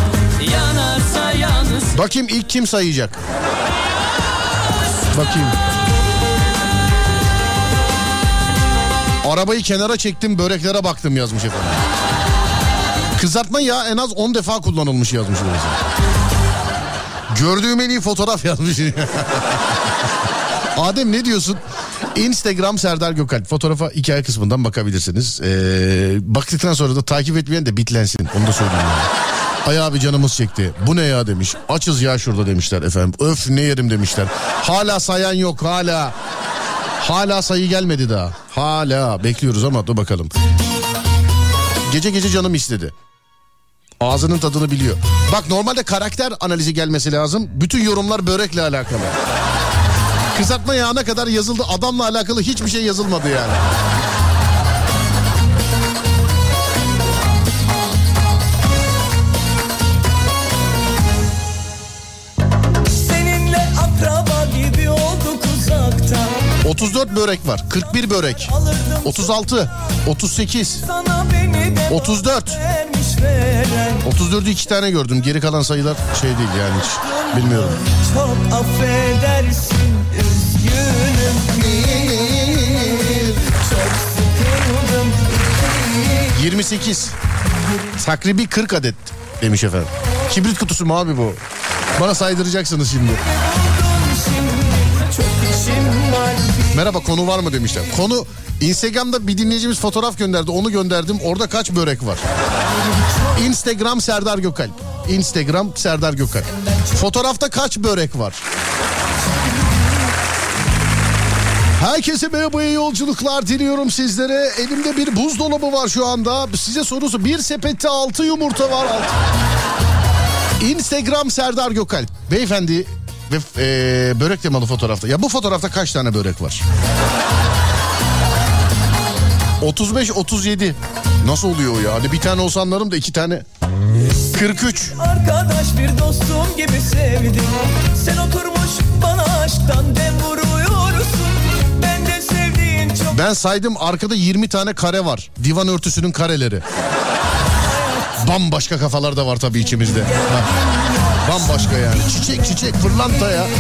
Bakayım ilk kim sayacak? Bakayım. Arabayı kenara çektim, böreklere baktım yazmış efendim. Kızartma yağı en az 10 defa kullanılmış yazmış burası. Gördüğüm en iyi fotoğraf yazmış. Adem ne diyorsun? Instagram Serdar Gökalp. Fotoğrafa hikaye kısmından bakabilirsiniz. Baktıktan sonra da takip etmeyen de bitlensin. Onu da söyleyeyim yani. Ay abi canımız çekti. Bu ne ya demiş. Açız ya şurada demişler efendim. Öf ne yerim demişler. Hala sayan yok hala. Hala sayı gelmedi daha. Hala bekliyoruz ama dur bakalım. Gece gece canım istedi. Ağzının tadını biliyor. Bak normalde karakter analizi gelmesi lazım. Bütün yorumlar börekle alakalı. Kızartma yağına kadar yazıldı. Adamla alakalı hiçbir şey yazılmadı yani. Seninle akraba gibi olduk uzakta. 34 börek var. 41 börek. 36, 38, 34. 34'ü 2 tane gördüm. Geri kalan sayılar şey değil yani hiç. Bilmiyorum. Çok affedersin, üzgünüm. Çok sıkıldım. 28. Takribi 40 adet demiş efendim. Kibrit kutusu mu abi bu? Bana saydıracaksınız şimdi. Merhaba, konu var mı demişler. Konu, Instagram'da bir dinleyicimiz fotoğraf gönderdi, onu gönderdim. Orada kaç börek var? Instagram Serdar Gökalp. Instagram Serdar Gökalp. Fotoğrafta kaç börek var? Herkese merhaba, iyi yolculuklar diliyorum sizlere. Elimde bir buzdolabı var şu anda. Size sorusu, bir sepette 6 yumurta var. 6. Instagram Serdar Gökalp. Beyefendi ve börek temalı fotoğrafta. Ya bu fotoğrafta kaç tane börek var? 35, 37. Nasıl oluyor o ya? Hadi bir tane olsa anlarım da 2 tane. 43. Arkadaş bir dostum gibi sevdim. Sen oturmuş bana aşktan dem vuruyorsun. Ben de sevdiğin çok... Ben saydım, arkada 20 tane kare var. Divan örtüsünün kareleri. Bambaşka kafalar da var tabii içimizde. Ha. Bambaşka yani. Çiçek çiçek pırlanta ya.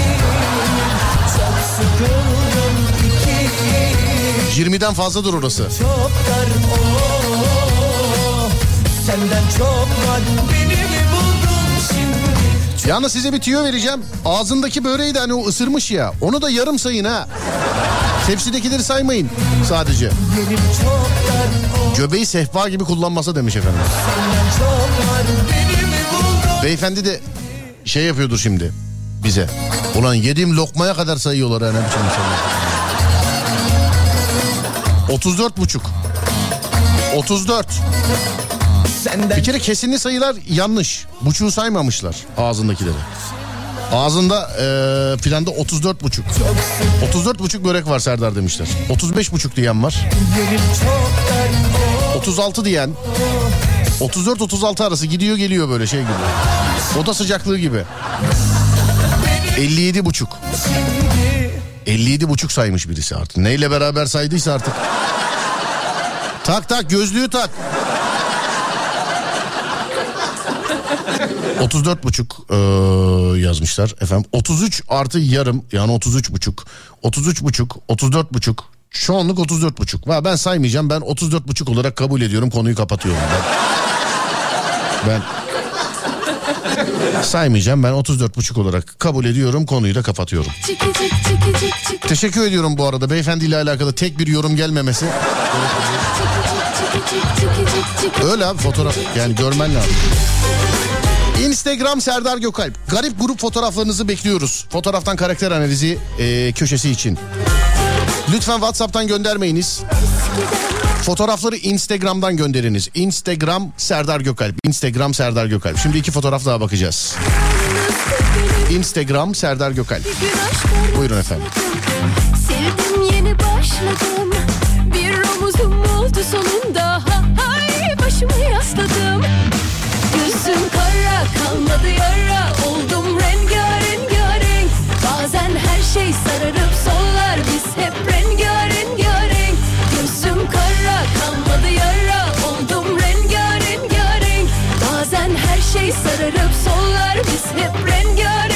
20'den fazladır orası. Çok dar senden çok var, beni mi buldun şimdi? Yalnız size bir tüyo vereceğim. Ağzındaki böreği de hani o ısırmış ya, onu da yarım sayın ha. Tepsidekileri saymayın sadece. Göbeği sehpa gibi kullanmasa demiş efendim. Beyefendi de şey yapıyordur şimdi bize. Ulan yediğim lokmaya kadar sayıyorlar yani. 34,5. 34. Bir kere kesinli sayılar yanlış. Buçuğu saymamışlar ağzındakileri. Ağzında planda 34,5. 34,5 börek var Serdar demişler. 35,5 diyen var. 36 diyen. 34-36 arası gidiyor geliyor böyle şey gibi. Oda sıcaklığı gibi. 57,5. 57,5 saymış birisi artık. Neyle beraber saydıysa artık. Tak gözlüğü tak. 34,5 yazmışlar efendim. 33 artı yarım yani 33,5. 33,5, 34,5. Çoğunluk 34,5. Ben saymayacağım. Ben 34,5 olarak kabul ediyorum. Konuyu kapatıyorum. Ben saymayacağım. Ben 34,5 olarak kabul ediyorum. Konuyu da kapatıyorum. Teşekkür ediyorum bu arada. Beyefendiyle alakalı tek bir yorum gelmemesi. Öyle abi fotoğraf. Yani görmen lazım. Instagram Serdar Gökalp. Garip grup fotoğraflarınızı bekliyoruz. Fotoğraftan karakter analizi köşesi için. Lütfen WhatsApp'tan göndermeyiniz. Fotoğrafları Instagram'dan gönderiniz. Instagram Serdar Gökalp. Instagram Serdar Gökalp. Şimdi 2 fotoğraf daha bakacağız. Instagram Serdar Gökalp. Buyurun efendim. Sevdim yeni başladım. Bir omuzum oldu sonunda. Hay başımı yasladım. Gözüm kara kalmadı yara. Oldum rengarenk. Bazen her şey sararıp sollar. Biz hep rengarenk. Gözüm kara kalmadı yara. Oldum rengarenk. Bazen her şey sararıp sollar. Biz hep rengarenk.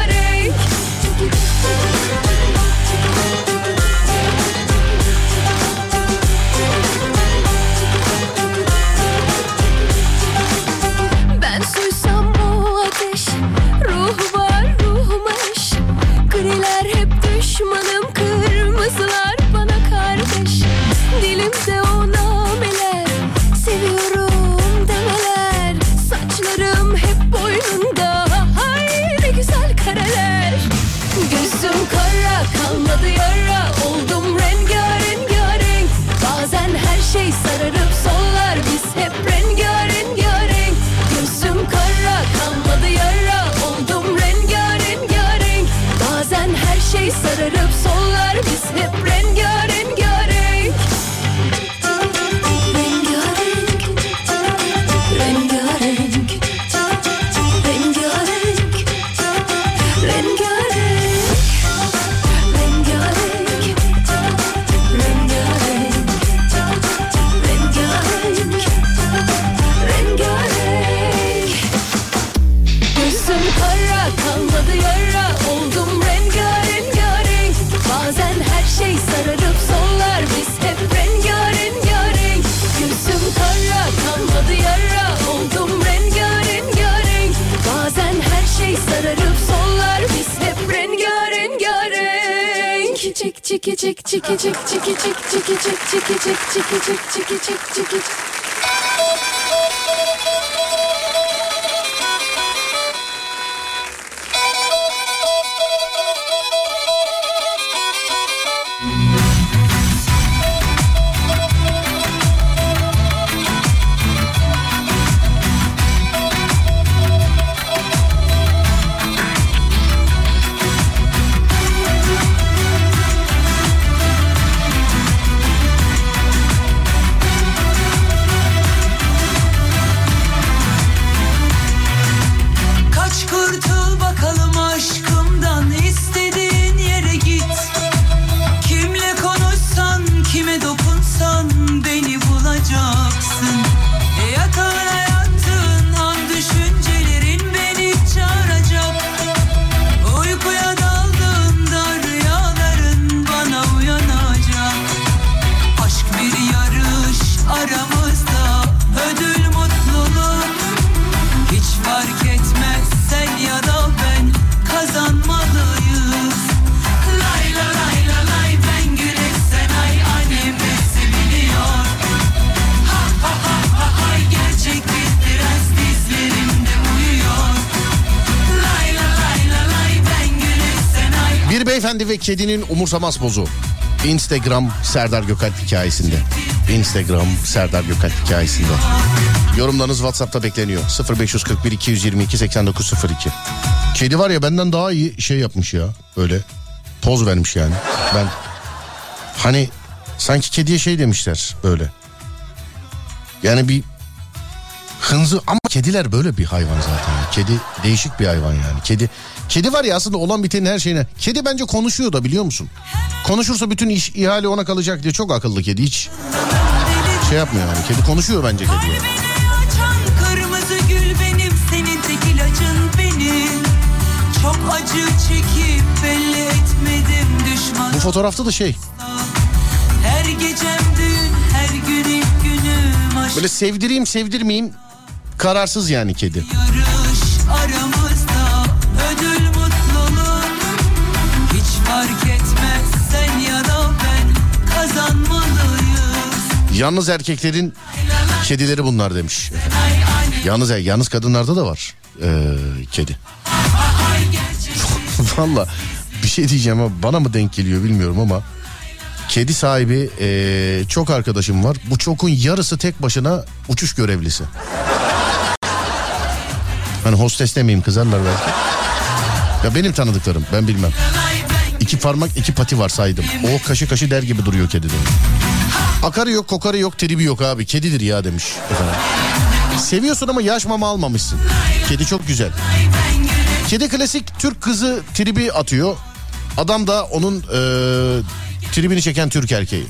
Ben suysam o ateş, ruhu var ruhumaş. Griler hep düşmanım, kırmızılar bana kardeş. Dilimde o nameler, seviyorum demeler. Saçlarım hep boynunda, hay ne güzel kareler. Gözüm kara kalmadı yara, oldum rengarenk. Bazen her şey sararıp sollar, biz hep rengarenk. Gözüm kara kalmadı yara, oldum rengarenk. Bazen her şey sararıp sollar, biz hep rengarenk. Çiki çik çiki çik çiki çik çiki çik çiki çik çiki çik çiki çik çiki çik. Beyefendi ve kedinin umursamaz pozu. Instagram Serdar Gökalp hikayesinde. Instagram Serdar Gökalp hikayesinde. Yorumlarınız WhatsApp'ta bekleniyor. 0541 222 8902. Kedi var ya benden daha iyi şey yapmış ya. Böyle poz vermiş yani. Ben hani sanki kediye şey demişler böyle. Yani bir hınzı ama kediler böyle bir hayvan zaten. Kedi değişik bir hayvan yani. Kedi var ya aslında olan bitenin her şeyine. Kedi bence konuşuyor da biliyor musun? Konuşursa bütün iş ihale ona kalacak diye çok akıllı kedi hiç şey yapmıyor yani. Kedi konuşuyor bence kedi. Yani. Kırmızı gül benim, senin tek ilacın benim. Çok acı çekip belli etmedim düşman. Bu fotoğrafta da şey. Her gecem düğün, her gün ilk günüm aşk. Böyle sevdireyim sevdirmeyeyim kararsız yani kedi. Yarış aramızda ödül mutluluk. Hiç fark etmez sen ya da ben kazanmalıyız. Yalnız erkeklerin kedileri bunlar demiş. Yalnız kadınlarda da var kedi. Valla bir şey diyeceğim ama bana mı denk geliyor bilmiyorum ama kedi sahibi çok arkadaşım var. Bu çokun yarısı tek başına uçuş görevlisi. Hani hostes demeyeyim kızarlar belki. Ya benim tanıdıklarım ben bilmem. 2 parmak 2 pati var saydım. O kaşı der gibi duruyor kedi demiş. Akarı yok kokarı yok tribi yok abi kedidir ya demiş efendim. Seviyorsun ama yaş mama almamışsın. Kedi çok güzel. Kedi klasik Türk kızı tribi atıyor. Adam da onun tribini çeken Türk erkeği.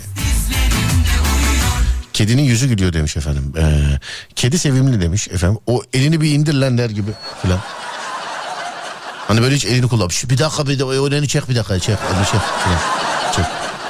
Kedinin yüzü gülüyor demiş efendim. Kedi sevimli demiş efendim. O elini bir indir lan der gibi filan. Hani böyle hiç elini kullan. Bir dakika o elini çek bir dakika çek. Elini çek filan. Çek.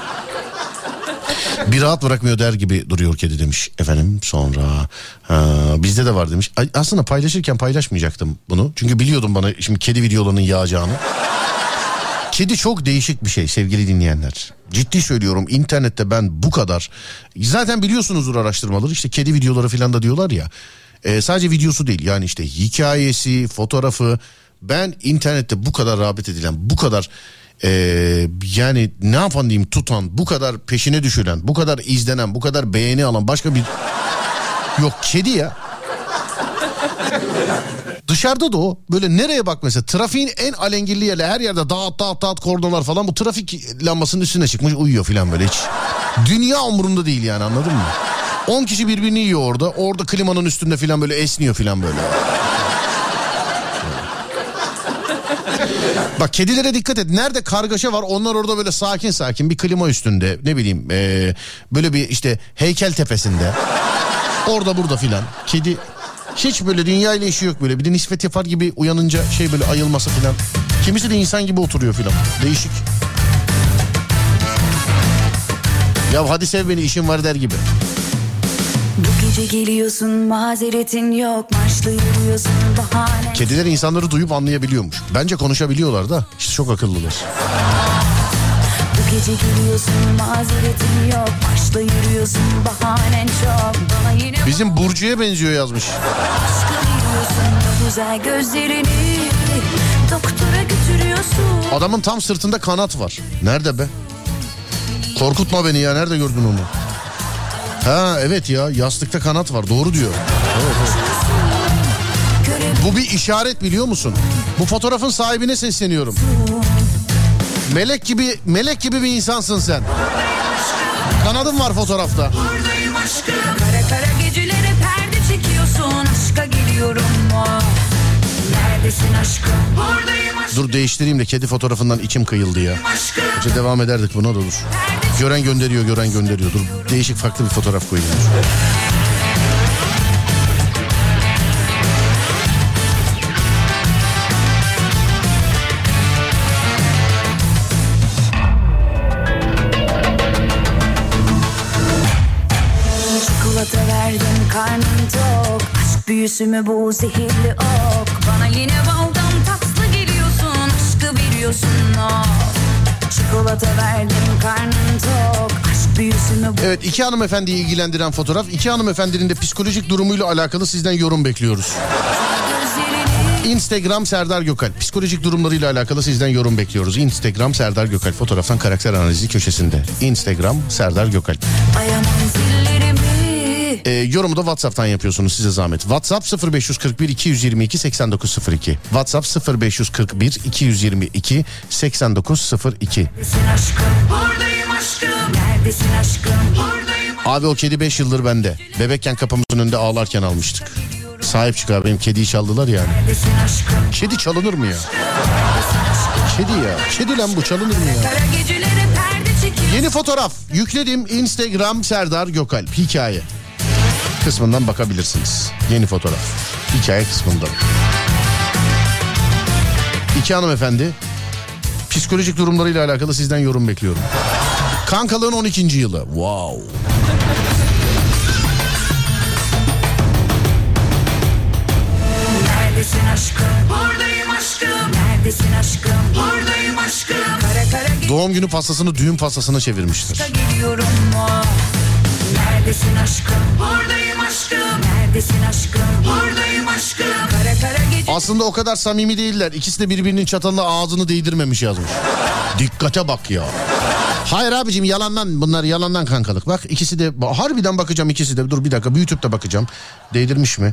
Bir rahat bırakmıyor der gibi duruyor kedi demiş efendim. Sonra bizde de var demiş. Aslında paylaşırken paylaşmayacaktım bunu. Çünkü biliyordum bana şimdi kedi videolarının yağacağını. Kedi çok değişik bir şey sevgili dinleyenler. Ciddi söylüyorum internette ben bu kadar. Zaten biliyorsunuzdur araştırmaları işte kedi videoları falan da diyorlar ya. Sadece videosu değil yani işte hikayesi, fotoğrafı. Ben internette bu kadar rağbet edilen, bu kadar yani ne yapan diyeyim tutan, bu kadar peşine düşülen, bu kadar izlenen, bu kadar beğeni alan başka bir yok kedi ya. Dışarıda da o böyle nereye bak mesela trafiğin en alengirli yerle her yerde dağıt kordonlar falan bu trafik lambasının üstüne çıkmış uyuyor falan böyle hiç. Dünya umurunda değil yani anladın mı? 10 kişi birbirini yiyor orada klimanın üstünde falan böyle esniyor falan böyle. Bak kedilere dikkat et. Nerede kargaşa var onlar orada böyle sakin bir klima üstünde ne bileyim böyle bir işte heykel tepesinde. Orada burada filan. Kedi hiç böyle dünya ile işi yok böyle. Bir de nispet yapar gibi uyanınca şey böyle ayılması filan. Kimisi de insan gibi oturuyor filan. Değişik. Ya hadi sev beni işim var der gibi. Bu gece geliyorsun mazeretin yok marşlı yürüyorsun bahane. Kediler insanları duyup anlayabiliyormuş. Bence konuşabiliyorlar da işte çok akıllılar. Bu gece geliyorsun mazeretin yok marşlı yürüyorsun bahanen çok. Bana yine bizim Burcu'ya benziyor yazmış. Güzel gözlerini doktora götürüyorsun. Adamın tam sırtında kanat var. Nerede be? Korkutma beni ya nerede gördün onu? Ha evet ya yastıkta kanat var doğru diyor. Evet. Bu bir işaret biliyor musun? Bu fotoğrafın sahibine sesleniyorum. Melek gibi bir insansın sen. Kanadın var fotoğrafta. Kara gecelere perde çekiyorsun aşka geliyorum mu? Neredesin aşkım? Dur değiştireyim de kedi fotoğrafından içim kıyıldı ya. İşte devam ederdik buna da dur. Gören gönderiyor. Dur değişik farklı bir fotoğraf koyayım. Çikolata verdim karnım tok. Aşk büyüsü mü bu zehirli ok? Bana yine baldan tatlı geliyorsun. Aşkı veriyorsun o. Çikolata verdim karnım tok. Aşk büyüsü mü bu? Evet 2 hanımefendiyi ilgilendiren fotoğraf. 2 hanımefendinin de psikolojik durumuyla alakalı sizden yorum bekliyoruz. Instagram Serdar Gökalp. Psikolojik durumlarıyla alakalı sizden yorum bekliyoruz. Instagram Serdar Gökalp. Fotoğraftan karakter analizi köşesinde. Instagram Serdar Gökalp. Ayaman zillerimi Yorumu da WhatsApp'tan yapıyorsunuz size zahmet. WhatsApp 0541 222 8902. WhatsApp 0541 222 8902. Buradayım aşkım. Neredesin aşkım? Buradayım. Abi o kedi 5 yıldır bende. Bebekken kapımızın önünde ağlarken almıştık. Sahip çıkar, benim kediyi çaldılar yani. Kedi çalınır mı ya? Kedi ya. Kedi lan bu, çalınır mı ya? Yeni fotoğraf yükledim. Instagram Serdar Gökalp. Hikaye kısmından bakabilirsiniz. Yeni fotoğraf. Hikaye kısmından. İki hanımefendi. Psikolojik durumlarıyla alakalı sizden yorum bekliyorum. Kankalığın 12. yılı. Wow. Neredesin aşkım? Buradayım aşkım. Neredesin aşkım? Buradayım aşkım. Kara kara Doğum günü pastasını düğün pastasına çevirmiştir. geliyorum mu? Neredesin aşkım? Buradayım aşkım. Neredesin aşkım? Buradayım aşkım. Kara kara gece. Aslında o kadar samimi değiller. İkisi de birbirinin çatalına ağzını değdirmemiş yazmış. Dikkate bak ya. Hayır abicim, yalandan, bunlar yalandan kankalık. Bak ikisi de, harbiden bakacağım, ikisi de. Dur bir dakika, YouTube'da bakacağım. Değdirmiş mi?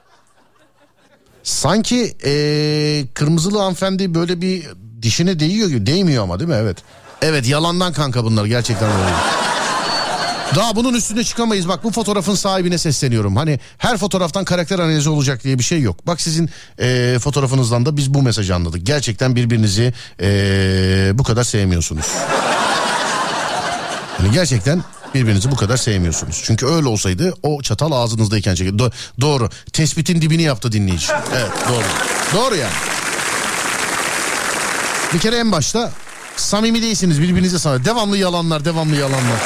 Sanki kırmızılı hanımefendi böyle bir dişine değiyor gibi. Değmiyor ama değil mi? Evet. Evet, yalandan kanka bunlar, gerçekten öyle. Daha bunun üstüne çıkamayız. Bak bu fotoğrafın sahibine sesleniyorum. Hani her fotoğraftan karakter analizi olacak diye bir şey yok. Bak sizin fotoğrafınızdan da biz bu mesajı anladık. Gerçekten birbirinizi bu kadar sevmiyorsunuz. Yani gerçekten birbirinizi bu kadar sevmiyorsunuz. Çünkü öyle olsaydı o çatal ağzınızdayken çekiyor. Doğru. Tespitin dibini yaptı dinleyici. Evet, doğru. Doğru yani. Bir kere en başta samimi değilsiniz birbirinize sana. Devamlı yalanlar, devamlı yalanlar.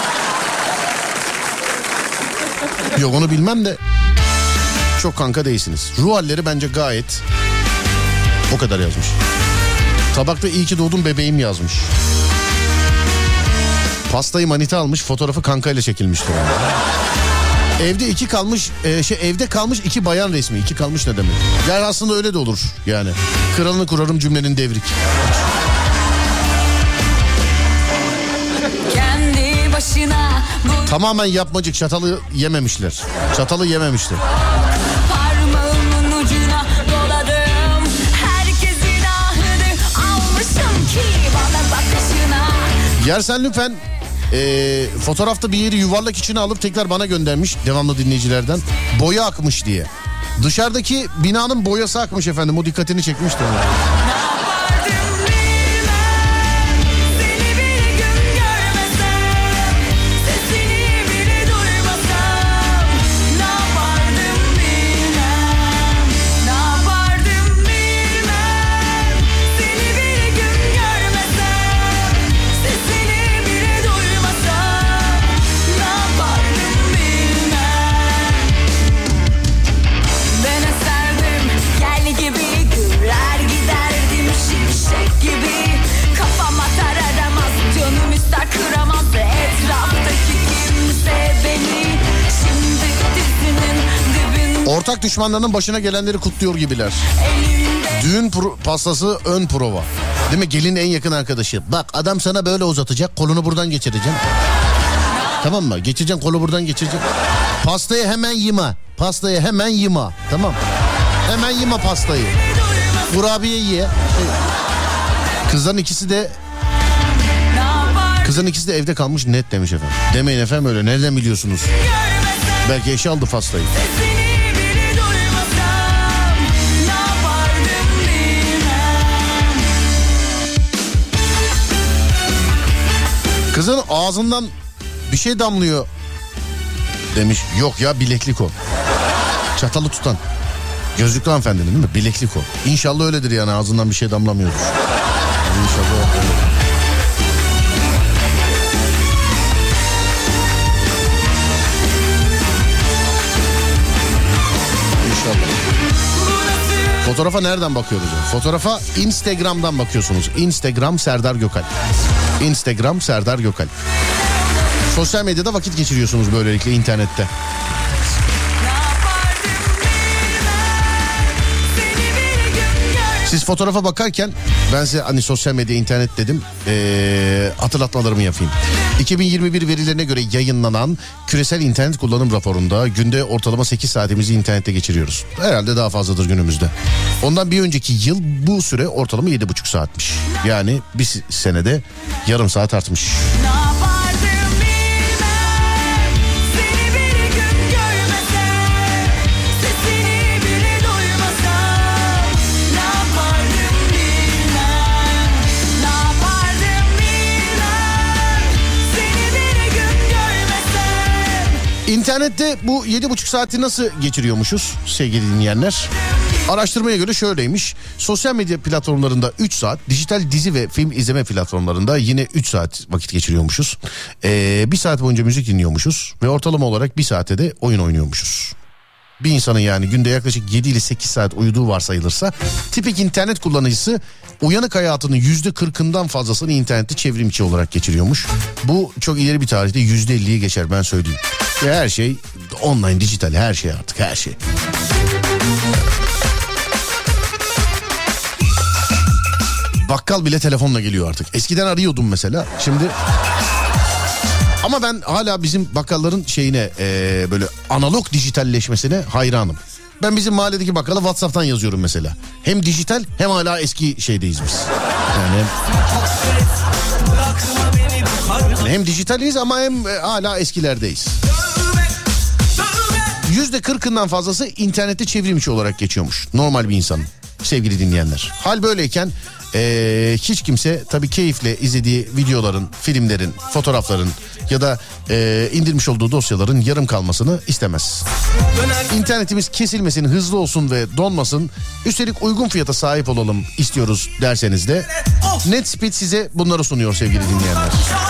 Yok onu bilmem de çok kanka değilsiniz. Ruh halleri bence gayet, o kadar yazmış. Tabakta iyi ki doğdun bebeğim yazmış. Pastayı manita almış, fotoğrafı kankayla çekilmiştir. Evde iki kalmış, evde kalmış iki bayan resmi. İki kalmış ne demek? Yani aslında öyle de olur yani. Kralını kurarım cümlenin devrik. Kendi başına bu Tamamen yapmacık, çatalı yememişler. Çatalı yememişler. parmağımın ucuna doladım. Herkesin ahını almışım ki bana bakışına. Yersen lütfen fotoğrafta bir yeri yuvarlak içine alıp tekrar bana göndermiş devamlı dinleyicilerden. Boya akmış diye. Dışarıdaki binanın boyası akmış efendim, o dikkatini çekmişti. Ortak düşmanlarının başına gelenleri kutluyor gibiler. Düğün pastası ön prova. Değil mi? Gelin en yakın arkadaşı. Bak adam sana böyle uzatacak, kolunu buradan geçireceksin. Tamam mı? Geçireceksin, kolu buradan geçireceksin. Pastayı hemen yıma. Pastayı hemen yıma. Tamam. Hemen yıma pastayı. Kurabiye ye. Kızların ikisi de evde kalmış net demiş efendim. Demeyin efendim öyle. Nereden biliyorsunuz? Belki eşi aldı pastayı. Kızın ağzından bir şey damlıyor demiş. Yok ya, bileklik o. Çatalı tutan. Gözlüklü hanımefendi değil mi? Bileklik o. İnşallah öyledir yani, ağzından bir şey damlamıyordur. İnşallah öyle. Fotoğrafa nereden bakıyoruz? Fotoğrafa Instagram'dan bakıyorsunuz. Instagram Serdar Gökalp. Instagram Serdar Gökalp. Sosyal medyada vakit geçiriyorsunuz böylelikle, internette. Siz fotoğrafa bakarken Ben size hani sosyal medya, internet dedim. Hatırlatmalarımı yapayım. 2021 verilerine göre yayınlanan küresel internet kullanım raporunda günde ortalama 8 saatimizi internette geçiriyoruz. Herhalde daha fazladır günümüzde. Ondan bir önceki yıl bu süre ortalama 7,5 saatmiş. Yani bir senede yarım saat artmış. İnternette bu 7,5 saati nasıl geçiriyormuşuz sevgili dinleyenler? Araştırmaya göre şöyleymiş. Sosyal medya platformlarında 3 saat, dijital dizi ve film izleme platformlarında yine 3 saat vakit geçiriyormuşuz. 1 saat boyunca müzik dinliyormuşuz ve ortalama olarak 1 saate de oyun oynuyormuşuz. Bir insanın yani günde yaklaşık 7 ile 8 saat uyuduğu varsayılırsa tipik internet kullanıcısı uyanık hayatının %40'ından fazlasını internette çevrim içi olarak geçiriyormuş. Bu çok ileri bir tarihte %50'ye geçer, ben söyleyeyim. Ve her şey online, dijital, her şey artık, her şey. Bakkal bile telefonla geliyor artık. Eskiden arıyordum mesela, şimdi... Ama ben hala bizim bakkalların şeyine böyle analog dijitalleşmesine hayranım. Ben bizim mahalledeki bakkala WhatsApp'tan yazıyorum mesela. Hem dijital hem hala eski şeydeyiz biz. Yani hem dijitaliyiz ama hem hala eskilerdeyiz. %40'ından fazlası internette çevrim içi olarak geçiyormuş normal bir insanın, sevgili dinleyenler. Hal böyleyken hiç kimse tabii keyifle izlediği videoların, filmlerin, fotoğrafların ya da indirmiş olduğu dosyaların yarım kalmasını istemez. İnternetimiz kesilmesin, hızlı olsun ve donmasın, üstelik uygun fiyata sahip olalım istiyoruz derseniz de NetSpeed size bunları sunuyor sevgili dinleyenler.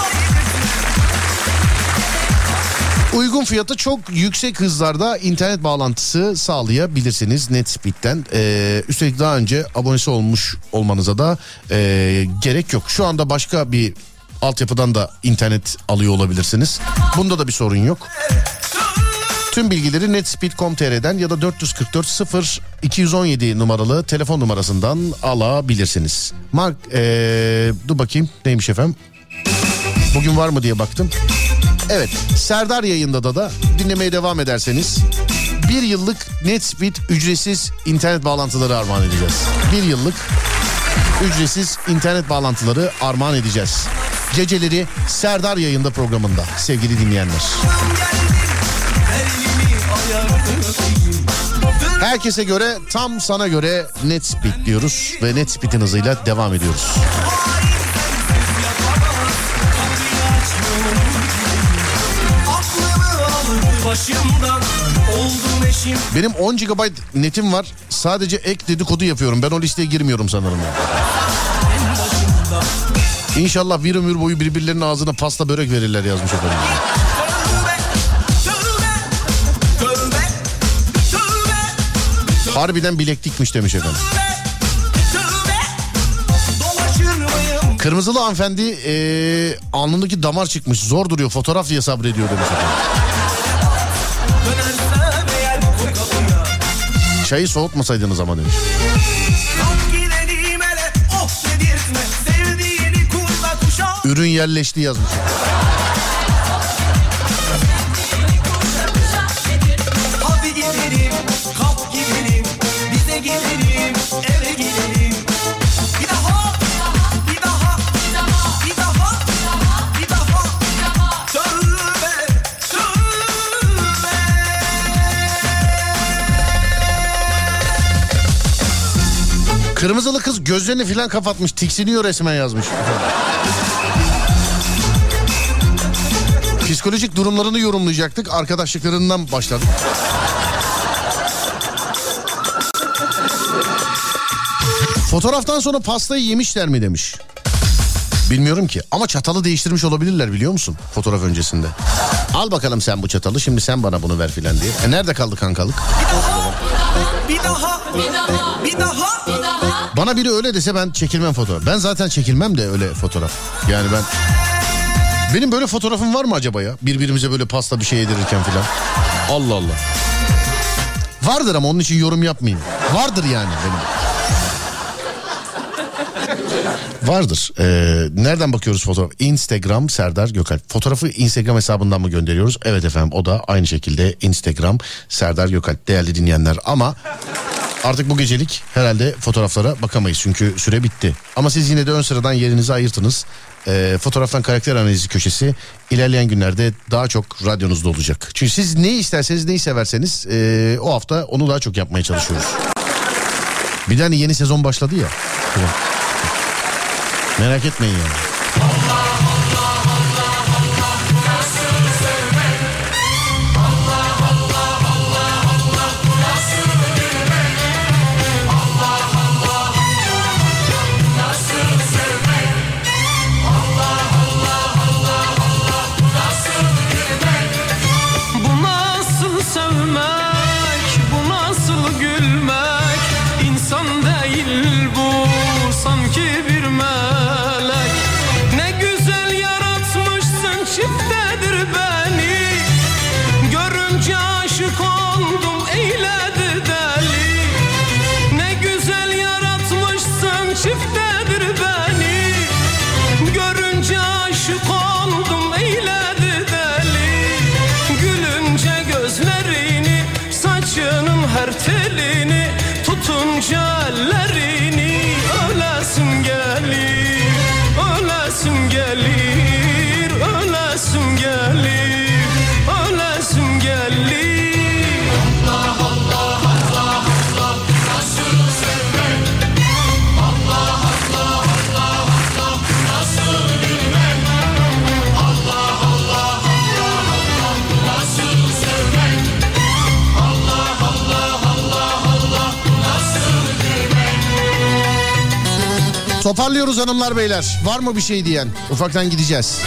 Uygun fiyata çok yüksek hızlarda internet bağlantısı sağlayabilirsiniz NetSpeed'den. Üstelik daha önce abonesi olmuş olmanıza da gerek yok. Şu anda başka bir altyapıdan da internet alıyor olabilirsiniz. Bunda da bir sorun yok. Tüm bilgileri netspeed.com.tr'den ya da 444 0217 numaralı telefon numarasından alabilirsiniz. Dur bakayım neymiş efendim. Bugün var mı diye baktım. Evet, Serdar Yayında da dinlemeye devam ederseniz 1 yıllık NetSpeed ücretsiz internet bağlantıları armağan edeceğiz. 1 yıllık ücretsiz internet bağlantıları armağan edeceğiz. Geceleri Serdar Yayında programında sevgili dinleyenler. Herkese göre, tam sana göre NetSpeed diyoruz ve NetSpeed'in hızıyla devam ediyoruz. Benim 10 GB netim var. Sadece ek dedikodu yapıyorum. Ben o listeye girmiyorum sanırım. İnşallah bir ömür boyu birbirlerinin ağzına pasta börek verirler yazmış efendim. Harbiden bileklikmiş demiş efendim. Kırmızılı hanımefendi alnındaki damar çıkmış. Zor duruyor, fotoğraf diye sabrediyor demiş efendim. Çayı soğutmasaydınız ama demiş. Ürün yerleşti yazmış. Hadi gidelim, kalk gidelim, bize gidelim, eve gidelim. Bir daha, bir daha, bir daha, bir daha. Tövbe, tövbe. Kırmızılı kız gözlerini filan kapatmış, tiksiniyor resmen yazmış. Psikolojik durumlarını yorumlayacaktık. Arkadaşlıklarından başladık. Fotoğraftan sonra pastayı yemişler mi demiş. Bilmiyorum ki ama çatalı değiştirmiş olabilirler, biliyor musun? Fotoğraf öncesinde. Al bakalım sen bu çatalı, şimdi sen bana bunu ver filan diye. Nerede kaldı kankalık? Bir daha, bir daha. Bana biri öyle dese ben çekilmem fotoğraf. Ben zaten çekilmem de öyle fotoğraf. Yani benim böyle fotoğrafım var mı acaba ya? Birbirimize böyle pasta bir şey yedirirken filan. Allah Allah. Vardır ama onun için yorum yapmayayım. Vardır yani benim. Vardır. Nereden bakıyoruz fotoğraf? Instagram Serdar Gökalp. Fotoğrafı Instagram hesabından mı gönderiyoruz? Evet efendim, o da aynı şekilde Instagram Serdar Gökalp değerli dinleyenler. Ama artık bu gecelik herhalde fotoğraflara bakamayız çünkü süre bitti. Ama siz yine de ön sıradan yerinizi ayırtınız. Fotoğraftan karakter analizi köşesi ilerleyen günlerde daha çok radyonuzda olacak. Çünkü siz neyi isterseniz, neyi severseniz o hafta onu daha çok yapmaya çalışıyoruz. Bir de hani yeni sezon başladı ya. Merak etmeyin yani. Telini tutunca ellerini ölesim gelir, ölesim gelir, ölesim gelir, ölesim gelir. Allah Allah Allah Allah nasıl sevmek, Allah Allah Allah Allah nasıl bilmek, Allah Allah Allah Allah nasıl sevmek, Allah Allah. Toparlıyoruz hanımlar beyler. Var mı bir şey diyen? Ufaktan gideceğiz.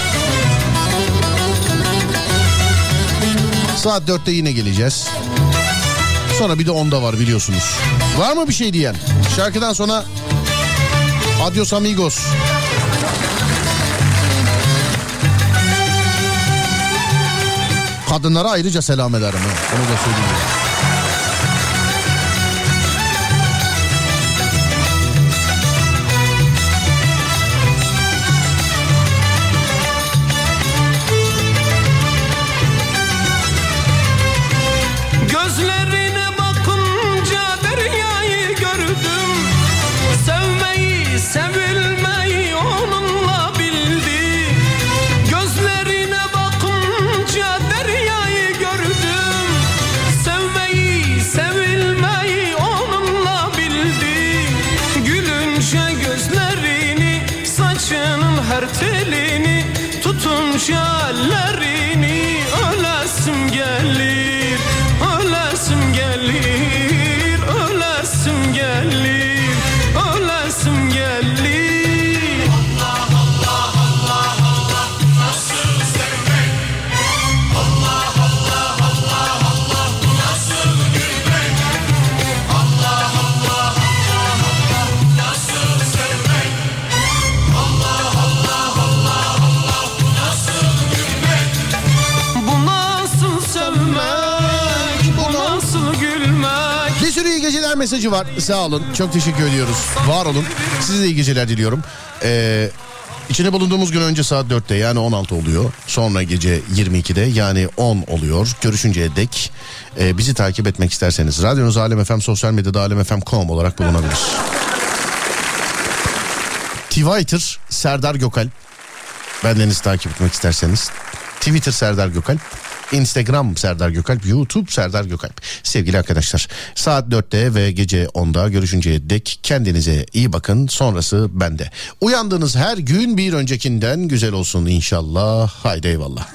Saat 4'te yine geleceğiz. Sonra bir de 10'da var biliyorsunuz. Var mı bir şey diyen? Şarkıdan sonra adios amigos. Kadınlara ayrıca selam ederim. Onu da söyleyeyim. Telini tutunca ellerini ölesim gelir, ölesim gelir, ölesim gelir, ölesim gelir. Allah Allah Allah Allah nasıl sevmek, Allah Allah Allah Allah nasıl gülmek, Allah Allah Allah Allah nasıl sevmek, Allah Allah. Bir sürü iyi geceler mesajı var. Sağ olun. Çok teşekkür ediyoruz. Var olun. Size de iyi geceler diliyorum. İçine bulunduğumuz gün önce saat 4'te yani 16 oluyor. Sonra gece 22'de yani 10 oluyor. Görüşünceye dek bizi takip etmek isterseniz radyonuz Alem FM, sosyal medyada alemfm.com olarak bulunabilir. Twitter Serdar Gökalp. Bendenizi takip etmek isterseniz Twitter Serdar Gökalp, Instagram Serdar Gökalp, YouTube Serdar Gökalp. Sevgili arkadaşlar, saat 4'te ve gece 10'da görüşünceye dek kendinize iyi bakın. Sonrası bende. Uyandığınız her gün bir öncekinden güzel olsun inşallah. Haydi eyvallah.